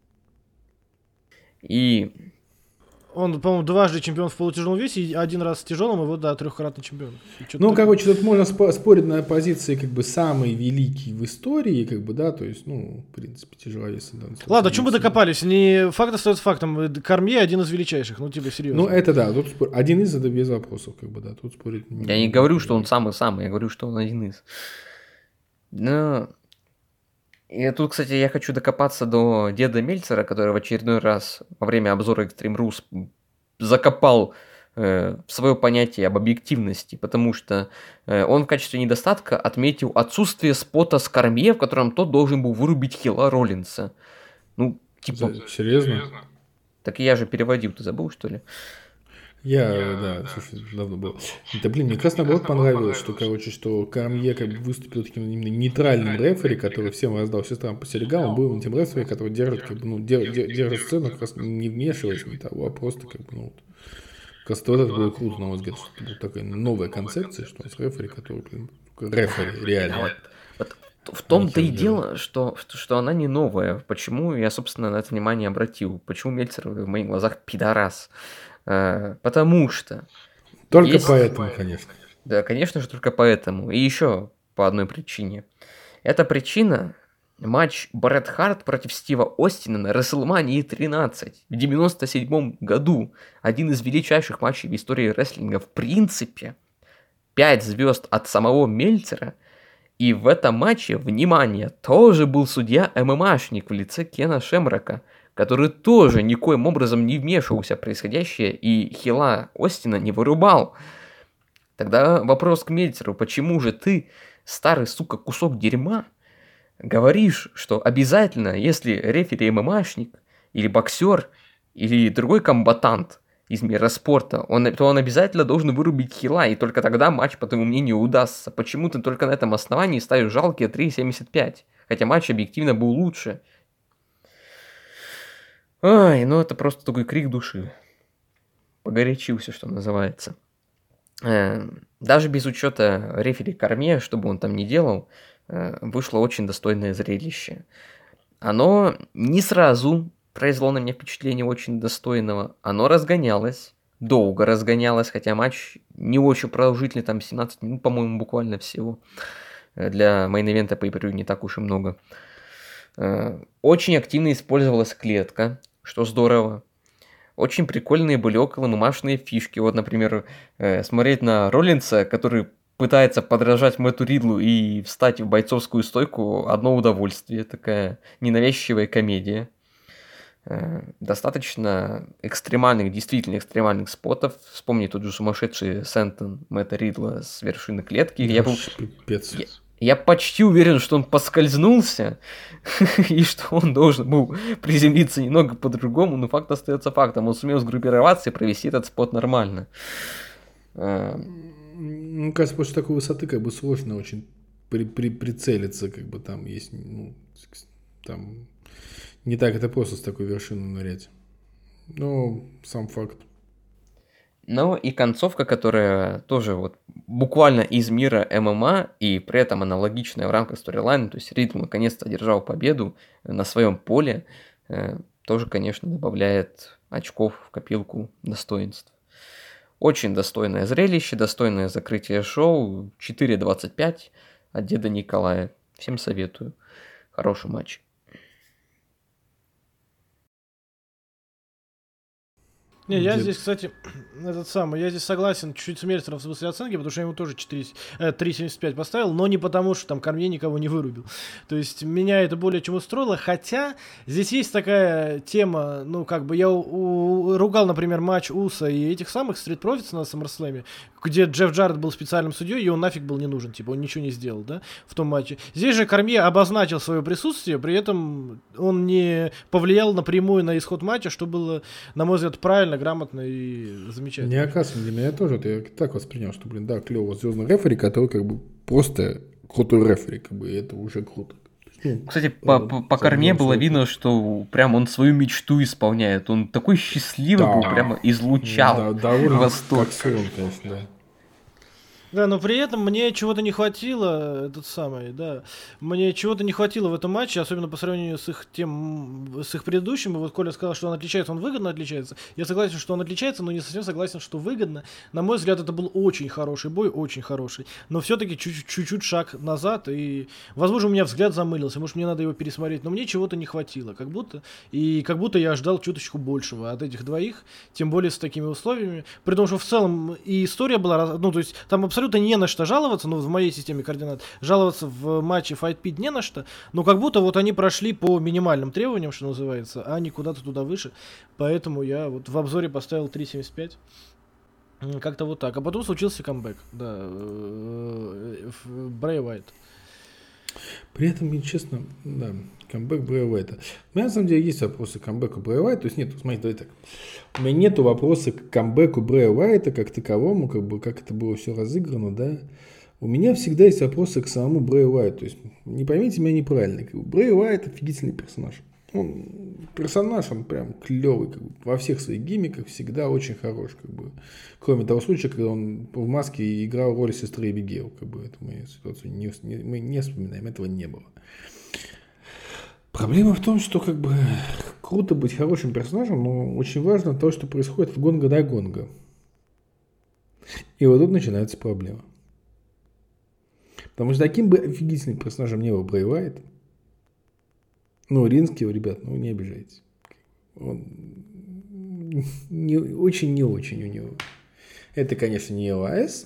И... Он, по-моему, дважды чемпион в полутяжелом весе, и один раз в тяжелом, и вот, да, трехкратный чемпион. Ну, короче, тут можно спорить на позиции, как бы, самый великий в истории, как бы, да, то есть, ну, в принципе, тяжеловесы. Да, ладно, о чем мы докопались? Не факт остается фактом. Кормье один из величайших, ну, типа, серьезно. Ну, это да, тут один из, это без вопросов, как бы, да, тут спорить... Я не говорю, что он самый-самый, я говорю, что он один из. Но... И тут, кстати, я хочу докопаться до деда Мельцера, который в очередной раз во время обзора Extreme Rules закопал свое понятие об объективности, потому что он в качестве недостатка отметил отсутствие спота с Кормье, в котором тот должен был вырубить Хилла Роллинса. Ну, типа... Серьезно? Так я же переводил, ты забыл, что ли? Да, слушай, давно было. Да, блин, мне как раз наоборот понравилось, что, короче, что Кормье как бы выступил таким именно нейтральным рефери, который всем раздал сестрам по серьгам, он был тем рефери, который держит, как бы, ну, держит сцену, как раз не вмешиваясь ни того, а просто, как бы, ну, вот. Как раз вот это было круто, на мой взгляд, что это была такая новая концепция, что у нас рефери, который, блин, рефери, реально. Вот в том-то и дело, что она не новая. Почему я, собственно, на это внимание обратил? Почему Мельцер в моих глазах пидорас? Потому что... Только поэтому, конечно. Да, конечно же, только поэтому. И еще по одной причине. Эта причина – матч Брэд Харт против Стива Остина на WrestleMania 13 в 1997 году. Один из величайших матчей в истории рестлинга. В принципе, 5 звезд от самого Мельцера. И в этом матче, внимание, тоже был судья ММАшник в лице Кена Шемрока, который тоже никоим образом не вмешивался в происходящее и Хилла Остина не вырубал. Тогда вопрос к Мельцеру: почему же ты, старый, сука, кусок дерьма, говоришь, что обязательно, если рефери ММАшник, или боксер, или другой комбатант из мира спорта, то он обязательно должен вырубить Хилла, и только тогда матч, по твоему мнению, удастся. Почему ты только на этом основании ставишь жалкие 3.75, хотя матч объективно был лучше? Ай, ну это просто такой крик души. Погорячился, что называется. Даже без учета рефери Кормье, что бы он там ни делал, вышло очень достойное зрелище. Оно не сразу произвело на меня впечатление очень достойного. Оно разгонялось, долго разгонялось, хотя матч не очень продолжительный, там 17 минут, по-моему, буквально всего. Для мейн-ивента pay-per-view не так уж и много. Очень активно использовалась клетка, что здорово. Очень прикольные были около ММАшные фишки. Вот, например, смотреть на Роллинса, который пытается подражать Мэтту Ридлу и встать в бойцовскую стойку, одно удовольствие. Такая ненавязчивая комедия. Достаточно экстремальных, действительно экстремальных спотов. Вспомни тот же сумасшедший сентен Мэтта Ридла с вершины клетки. Я почти уверен, что он поскользнулся, и что он должен был приземлиться немного по-другому, но факт остается фактом. Он сумел сгруппироваться и провести этот спот нормально. Мне кажется, после такой высоты как бы сложно очень прицелиться, как бы там есть, ну, там не так это просто с такой вершины нырять. Но сам факт. Ну и концовка, которая тоже вот буквально из мира ММА и при этом аналогичная в рамках сторилайна, то есть Ридл наконец-то одержал победу на своем поле, тоже, конечно, добавляет очков в копилку достоинств. Очень достойное зрелище, достойное закрытие шоу, 4.25 от деда Николая. Всем советую. Хороший матч. Не, я здесь, кстати, я здесь согласен чуть-чуть с Мельцером в смысле оценки, потому что я ему тоже 3,75 поставил, но не потому, что там Кормье никого не вырубил. То есть меня это более чем устроило, хотя здесь есть такая тема, ну, как бы я ругал, например, матч Уса и этих самых Street Profits на SummerSlam, где Джефф Джарретт был специальным судьей, и он нафиг был не нужен, типа, он ничего не сделал, да, в том матче. Здесь же Кормье обозначил свое присутствие, при этом он не повлиял напрямую на исход матча, что было, на мой взгляд, правильно, грамотно и замечательно. Не оказывается, для меня тоже, я так воспринял, что, блин, да, клево, звездный рефери, который как бы просто крутой рефери, как бы, это уже круто. Кстати, по Корме было видно, что прям он свою мечту исполняет. Он такой счастливый был, прямо излучал восторг. Как сон, конечно, да. Да, но при этом мне чего-то не хватило, мне чего-то не хватило в этом матче, особенно по сравнению с их предыдущим. Вот Коля сказал, что он отличается, он выгодно отличается. Я согласен, что он отличается, но не совсем согласен, что выгодно. На мой взгляд, это был очень хороший бой, очень хороший. Но все-таки чуть-чуть шаг назад, и, возможно, у меня взгляд замылился, может, мне надо его пересмотреть, но мне чего-то не хватило, как будто я ждал чуточку большего от этих двоих, тем более с такими условиями. При том, что в целом и история была, ну, то есть там абсолютно не на что жаловаться, в моей системе координат жаловаться в матче Fight Pit не на что, но как будто вот они прошли по минимальным требованиям, что называется, а не куда-то туда выше, поэтому я вот в обзоре поставил 3.75, как-то вот так, а потом случился камбэк, да, Брэй Уайт. При этом, честно, да, камбэк Брэя Уайта. У меня, на самом деле, есть вопросы к камбэку Брэя Уайта. То есть, нет, смотрите, давай так. У меня нету вопроса к камбэку Брэя Уайта как таковому, как бы, как это было все разыграно, да. У меня всегда есть вопросы к самому Брэю Уайту. То есть, не поймите меня неправильно. Как бы, Брэй Уайт офигительный персонаж. Он прям клевый, как бы, во всех своих гиммиках всегда очень хорош, как бы. Кроме того случая, когда он в маске играл роль сестры Эбигейл, как бы, эту мы ситуацию мы не вспоминаем, этого не было. Проблема в том, что как бы круто быть хорошим персонажем, но очень важно то, что происходит в гонга до гонга. И вот тут начинается проблема. Потому что таким бы офигительным персонажем не был Брэй Уайт, Ринский, ребят, не обижайтесь. Он не очень у него. Это, конечно, не ОАС,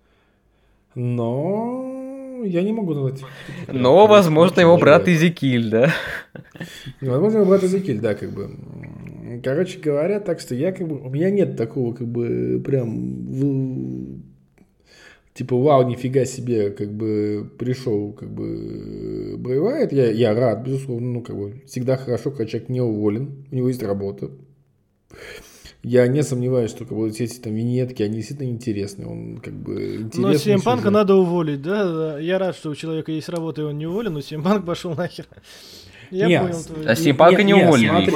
но я не могу назвать... Но, возможно, его брат Эзекиль, да? Возможно, его брат Эзекиль, да, как бы. Короче говоря, так что я как бы... У меня нет такого, как бы, прям... Типа, вау, нифига себе, как бы, пришел, как бы, Брэй Уайт. Я рад, безусловно, как бы, всегда хорошо, когда человек не уволен, у него есть работа. Я не сомневаюсь, что, как бы, вот эти там виньетки, они действительно интересны, он, как бы, интересный. Но CM Punk'а надо уволить, да? Я рад, что у человека есть работа, и он не уволен, но CM Punk пошел нахер. Я понял твою... А CM Punk'а не уволили.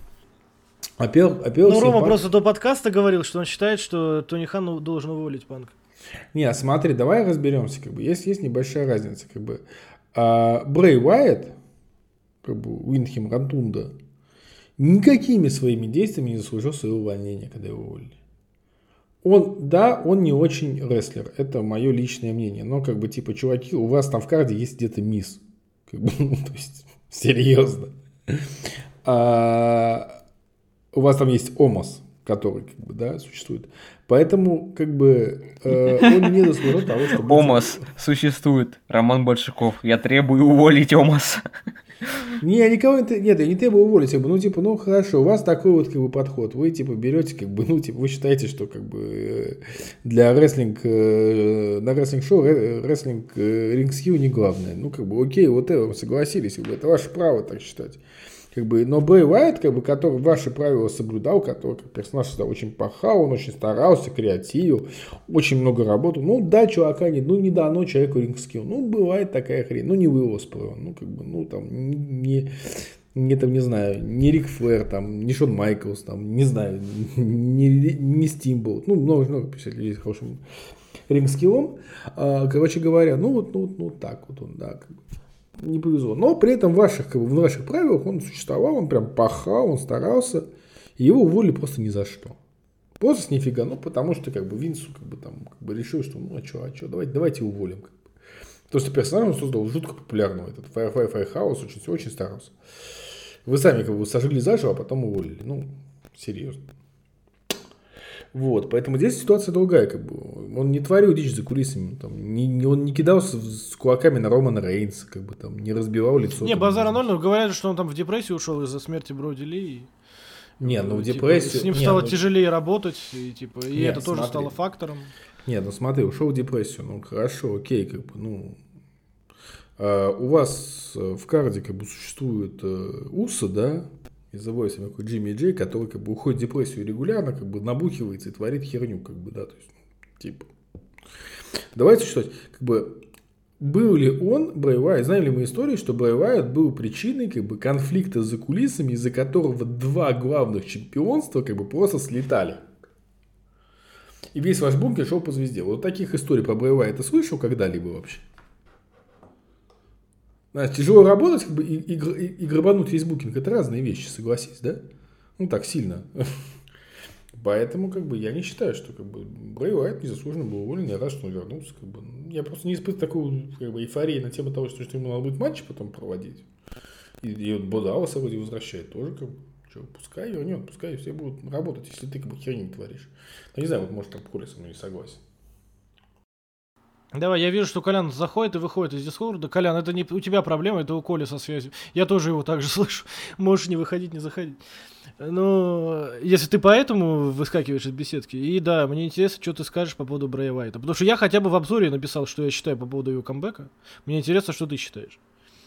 Рома просто до подкаста говорил, что он считает, что Тони Хан должен уволить Панка. Не, смотри, давай разберемся, как бы, есть небольшая разница, как бы, Брэй Уайт, как бы, Уиндхем Ротунда, никакими своими действиями не заслужил своего увольнения, когда его уволили. Он не очень рестлер, это мое личное мнение, но, как бы, типа, чуваки, у вас там в карде есть где-то мисс, как бы, то есть, серьезно. У вас там есть Омос, который, как бы, да, существует. Поэтому, как бы, он не заслужил того, чтобы... Омос существует. Роман Большаков. Я требую уволить Омоса. Я не требую уволить. Как бы, хорошо, у вас такой вот, как бы, подход. Вы, типа, берете, как бы, вы считаете, что, как бы, для на рестлинг-шоу рестлинг рингскилл не главное. Как бы, окей, вот это, согласились, как бы, это ваше право так считать. Как бы, но Брэй Уайт, как бы, который ваши правила соблюдал, который как персонаж всегда очень пахал, он очень старался, креативил, очень много работал. Да, чувака нет, не дано человеку рингскилл. Бывает такая хрень, не Уилл Оспрей, как бы, там, не знаю, не Рик Флэр, там, не Шон Майклс, там, не знаю, не Стимболт, много писателей с хорошим рингскиллом. Короче говоря, так вот он, да, как бы. Не повезло. Но при этом в ваших правилах он существовал, он прям пахал, он старался, и его уволили просто ни за что. Просто с нифига, потому что, как бы, Винсу, как бы, там, как бы, решил, что, давайте уволим. Как бы. Потому что персонаж он создал жутко популярного, этот Firehouse очень старался. Вы сами, как бы, сожгли заживо, а потом уволили. Серьезно. Вот, поэтому здесь ситуация другая, как бы. Он не творил дичь за кулисами, там, он не кидался с кулаками на Романа Рейнса, как бы там, не разбивал лицо. Не, там, базара ноль, но говорят, что он там в депрессию ушел из-за смерти Броди Ли. Не, ну в Типа, депрессию... с ним не, стало ну- тяжелее работать, и, типа, и Нет, это тоже смотри. стало фактором. Нет, ну смотри, ушел в депрессию, ну хорошо, окей, как бы, ну... у вас в карде как бы существует Уса, да, из The Voice, такой Джимми Джей, который как бы уходит в депрессию регулярно, как бы набухивается и творит херню, как бы, да, то есть, типа... Давайте существовать, как бы... Был ли он, Брэй Уайт, знаем ли мы историю, что Брэй Уайт был причиной как бы конфликта за кулисами, из-за которого 2 главных чемпионства как бы просто слетали? И весь ваш бункер шел по звезде. Вот таких историй про Брэй Уайта слышал когда-либо вообще? Знаешь, тяжело работать как бы, и грабануть весь букинг. Это разные вещи, согласись, да? Ну, так сильно. Поэтому, как бы, я не считаю, что как бы Брэй Уайт незаслуженно был уволен, я рад, что он вернулся. Как бы. Я просто не испытываю такую как бы, эйфории на тему того, что ему надо будет матчи потом проводить. И вот Бодаласа вроде возвращает тоже, как бы. Что, пускай вернет, пускай все будут работать, если ты как бы херню не творишь. Ну, не знаю, вот может там Коля со мной не согласен. Давай, я вижу, что Колян заходит и выходит из Дискорда. Колян, это не у тебя проблема, это у Коли со связью. Я тоже его так же слышу. Можешь не выходить, не заходить. Ну, если ты поэтому выскакиваешь из беседки. И да, мне интересно, что ты скажешь по поводу Брэя Уайта. Потому что я хотя бы в обзоре написал, что я считаю по поводу его камбэка. Мне интересно, что ты считаешь.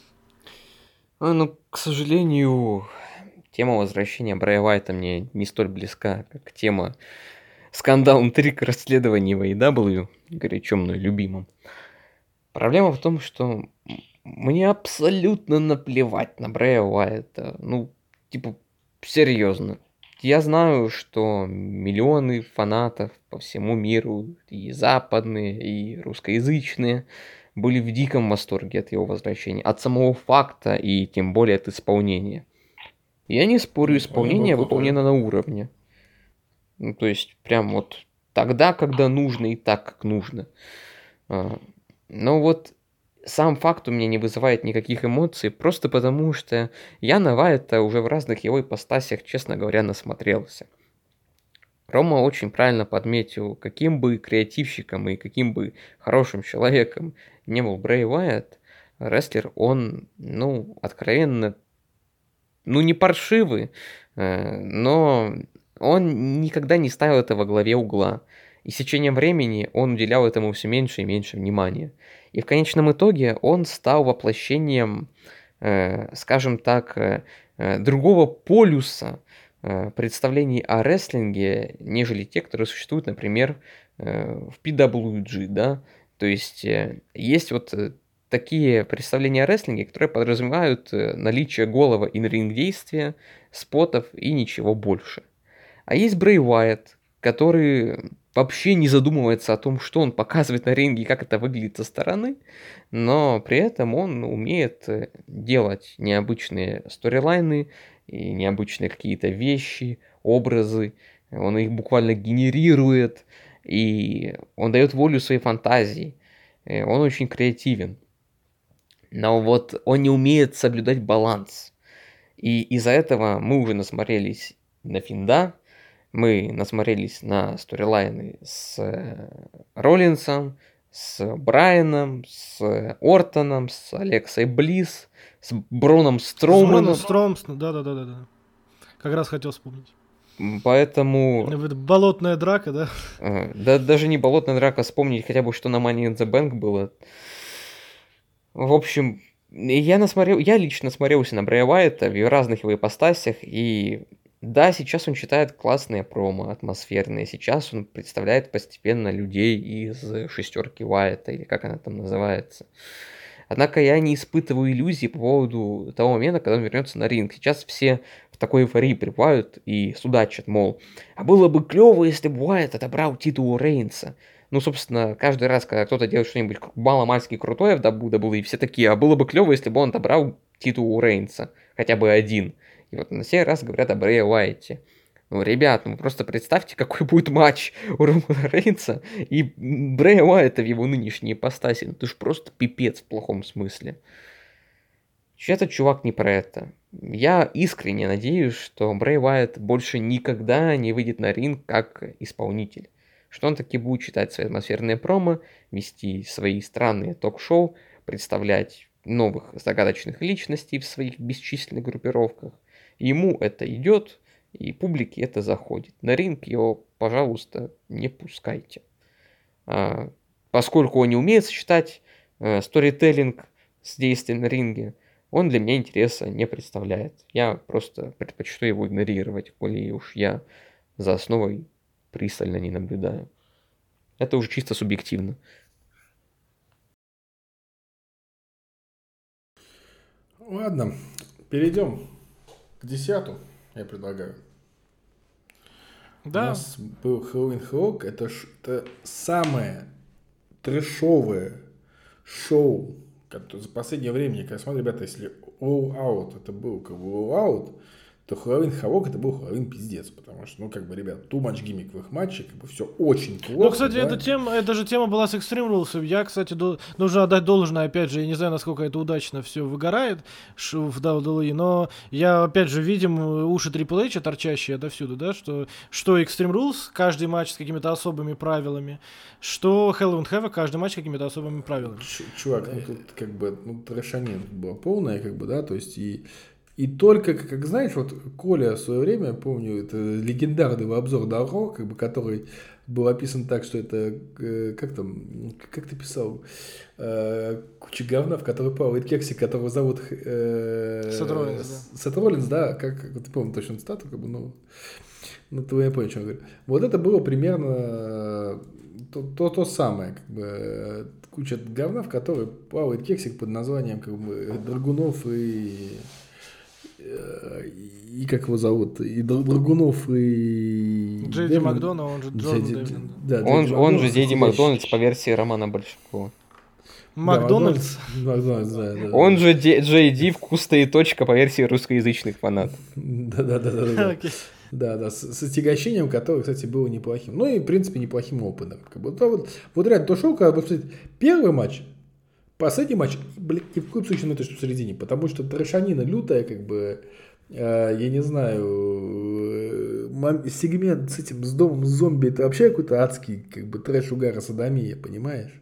Ну, к сожалению, тема возвращения Брэя Уайта мне не столь близка, как тема скандал интриг расследований в AEW, горячо мной любимым. Проблема в том, что мне абсолютно наплевать на Брэя Уайта. Ну, типа, серьезно. Я знаю, что миллионы фанатов по всему миру, и западные, и русскоязычные, были в диком восторге от его возвращения, от самого факта и тем более от исполнения. Я не спорю, исполнение выполнено на уровне. Ну, то есть, прям вот тогда, когда нужно, и так, как нужно. Но вот сам факт у меня не вызывает никаких эмоций, просто потому что я на Вайта уже в разных его ипостасях, честно говоря, насмотрелся. Рома очень правильно подметил, каким бы креативщиком и каким бы хорошим человеком не был Брэй Уайт, рестлер, он, ну, откровенно, ну, не паршивый, но он никогда не ставил это во главе угла. И с течением времени он уделял этому все меньше и меньше внимания. И в конечном итоге он стал воплощением, скажем так, другого полюса представлений о рестлинге, нежели те, которые существуют, например, в PWG, да. То есть есть вот такие представления о рестлинге, которые подразумевают наличие голого in-ring действия, спотов и ничего больше. А есть Брэй Уайт, который вообще не задумывается о том, что он показывает на ринге и как это выглядит со стороны, но при этом он умеет делать необычные сторилайны и необычные какие-то вещи, образы, он их буквально генерирует, и он дает волю своей фантазии, он очень креативен, но вот он не умеет соблюдать баланс, и из-за этого мы уже насмотрелись на Финда, мы насмотрелись на сторилайны с Роллинсом, с Брайаном, с Ортоном, с Алексой Блисс, с Броном Строуманом. Да. Как раз хотел вспомнить. Поэтому... Болотная драка, да? Да даже не болотная драка, вспомнить хотя бы, что на Money in the Bank было. В общем, я лично смотрелся на Брэя Уайта в разных его ипостасях, и да, сейчас он читает классные промо, атмосферные, сейчас он представляет постепенно людей из шестерки Уайта, или как она там называется. Однако я не испытываю иллюзий по поводу того момента, когда он вернется на ринг. Сейчас все в такой эйфории пребывают и судачат, мол, а было бы клево, если бы Уайт отобрал титул у Рейнса. Ну, собственно, каждый раз, когда кто-то делает что-нибудь маломальски крутое в WWE, все такие, а было бы клево, если бы он отобрал титул у Рейнса, хотя бы один. И вот на сей раз говорят о Брее Уайте. Ну, ребят, ну просто представьте, какой будет матч у Романа Рейнса и Брэя Уайта в его нынешней ипостаси. Ну, это ж просто пипец в плохом смысле. Этот чувак не про это. Я искренне надеюсь, что Брэй Уайт больше никогда не выйдет на ринг как исполнитель. Что он таки будет читать свои атмосферные промо, вести свои странные ток-шоу, представлять новых загадочных личностей в своих бесчисленных группировках. Ему это идет, и публике это заходит. На ринг его, пожалуйста, не пускайте. Поскольку он не умеет сочетать сторителлинг с действием на ринге, он для меня интереса не представляет. Я просто предпочту его игнорировать, коли уж я за основой пристально не наблюдаю. Это уже чисто субъективно. Ладно, перейдем к 10-му, я предлагаю. Да. У нас был Хэллоуин Хеллоуин, это самое трэшовое шоу, за последнее время, я смотрю, ребята, если All Out это был как бы All Out, то Хэллоуин Хавок это был Хэллоуин пиздец, потому что, ребят, too much гиммиковых матчей, все очень плохо. Кстати, да? эта же тема была с Extreme Rules. Я, кстати, нужно отдать должное, опять же, я не знаю, насколько это удачно все выгорает в WWE, но я, опять же, видим уши Triple H торчащие отовсюду, да, что Extreme Rules, каждый матч с какими-то особыми правилами, что Hell in Havoc, каждый матч с какими-то особыми правилами. Чувак, тут трэшанин была полная, да, то есть и только, как знаешь, вот Коля в свое время, помню, это легендарный обзор Даро, который был описан так, что это, как ты писал, куча говна, в которой плавает кексик, которого зовут Сет Роллинс, да, как ты помнишь точно цитату, ты я понял, что я говорю. Вот это было примерно то самое, куча говна, в которой плавает кексик под названием Драгунов и как его зовут, и Драгунов, и Джейди Макдональд, он же Джон Дэвин. Да, он же Джейди Макдональдс по версии Романа Большакова. Макдональдс? Макдональдс, да. Он же Джейди вкусная точка по версии русскоязычных фанатов. Да. Да, с отягощением, которое, кстати, было неплохим. Ну и, в принципе, неплохим опытом. Вот реально то шоу, когда посмотреть первый матч, последний матч, ни в коем случае что в середине, потому что трэшанина лютая, я не знаю, сегмент с домом зомби, это вообще какой-то адский, трэш угара садомия, понимаешь?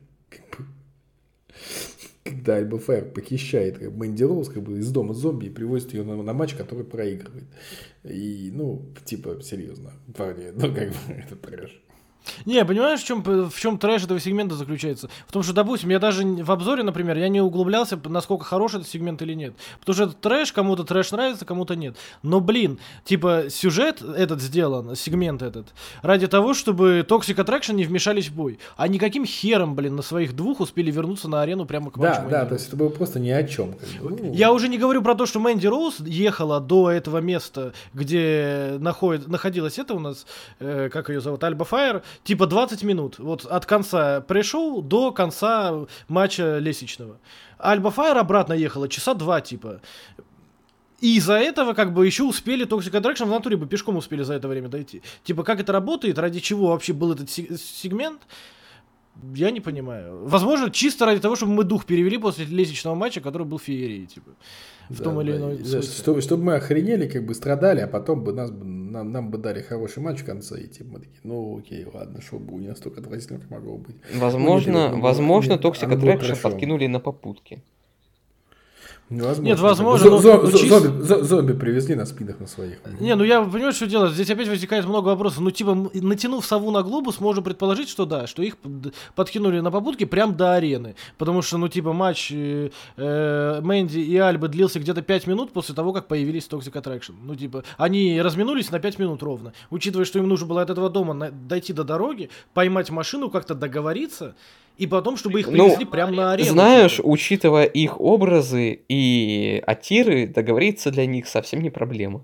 Когда Альба Файр похищает Мэнди Роуз из дома зомби и привозит ее на матч, который проигрывает. И, серьезно, парни, это трэш. Не, понимаешь, в чем трэш этого сегмента заключается? В том, что, допустим, я даже в обзоре, например, я не углублялся, насколько хороший этот сегмент или нет. Потому что этот трэш, кому-то трэш нравится, кому-то нет. Но, сюжет этот сделан, сегмент этот, ради того, чтобы Toxic Attraction не вмешались в бой. А никаким хером, на своих двух успели вернуться на арену прямо к матчу. Да, то есть это было просто ни о чем. Я уже не говорю про то, что Мэнди Роуз ехала до этого места, где находилась это у нас, как ее зовут, Альба Файр, 20 минут. Вот от конца пришел до конца матча лестничного. Альба Файр обратно ехала часа 2, И из-за этого еще успели Toxic Attraction в натуре бы пешком успели за это время дойти. Как это работает, ради чего вообще был этот сегмент, я не понимаю. Возможно, чисто ради того, чтобы мы дух перевели после лестничного матча, который был феерией, в том или ином смысле. Чтобы мы охренели, страдали, а потом бы нам бы дали хороший матч в конце, и мы такие, окей, ладно, шоу было не настолько отвратительно, как могло быть. Возможно, Toxic Attraction подкинули на попутке. Невозможно. Нет, возможно. Зомби привезли на спинах на своих. Не, я понимаю, что делать. Здесь опять возникает много вопросов. Натянув сову на глобус, можно предположить, что да, что их подкинули на попутке прям до арены. Потому что, матч Мэнди и Альбы длился где-то 5 минут после того, как появились Toxic Attraction. Они разминулись на 5 минут ровно. Учитывая, что им нужно было от этого дома дойти до дороги, поймать машину, как-то договориться, и потом, чтобы их привезли прямо на арену. Знаешь, учитывая их образы и атиры, договориться для них совсем не проблема.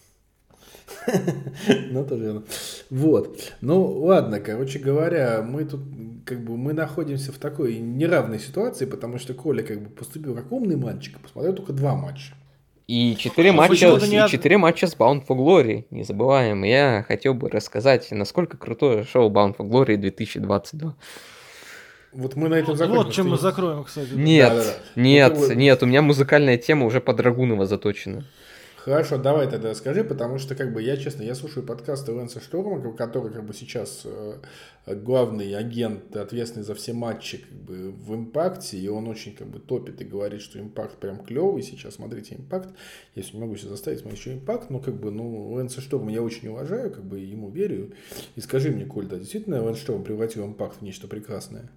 Тоже верно. Вот. Ладно, короче говоря, мы тут мы находимся в такой неравной ситуации, потому что Коля поступил как умный мальчик, посмотрел только 2 матча. И 4 матча с Bound for Glory, не забываем. Я хотел бы рассказать, насколько крутое шоу Bound for Glory 2022. Вот мы на этом закончим. Вот чем мы закроем, кстати. Нет, Да-да-да. нет, Ну, ты вот- нет, у меня музыкальная тема уже под Драгунова заточена. Хорошо, давай тогда скажи, потому что, как бы, я, честно, я слушаю подкасты Лэнса Шторма, который, как бы, сейчас главный агент, ответственный за все матчи, как бы, в Импакте, и он очень, как бы, топит и говорит, что Импакт прям клевый, сейчас смотрите Импакт, если не могу себя заставить смотреть еще Импакт, но, как бы, ну, Лэнса Шторма я очень уважаю, как бы, ему верю, и скажи мне, Коль, да, действительно Лэнс Шторм превратил Импакт в нечто прекрасное?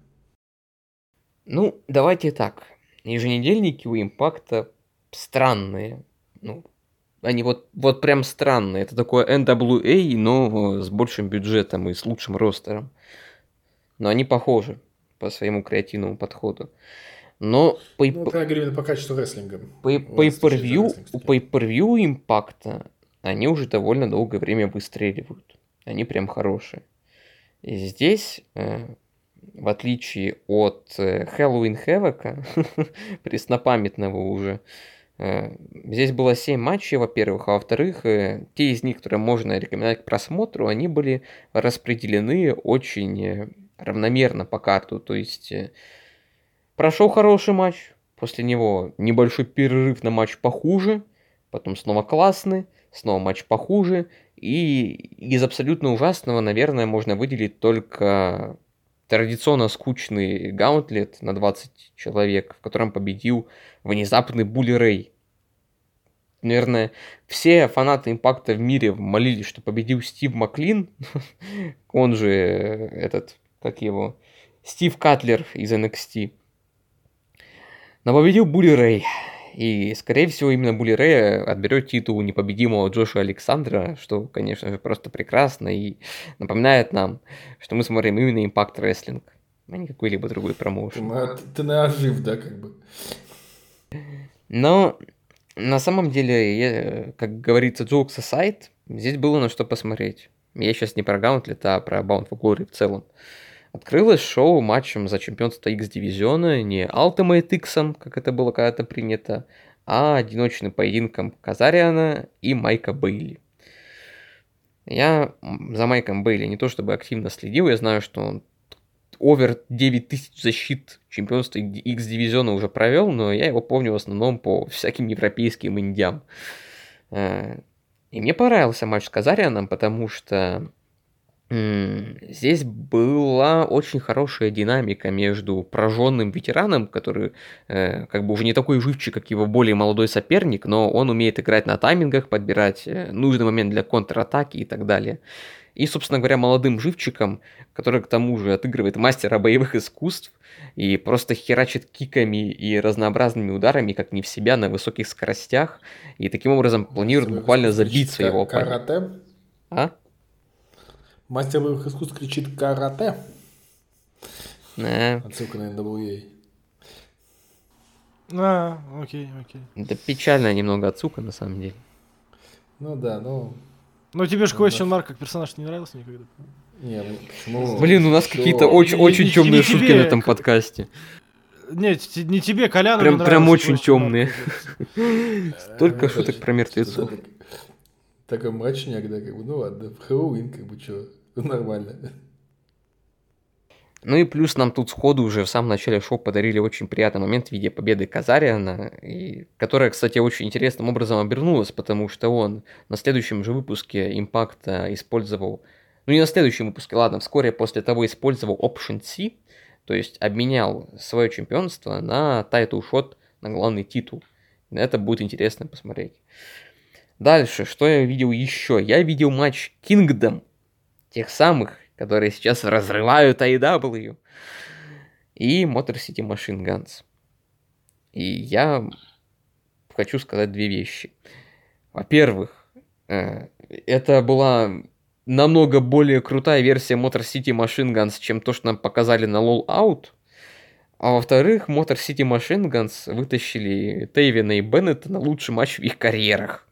Ну, давайте так. Еженедельники у Импакта странные. Ну, они вот прям странные. Это такое NWA, но с большим бюджетом и с лучшим ростером. Но они похожи по своему креативному подходу. Но по Ну, вот я говорю именно по качеству рестлинга. pay-per-view, у pay-per-view Импакта они уже довольно долгое время выстреливают. Они прям хорошие. И здесь, в отличие от Halloween Havoc, преснопамятного уже, здесь было 7 матчей, во-первых, а во-вторых, те из них, которые можно рекомендовать к просмотру, они были распределены очень равномерно по карту. То есть прошел хороший матч, после него небольшой перерыв на матч похуже, потом снова классный, снова матч похуже, и из абсолютно ужасного, наверное, можно выделить только традиционно скучный гаунтлет на 20 человек, в котором победил внезапный Булли Рэй. Наверное, все фанаты Импакта в мире молились, что победил Стив Маклин, он же этот, как его, Стив Катлер из NXT. Но победил Булли Рэй. И, скорее всего, именно Булли Рэй отберет титул непобедимого Джоша Александра, что, конечно же, просто прекрасно и напоминает нам, что мы смотрим именно Impact Wrestling, а не какой-либо другой промоушен. Ты нажив, да, как бы? Но на самом деле, как говорится, jokes aside, здесь было на что посмотреть. Я сейчас не про Gauntlet, а про Bound for Glory в целом. Открылось шоу матчем за чемпионство X-дивизиона, не Ultimate X, как это было когда-то принято, а одиночным поединком Казариана и Майка Бейли. Я за Майком Бейли не то чтобы активно следил, я знаю, что он овер 9000 защит чемпионства X-дивизиона уже провел, но я его помню в основном по всяким европейским индям. И мне понравился матч с Казарианом, потому что здесь была очень хорошая динамика между прожженным ветераном, который как бы уже не такой живчик, как его более молодой соперник, но он умеет играть на таймингах, подбирать нужный момент для контратаки и так далее. И, собственно говоря, молодым живчиком, который к тому же отыгрывает мастера боевых искусств и просто херачит киками и разнообразными ударами, как не в себя, на высоких скоростях, и таким образом планирует буквально забить своего оппонента. Карате? А? Мастер боевых искусств кричит карате. Отсылка на NWA. Окей. Это печальная немного отсылка, на самом деле. Ну да, ну... Ну тебе же Question Mark как персонаж не нравился никогда? Не, ну почему? Блин, у нас Что? какие-то очень Не темные тебе, шутки на этом подкасте. Нет, не тебе, Коляну Прям не нравился очень Question темные. Mark. Столько шуток про мертвецов. Такой мрачняк, да, как бы, ну ладно, в Хэллоуин, как бы, что, нормально. Ну и плюс нам тут сходу уже в самом начале шоу подарили очень приятный момент в виде победы Казариана, и которая, кстати, очень интересным образом обернулась, потому что он на следующем же выпуске Импакта использовал, ну не на следующем выпуске, ладно, вскоре после того использовал Option C, то есть обменял свое чемпионство на тайтл-шот, на главный титул. На это будет интересно посмотреть. Дальше, что я видел еще? Я видел матч Kingdom, тех самых, которые сейчас разрывают AEW, и Motor City Machine Guns. И я хочу сказать две вещи. Во-первых, это была намного более крутая версия Motor City Machine Guns, чем то, что нам показали на LOL Out. А во-вторых, Motor City Machine Guns вытащили Тейвина и Беннета на лучший матч в их карьерах.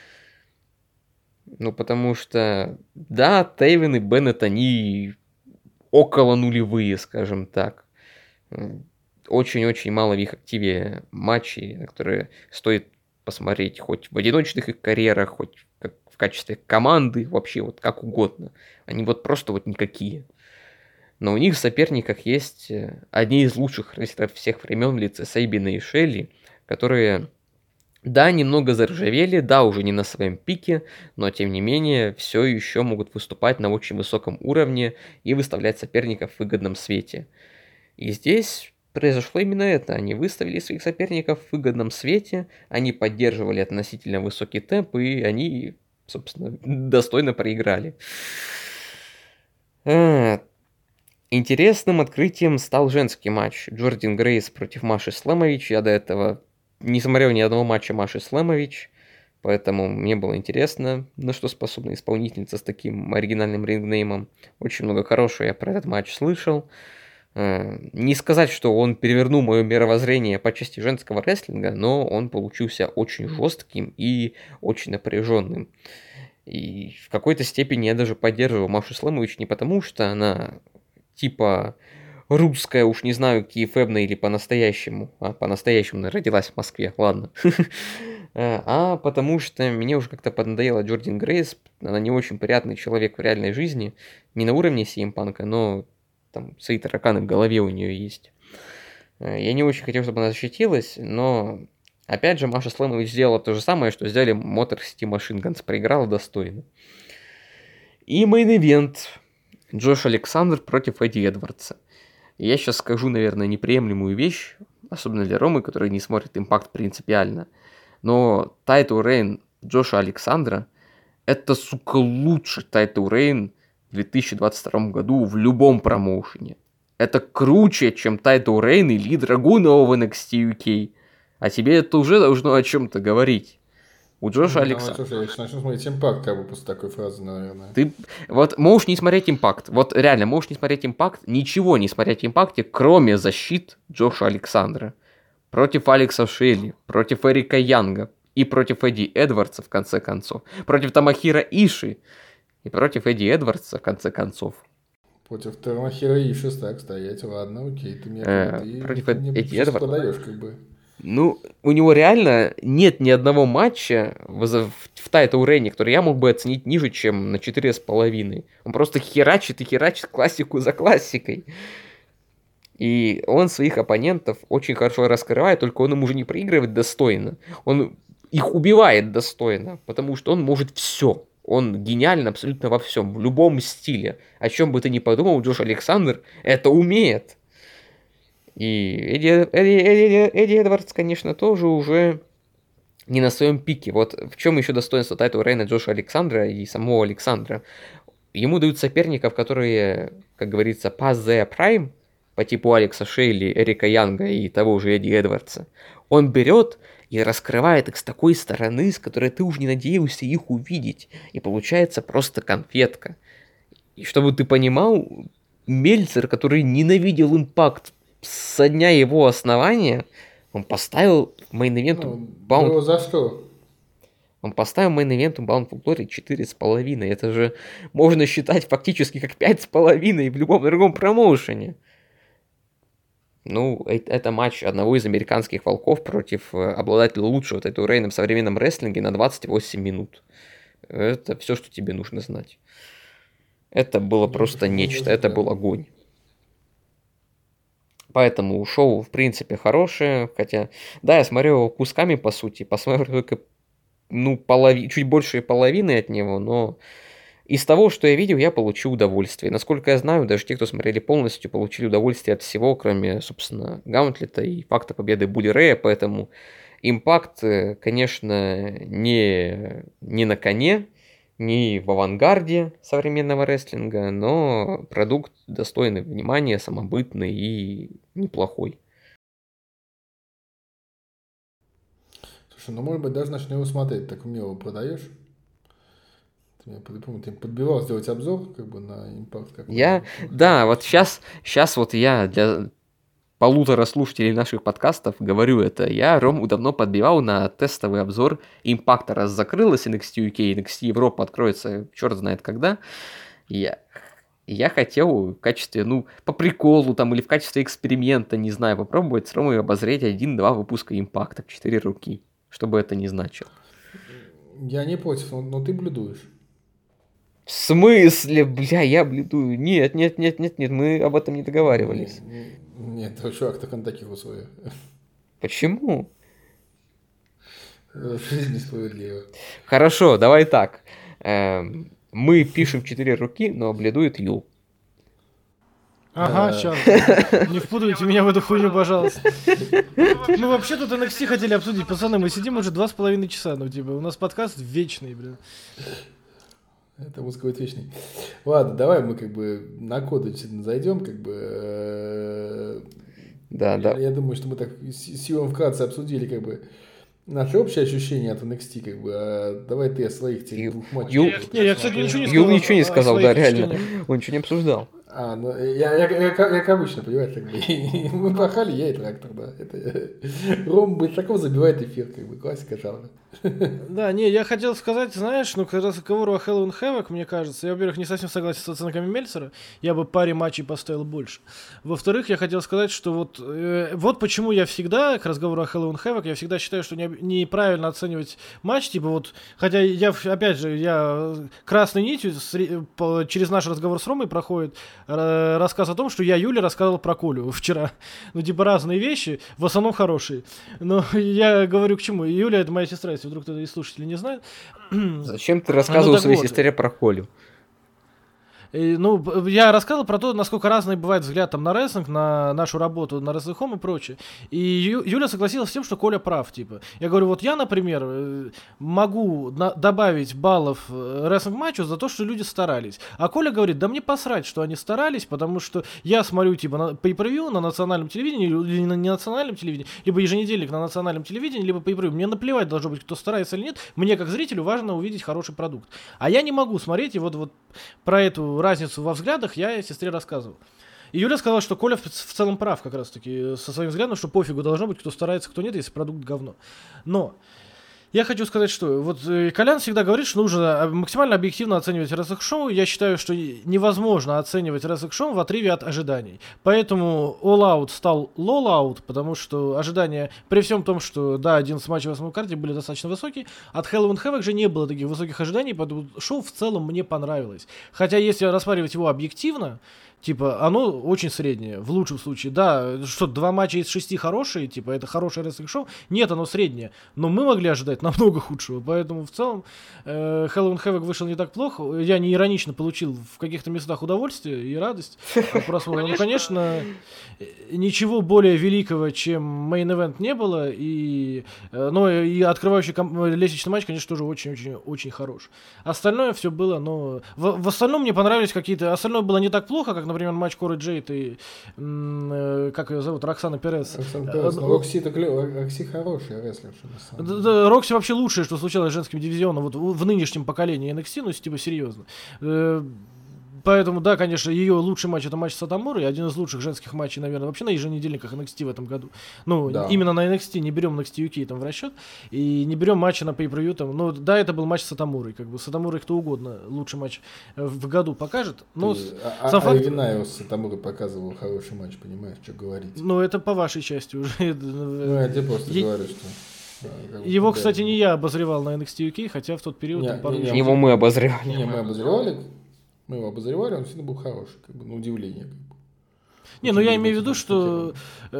Ну, потому что, да, Тейвин и Беннет, они около нулевые, скажем так. Очень-очень мало в их активе матчей, на которые стоит посмотреть хоть в одиночных их карьерах, хоть в качестве команды, вообще вот как угодно. Они вот просто вот никакие. но у них в соперниках есть одни из лучших рестлеров всех времен в лице Сейбина и Шелли, которые, да, немного заржавели, да, уже не на своем пике, но тем не менее все еще могут выступать на очень высоком уровне и выставлять соперников в выгодном свете. И здесь произошло именно это. Они выставили своих соперников в выгодном свете, они поддерживали относительно высокий темп, и они, собственно, достойно проиграли. Интересным открытием стал женский матч. Джордан Грейс против Маши Слэмович. Я до этого не смотрел ни одного матча Маши Слэмович, поэтому мне было интересно, на что способна исполнительница с таким оригинальным рингнеймом. Очень много хорошего я про этот матч слышал. Не сказать, что он перевернул мое мировоззрение по части женского рестлинга, но он получился очень жестким и очень напряженным. И в какой-то степени я даже поддерживал Машу Слэмович не потому, что она типа русская, уж не знаю, киефэбная или по-настоящему. По-настоящему она родилась в Москве, ладно. А потому что мне уже как-то поднадоела Джордан Грейс. Она не очень приятный человек в реальной жизни. Не на уровне CM Punk'а, но там свои тараканы в голове у нее есть. Я не очень хотел, чтобы она защитилась, но опять же Маша Слэмович сделала то же самое, что сделали Motor City Machine Guns. Проиграла достойно. И мейн-ивент. Джош Александр против Эдди Эдвардса. Я сейчас скажу, наверное, неприемлемую вещь, особенно для Ромы, который не смотрит Импакт принципиально. Но тайтл рейн Джоша Александра — это, сука, лучший тайтл рейн в 2022 году в любом промоушене. Это круче, чем тайтл рейн Ильи Драгунова в NXT UK. А тебе это уже должно о чем-то говорить. У Джоша Александра... Слушай, я начну смотреть Импакт, как бы, после такой фразы, наверное. Ты вот можешь не смотреть Импакт. Вот реально, можешь не смотреть Импакт, ничего не смотреть в Импакте, кроме защит Джоша Александра. Против Алекса Шелли, против Эрика Янга и против Эдди Эдвардса, в конце концов. Против Тамахира Иши и против Эдди Эдвардса, в конце концов. Против Тамахира Иши так стоять, ладно, окей. Ты мне против ты Эдди Эдвардса продаешь, как бы. Ну, у него реально нет ни одного матча в тайтл рейне, который я мог бы оценить ниже, чем на 4,5. Он просто херачит и херачит классику за классикой. И он своих оппонентов очень хорошо раскрывает, только он им уже не проигрывает достойно. Он их убивает достойно, потому что он может все. Он гениален абсолютно во всем, в любом стиле. О чем бы ты ни подумал, Джош Александр это умеет. И Эдди Эдвардс, конечно, тоже уже не на своем пике. Вот в чем еще достоинство тайтл рейна Джоша Александра и самого Александра. Ему дают соперников, которые, как говорится, pass their prime, по типу Алекса Шейли, Эрика Янга и того же Эдди Эдвардса. Он берет и раскрывает их с такой стороны, с которой ты уже не надеялся их увидеть. И получается просто конфетка. И чтобы ты понимал, Мельцер, который ненавидел Импакт со дня его основания, он поставил мейн-ивенту Bound... за что? Он поставил мейн-ивенту Bound for Glory 4,5. Это же можно считать фактически как 5,5 в любом другом промоушене. Ну, это матч одного из американских волков против обладателя лучшего тайтл рейна в современном рестлинге на 28 минут. Это все, что тебе нужно знать. Это было просто нечто, это был огонь. Поэтому шоу, в принципе, хорошее, хотя, да, я смотрел его кусками, по сути, посмотрел только, чуть больше половины от него, но из того, что я видел, я получил удовольствие. Насколько я знаю, даже те, кто смотрели полностью, получили удовольствие от всего, кроме, собственно, Гаунтлета и факта победы Булли Рэя, поэтому Импакт, конечно, не на коне, не в авангарде современного рестлинга, но продукт достойный внимания, самобытный и неплохой. Слушай, может быть, даже начну его смотреть, так мне его продаешь? Ты меня подбивал сделать обзор как бы на Impact. Да, вот сейчас вот я для полутора слушателей наших подкастов говорю это. Я Рому давно подбивал на тестовый обзор Импакта, раз закрылась NXT UK, NXT Европа откроется черт знает когда. Я хотел в качестве, по приколу там или в качестве эксперимента, не знаю, попробовать с Ромой обозреть 1-2 выпуска Импакта в 4 руки, что бы это ни значило. Я не против, но ты блюдуешь. В смысле, бля, я бледую. Нет, мы об этом не договаривались. Нет, чувак, только на таких условиях. Почему? Жизнь несправедлива. Хорошо, давай так. Мы пишем 4 руки, но бледует Юл. Ага, сейчас. Не впутывайте меня в эту хуйню, пожалуйста. Мы вообще тут NXT хотели обсудить. Пацаны, мы сидим уже 2,5 часа. Ну, типа, у нас подкаст вечный, блин. Это музыка будет вечный. Ладно, давай мы как бы на коды действительно зайдем, как бы. Да. Я думаю, что мы так с Юлом вкратце обсудили, как бы, наши общие ощущения от NXT, как бы. Давай ты о своих тех двух матчах. Не, я, кстати, ничего не сказал. Юл ничего не сказал, да, реально. ощущениях. Он ничего не обсуждал. Ну, я как обычно, понимаешь, как бы, мы пахали, я и трактор, да. Это Ром Большаков забивает эфир, как бы, классика жанра. Да, не, я хотел сказать, знаешь, ну, когда разговор о Hell in Havoc, мне кажется, я, во-первых, не совсем согласен с оценками Мельцера, я бы паре матчей поставил больше. Во-вторых, я хотел сказать, что вот почему я всегда, к разговору о Hell in Havoc, я всегда считаю, что неправильно оценивать матч, типа вот, хотя я, опять же, я красной нитью через наш разговор с Ромой проходит рассказ о том, что я Юле рассказывал про Колю вчера. Ну, типа, разные вещи, в основном хорошие. Но я говорю к чему. Юля — это моя сестра, если вдруг кто-то из слушателей не знает. Зачем ты рассказывал своей сестре про Колю? Ну, я рассказывал про то, насколько разный бывает взгляд там на рестлинг, на нашу работу, на Wrestle Home и прочее. И Юля согласилась с тем, что Коля прав, типа. Я говорю, вот я, например, могу добавить баллов рестлинг-матчу за то, что люди старались. А Коля говорит, да мне посрать, что они старались, потому что я смотрю, типа, на pay-per-view на национальном телевидении или на ненациональном телевидении, либо еженедельник на национальном телевидении, либо pay-per-view. Мне наплевать должно быть, кто старается или нет. Мне, как зрителю, важно увидеть хороший продукт. А я не могу смотреть, и вот про эту разницу во взглядах я сестре рассказывал. И Юля сказала, что Коля в целом прав как раз-таки со своим взглядом, что пофигу должно быть, кто старается, кто нет, если продукт говно. Но я хочу сказать, что вот Колян всегда говорит, что нужно максимально объективно оценивать рестлинг-шоу. Я считаю, что невозможно оценивать рестлинг-шоу в отрыве от ожиданий. Поэтому All Out стал Low Out, потому что ожидания, при всем том, что, да, 11 матчей в 8 карте были достаточно высокие, от Hell in Havoc же не было таких высоких ожиданий, поэтому шоу в целом мне понравилось. Хотя, если рассматривать его объективно, типа, оно очень среднее, в лучшем случае. Да, что, 2 матча из 6 хорошие, типа, это хорошее рестлинг-шоу. Нет, оно среднее. Но мы могли ожидать намного худшего. Поэтому, в целом, Hell in Havoc вышел не так плохо. Я не иронично получил в каких-то местах удовольствие и радость от просмотра. Ну, конечно, ничего более великого, чем Main Event не было. Но и открывающий лестничный матч, конечно, тоже очень-очень-очень хорош. Остальное все было, но... В остальном мне понравились какие-то... Остальное было не так плохо, как, например, матч Коры Джейд и, как ее зовут, Роксана Перес. Рокси хорошая рестлерша. Рокси вообще лучшее, что случалось с женским дивизионом вот в нынешнем поколении NXT, ну, типа, серьезно. Поэтому, да, конечно, ее лучший матч — это матч с Сатамурой, один из лучших женских матчей, наверное, вообще на еженедельниках NXT в этом году. Ну, да. Именно на NXT, не берем NXT UK там в расчет, и не берем матчи на pay-per-view там. Ну, да, это был матч с Сатамурой, как бы, с Сатамурой кто угодно лучший матч в году покажет. Но Винаев с Сатамурой показывал хороший матч, понимаешь, что говорить. Ну, это по вашей части уже. Ну, я тебе просто говорю, что... Его, кстати, не я обозревал на NXT UK, хотя в тот период... Его мы обозревали. Мы обозревали. Мы его обозревали, он всегда был хороший, как бы, на удивление. Как бы. Не, ну я имею в виду, что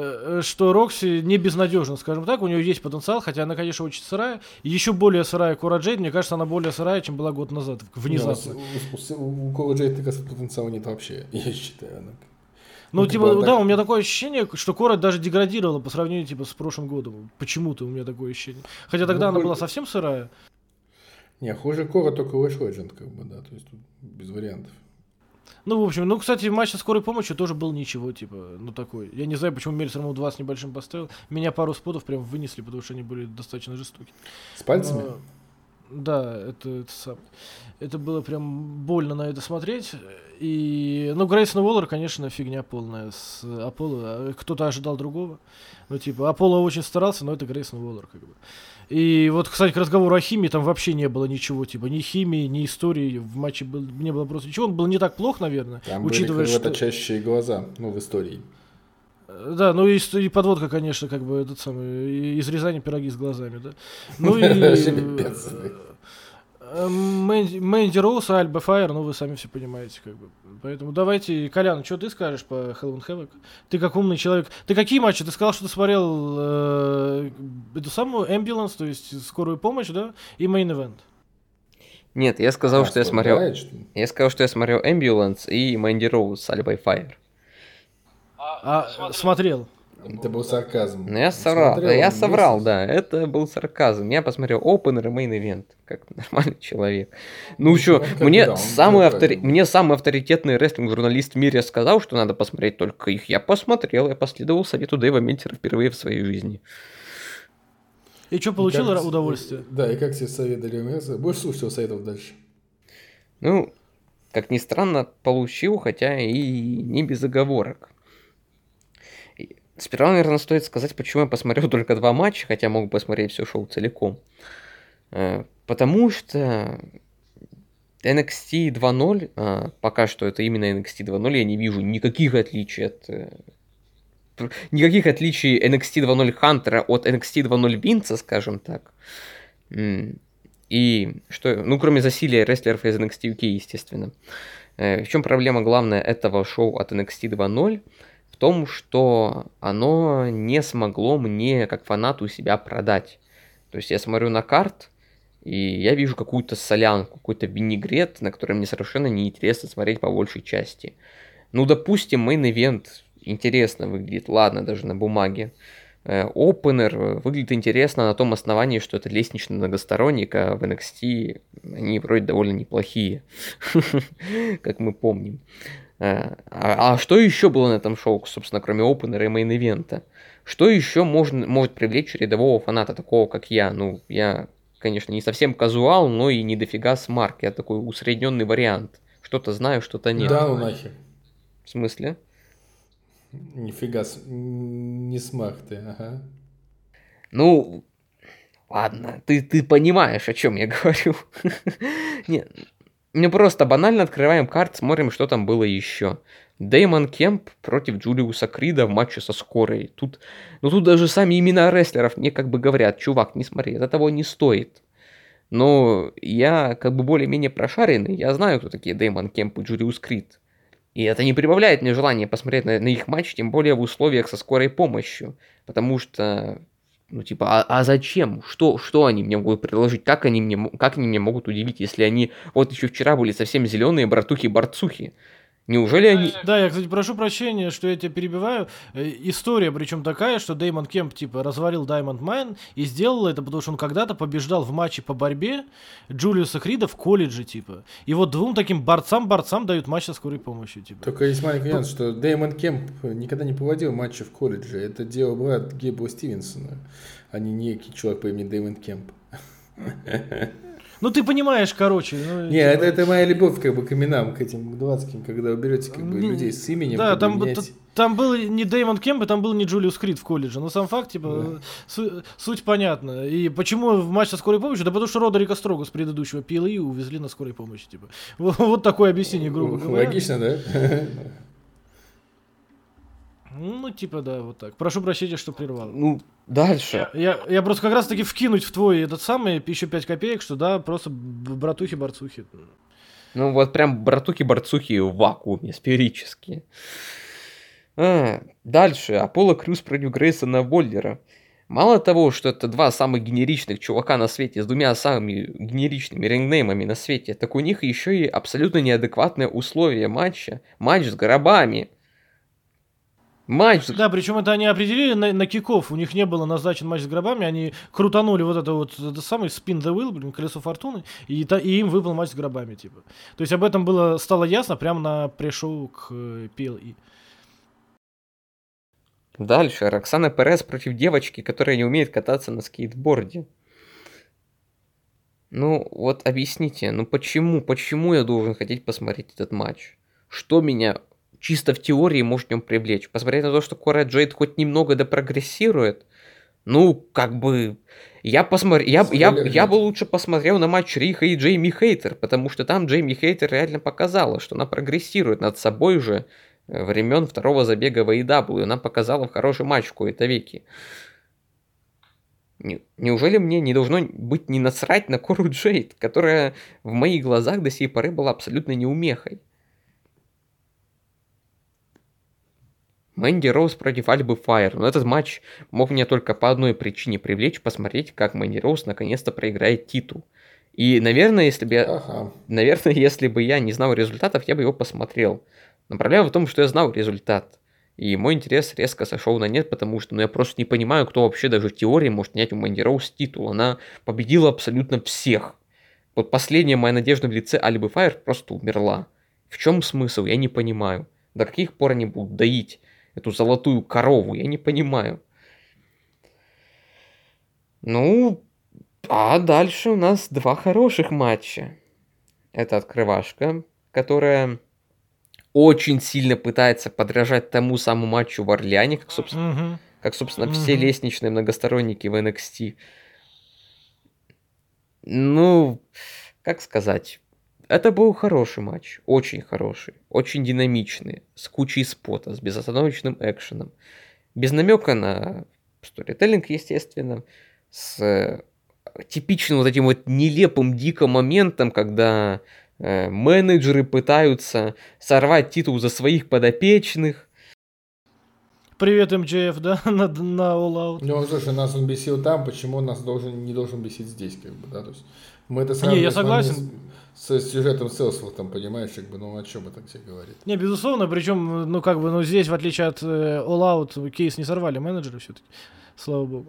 Рокси не безнадежна, скажем так, у нее есть потенциал, хотя она, конечно, очень сырая. Еще более сырая Кора Джейд, мне кажется, она более сырая, чем была год назад, внезапно. У Кора Джейд, мне кажется, потенциала нет вообще, я считаю. Она... Ну, типа, да, у меня такое ощущение, что Кора даже деградировала по сравнению, типа, с прошлым годом. Почему-то у меня такое ощущение. Хотя тогда она была совсем сырая. Не, хуже Кора только Лэш Ледженд, как бы, да, то есть тут без вариантов. Ну, в общем, кстати, матч со скорой помощью тоже был ничего, типа, ну, такой. Я не знаю, почему Мельцер ему 2 с небольшим поставил. Меня пару спотов прям вынесли, потому что они были достаточно жестокие. С пальцами? Да, это было прям больно на это смотреть. И, Грейсон Уоллер, конечно, фигня полная с Аполло. Кто-то ожидал другого. Ну, типа, Аполло очень старался, но это Грейсон Уоллер, как бы. И вот, кстати, к разговору о химии, там вообще не было ничего, типа, ни химии, ни истории в матче не было просто ничего. Он был не так плох, наверное, там учитывая, были кровоточащие глаза, в истории. Да, и подводка, конечно, как бы, этот самый, из Рязани пироги с глазами, да. Ну и... Мэнди Роуз, Альба Файер, ну вы сами все понимаете, как бы. Поэтому давайте, Колян, что ты скажешь по Hell in Havoc? Ты как умный человек. Ты какие матчи? Ты сказал, что ты смотрел эту самую Ambulance, то есть скорую помощь, да? И Main Event. Нет, я сказал, что я смотрел... Бывает, что ли? Я сказал, что я смотрел Ambulance и Мэнди Роуз с Альбой Файер. Смотрел. Это был сарказм. Ну, я Он соврал. смотрел, Я он соврал, месяц. да. Это был сарказм. Я посмотрел Opener и Main Event. Как нормальный человек. Ну Ну, что, он как мне, бы, да, он самый всё правильно. мне самый авторитетный рестлинг-журналист в мире сказал, что надо посмотреть только их. Я посмотрел, я последовал совету Дэйва Мельцера впервые в своей жизни. И что, И получил как- удовольствие? Да, и как тебе совет Дэйва Мельцера? Будешь слушать его советов дальше? Ну, как ни странно, получил, хотя и не без оговорок. Сперва, наверное, стоит сказать, почему я посмотрел только 2 матча, хотя мог посмотреть все шоу целиком. Потому что NXT 2.0, пока что это именно NXT 2.0, я не вижу никаких отличий от... Никаких отличий NXT 2.0 Хантера от NXT 2.0 Винца, скажем так. И что... Ну, кроме засилия рестлеров из NXT UK, естественно. В чем проблема главная этого шоу от NXT 2.0? В том, что оно не смогло мне, как фанату, себя продать. То есть я смотрю на карт, и я вижу какую-то солянку, какой-то винегрет, на который мне совершенно неинтересно смотреть по большей части. Ну, допустим, мейн-ивент интересно выглядит, ладно, даже на бумаге. Опенер выглядит интересно на том основании, что это лестничный многосторонник, а в NXT они вроде довольно неплохие, как мы помним. А что еще было на этом шоу, собственно, кроме опенера и мейн-ивента? Что еще может привлечь рядового фаната, такого как я? Ну, я, конечно, не совсем казуал, но и не дофига смарк. Я такой усредненный вариант. Что-то знаю, что-то нет. Да, ну нахер. В смысле? Нифига, не смах ты, ага. Ну, ладно, ты понимаешь, о чем я говорю. Нет, мы просто банально открываем карт, смотрим, что там было еще. Дэймон Кемп против Джулиуса Крида в матче со скорой. Тут даже сами имена рестлеров мне как бы говорят, чувак, не смотри, это того не стоит. Но я как бы более-менее прошаренный, я знаю, кто такие Дэймон Кемп и Джулиус Крид. И это не прибавляет мне желания посмотреть на их матч, тем более в условиях со скорой помощью. Потому что, ну типа, а зачем? Что они мне могут предложить? Как они меня могут удивить, если они вот еще вчера были совсем зеленые братухи-борцухи? Неужели они... Да, я, кстати, прошу прощения, что я тебя перебиваю. История, причем такая, что Дэймон Кемп, типа, развалил Diamond Mine и сделал это, потому что он когда-то побеждал в матче по борьбе Джулиуса Крида в колледже, типа. И вот двум таким борцам дают матч со скорой помощью, типа. Только есть маленький нюанс, что Дэймон Кемп никогда не проводил матчи в колледже. Это делал брат Гейбла Стивенсона, а не некий чувак по имени Дэймон Кемп. Ну ты понимаешь, короче. Ну, Не, это моя любовь как бы к именам, к этим дурацким, когда вы берете как бы людей с именем. Да, как бы там был не Дэймон Кемп, и там был не Джулиус Крид в колледже. Но сам факт, типа, суть понятна. И почему в матч со скорой помощью? Да потому что Родерика Строго с предыдущего PLE увезли на скорой помощи, типа. Вот такое объяснение, грубо говоря. Логично, да? Ну, типа, да, вот так. Прошу прощения, что прервал. Ну, дальше. Я просто как раз таки вкинуть в твой этот самый еще 5 копеек, что да, просто братухи-борцухи. Ну, вот прям братухи-борцухи в вакууме, сферические. Дальше. Аполло Крюс против Грейсона Воллера. Мало того, что это 2 самых генеричных чувака на свете с 2 самыми генеричными рингнеймами на свете, так у них еще и абсолютно неадекватные условия матча. Матч с гробами. Да, причем это они определили на киков. У них не было назначен матч с гробами. Они крутанули вот это самый spin the wheel, блин, колесо фортуны, и им выпал матч с гробами, типа. То есть об этом стало ясно прямо на пришоу к PLE. Дальше. Роксана Перес против девочки, которая не умеет кататься на скейтборде. Ну, вот объясните, ну почему я должен хотеть посмотреть этот матч? Что меня чисто в теории может в нем привлечь? Посмотреть на то, что Кора Джейд хоть немного допрогрессирует? Ну, как бы... Я бы лучше посмотрел на матч Риха и Джейми Хейтер, потому что там Джейми Хейтер реально показала, что она прогрессирует над собой же времен второго забега в AEW. Она показала в хороший матч в кои-то веки. Неужели мне не должно быть не насрать на Кору Джейд, которая в моих глазах до сей поры была абсолютно неумехой? Мэнди Роуз против Альбы Файр. Но этот матч мог меня только по одной причине привлечь, посмотреть, как Мэнди Роуз наконец-то проиграет титул. И, наверное, если бы я не знал результатов, я бы его посмотрел. Но проблема в том, что я знал результат. И мой интерес резко сошел на нет, потому что я просто не понимаю, кто вообще даже в теории может снять у Мэнди Роуз титул. Она победила абсолютно всех. Вот последняя моя надежда в лице Альбы Файр просто умерла. В чем смысл? Я не понимаю. До каких пор они будут доить эту золотую корову? Я не понимаю. А дальше у нас 2 хороших матча. Это открывашка, которая очень сильно пытается подражать тому самому матчу в Орлеане, как, собственно, все лестничные многосторонники в NXT. Как сказать, это был хороший матч, очень хороший, очень динамичный, с кучей спота, с безостановочным экшеном, без намека на сторителлинг, естественно, с типичным вот этим вот нелепым диким моментом, когда менеджеры пытаются сорвать титул за своих подопечных. Привет, МЧФ, да, на All Out. Слушай, нас он бесил там, почему он нас не должен бесить здесь, как бы, да, то есть мы это сравниваем. Не, я согласен. С сюжетом Селсвортом, понимаешь, как бы, о чем это все говорит. Не, безусловно, причем, здесь, в отличие от All Out, кейс не сорвали менеджеры все-таки, слава богу.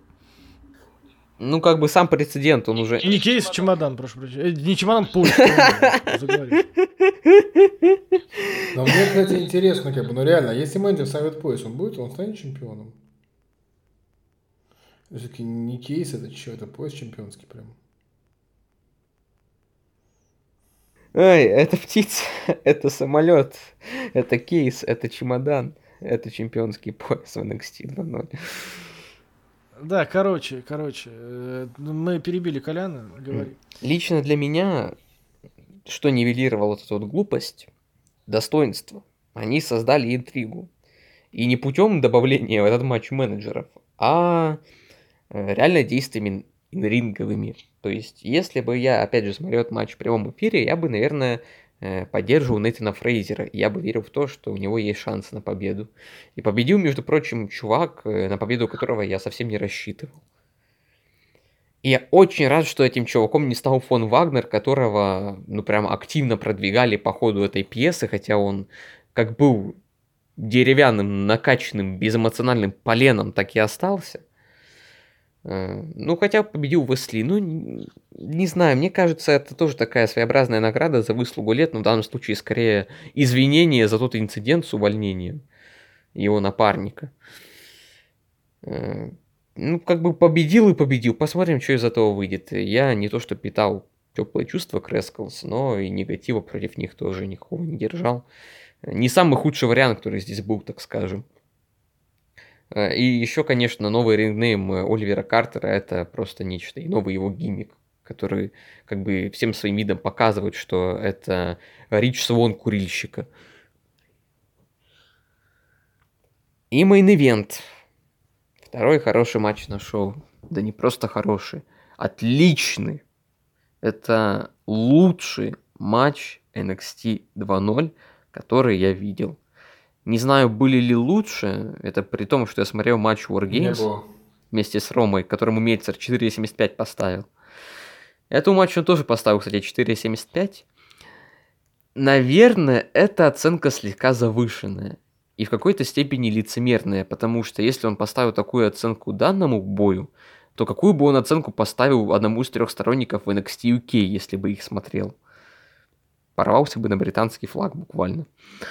Сам прецедент, он уже... Не кейс, чемодан, прошу прощения. Не чемодан, пульт. Но мне, кстати, интересно, реально, если Мэнди сорвет пояс, он станет чемпионом? Все-таки не кейс, это что, это пояс чемпионский прям. Ой, это птица, это самолет, это кейс, это чемодан, это чемпионский пояс в NXT 2.0. Да, короче, мы перебили Коляна, говори. Лично для меня, что нивелировало эту вот глупость, достоинство, они создали интригу. И не путем добавления в этот матч менеджеров, а реально действиями инринговыми. То есть, если бы я, опять же, смотрел этот матч в прямом эфире, я бы, наверное, поддерживал Нейтана Фрейзера. И я бы верил в то, что у него есть шанс на победу. И победил, между прочим, чувак, на победу которого я совсем не рассчитывал. И я очень рад, что этим чуваком не стал фон Вагнер, которого, прям активно продвигали по ходу этой пьесы, хотя он как был деревянным, накачанным, безэмоциональным поленом, так и остался. Хотя победил Уэсли. Не знаю, мне кажется, это тоже такая своеобразная награда за выслугу лет, но в данном случае скорее извинение за тот инцидент с увольнением его напарника. Победил и победил. Посмотрим, что из этого выйдет. Я не то что питал теплые чувства к Рескалс, но и негатива против них тоже никакого не держал. Не самый худший вариант, который здесь был, так скажем. И еще, конечно, новый рингнейм Оливера Картера — это просто нечто. И новый его гиммик, который всем своим видом показывает, что это Рич Свон курильщика. И мейн-ивент. Второй хороший матч на шоу. Да не просто хороший, отличный. Это лучший матч NXT 2.0, который я видел. Не знаю, были ли лучше, это при том, что я смотрел матч War Games вместе с Ромой, которому Мельцер 4.75 поставил. Этому матчу он тоже поставил, кстати, 4.75. Наверное, эта оценка слегка завышенная и в какой-то степени лицемерная, потому что если он поставил такую оценку данному бою, то какую бы он оценку поставил одному из 3 сторонников в NXT UK, если бы их смотрел? Порвался бы на британский флаг буквально.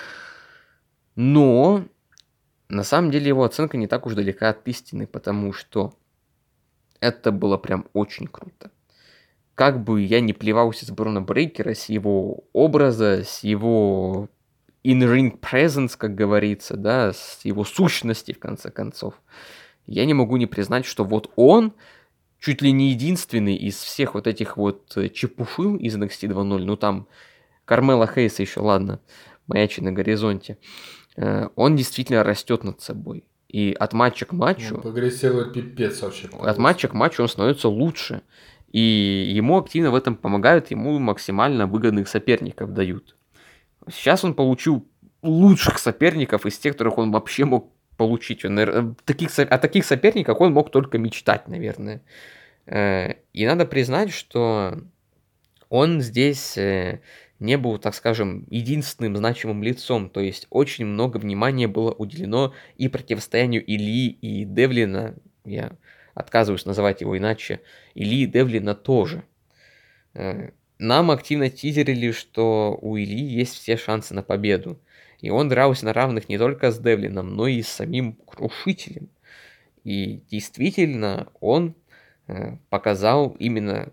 Но на самом деле его оценка не так уж далека от истины, потому что это было прям очень круто. Как бы я не плевался с Брона Брейкера, с его образа, с его in-ring presence, как говорится, да, с его сущности, в конце концов, я не могу не признать, что вот он чуть ли не единственный из всех вот этих вот чепушил из NXT 2.0, там Кармела Хейса еще, ладно, маячит на горизонте, он действительно растет над собой. И от матча к матчу... Он прогрессирует пипец вообще. От матча к матчу он становится лучше. И ему активно в этом помогают, ему максимально выгодных соперников дают. Сейчас он получил лучших соперников из тех, которых он вообще мог получить. Он, наверное, о таких соперниках он мог только мечтать, наверное. И надо признать, что он здесь не был, так скажем, единственным значимым лицом. То есть очень много внимания было уделено и противостоянию Ильи и Девлина. Я отказываюсь называть его иначе. Ильи и Девлина тоже. Нам активно тизерили, что у Ильи есть все шансы на победу. И он дрался на равных не только с Девлином, но и с самим Крушителем. И действительно, он показал именно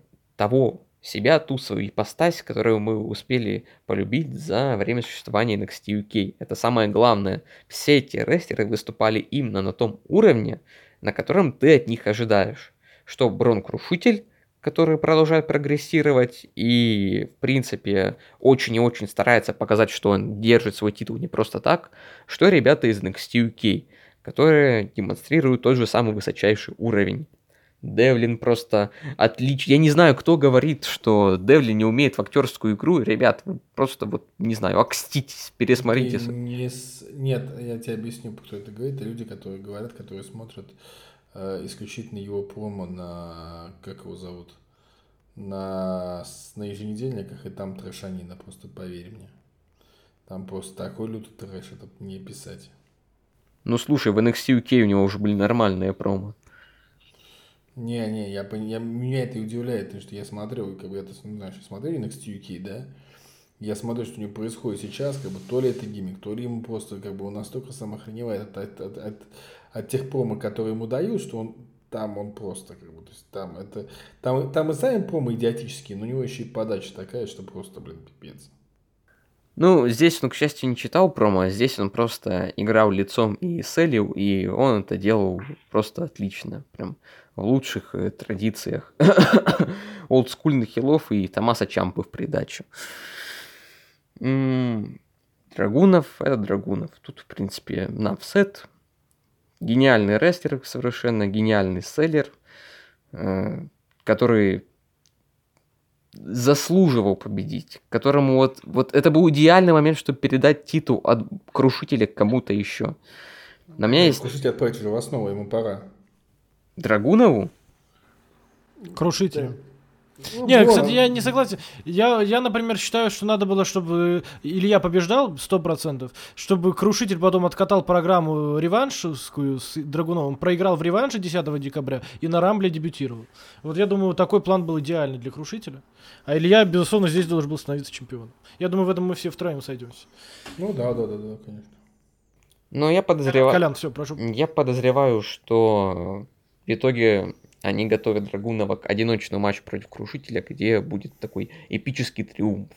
ту свою ипостась, которую мы успели полюбить за время существования NXT UK. Это самое главное. Все эти рестлеры выступали именно на том уровне, на котором ты от них ожидаешь. Что Брон Крушитель, который продолжает прогрессировать и, в принципе, очень и очень старается показать, что он держит свой титул не просто так, что ребята из NXT UK, которые демонстрируют тот же самый высочайший уровень. Девлин просто отличный. Я не знаю, кто говорит, что Девлин не умеет в актерскую игру. Ребят, вы просто, не знаю, окститесь, пересмотрите. Нет, я тебе объясню, кто это говорит. Это люди, которые говорят, которые смотрят исключительно его промо на, как его зовут, на еженедельниках, и там трэшанина, просто поверь мне. Там просто такой лютый трэш, это не писать. Ну слушай, в NXT UK у него уже были нормальные промо. Не, меня это и удивляет, потому что я смотрел, смотрю NXT UK, да, я смотрю, что у него происходит сейчас, то ли это гиммик, то ли ему просто, он настолько сам охреневает от тех промо, которые ему дают, что он просто, то есть там и сами промо идиотические, но у него еще и подача такая, что просто, пипец. Ну, здесь он, к счастью, не читал промо, здесь он просто играл лицом и селил, и он это делал просто отлично, прям в лучших традициях олдскульных хилов и Томаса Чампы в придачу. Драгунов, это Драгунов. Тут, в принципе, навсет. Гениальный рестлер, совершенно гениальный селлер, который заслуживал победить, которому вот это был идеальный момент, чтобы передать титул от Крушителя к кому-то еще. На меня есть... Крушитель отправить уже в основу, ему пора. Драгунову? Крушителю. Не, кстати, я не согласен. Я, например, считаю, что надо было, чтобы Илья побеждал 100%, чтобы Крушитель потом откатал программу реваншевскую с Драгуновым, проиграл в реванше 10 декабря и на Рамбле дебютировал. Вот я думаю, такой план был идеальный для Крушителя. А Илья, безусловно, здесь должен был становиться чемпионом. Я думаю, в этом мы все втроем сойдемся. Ну да, конечно. Но я подозреваю... Колян, все, прошу. Я подозреваю, что в итоге... Они готовят Драгунова к одиночному матчу против Крушителя, где будет такой эпический триумф.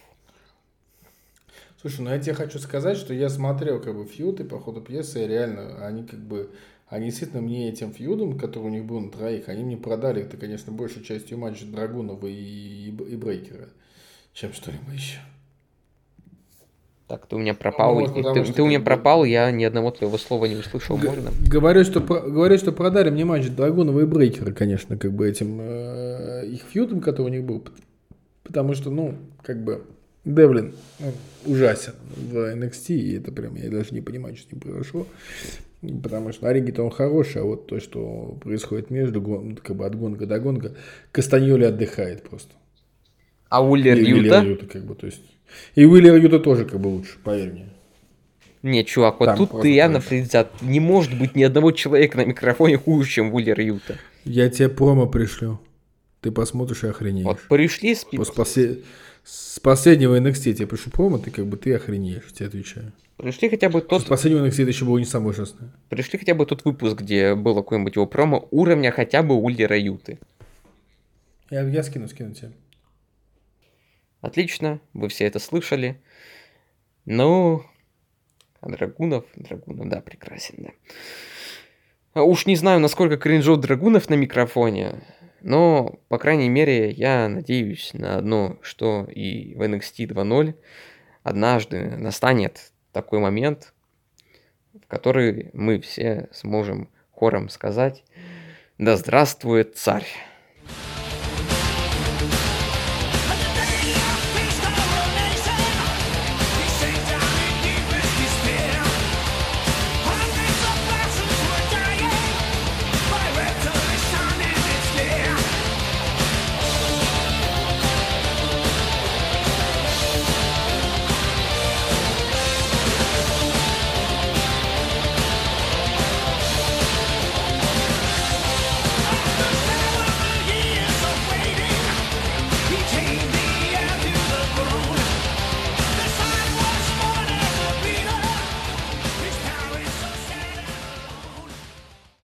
Слушай, я тебе хочу сказать, что я смотрел фьюд и по ходу пьесы, и реально, они действительно мне этим фьюдом, который у них был на троих, они мне продали это, конечно, большей частью матча Драгунова и Брейкера, чем что-либо еще. Так, ты у меня пропал, ты у меня пропал, я ни одного твоего слова не услышал, можно? Говорю, что продали мне матч Драгунова и Брейкера, конечно, этим их фьюдом, который у них был, потому что, Девлин ужасен в NXT, и это прям, я даже не понимаю, что с ним произошло, потому что на ринге-то он хороший, а вот то, что происходит между, от гонга до гонга, Кастаньоли отдыхает просто. А Уиллер Юта? То есть... И Уиллер Юта тоже лучше, поверь мне. Не, чувак, вот тут ты явно предвзят. Не может быть ни одного человека на микрофоне хуже, чем Уиллер Юта. Я тебе промо пришлю. Ты посмотришь и охренеешь. Вот пришли с последнего NXT я тебе пришлю промо, ты охренеешь, тебе отвечаю. Пришли хотя бы тот... С последнего NXT это еще было не самое ужасное. Пришли хотя бы тот выпуск, где было какое-нибудь его промо уровня хотя бы Уиллера Юты. Я скину тебе. Отлично, вы все это слышали. Ну, а Драгунов, да, прекрасен, да. Уж не знаю, насколько кринжов Драгунов на микрофоне, но, по крайней мере, я надеюсь на одно, что и в NXT 2.0 однажды настанет такой момент, в который мы все сможем хором сказать: «Да здравствует царь!»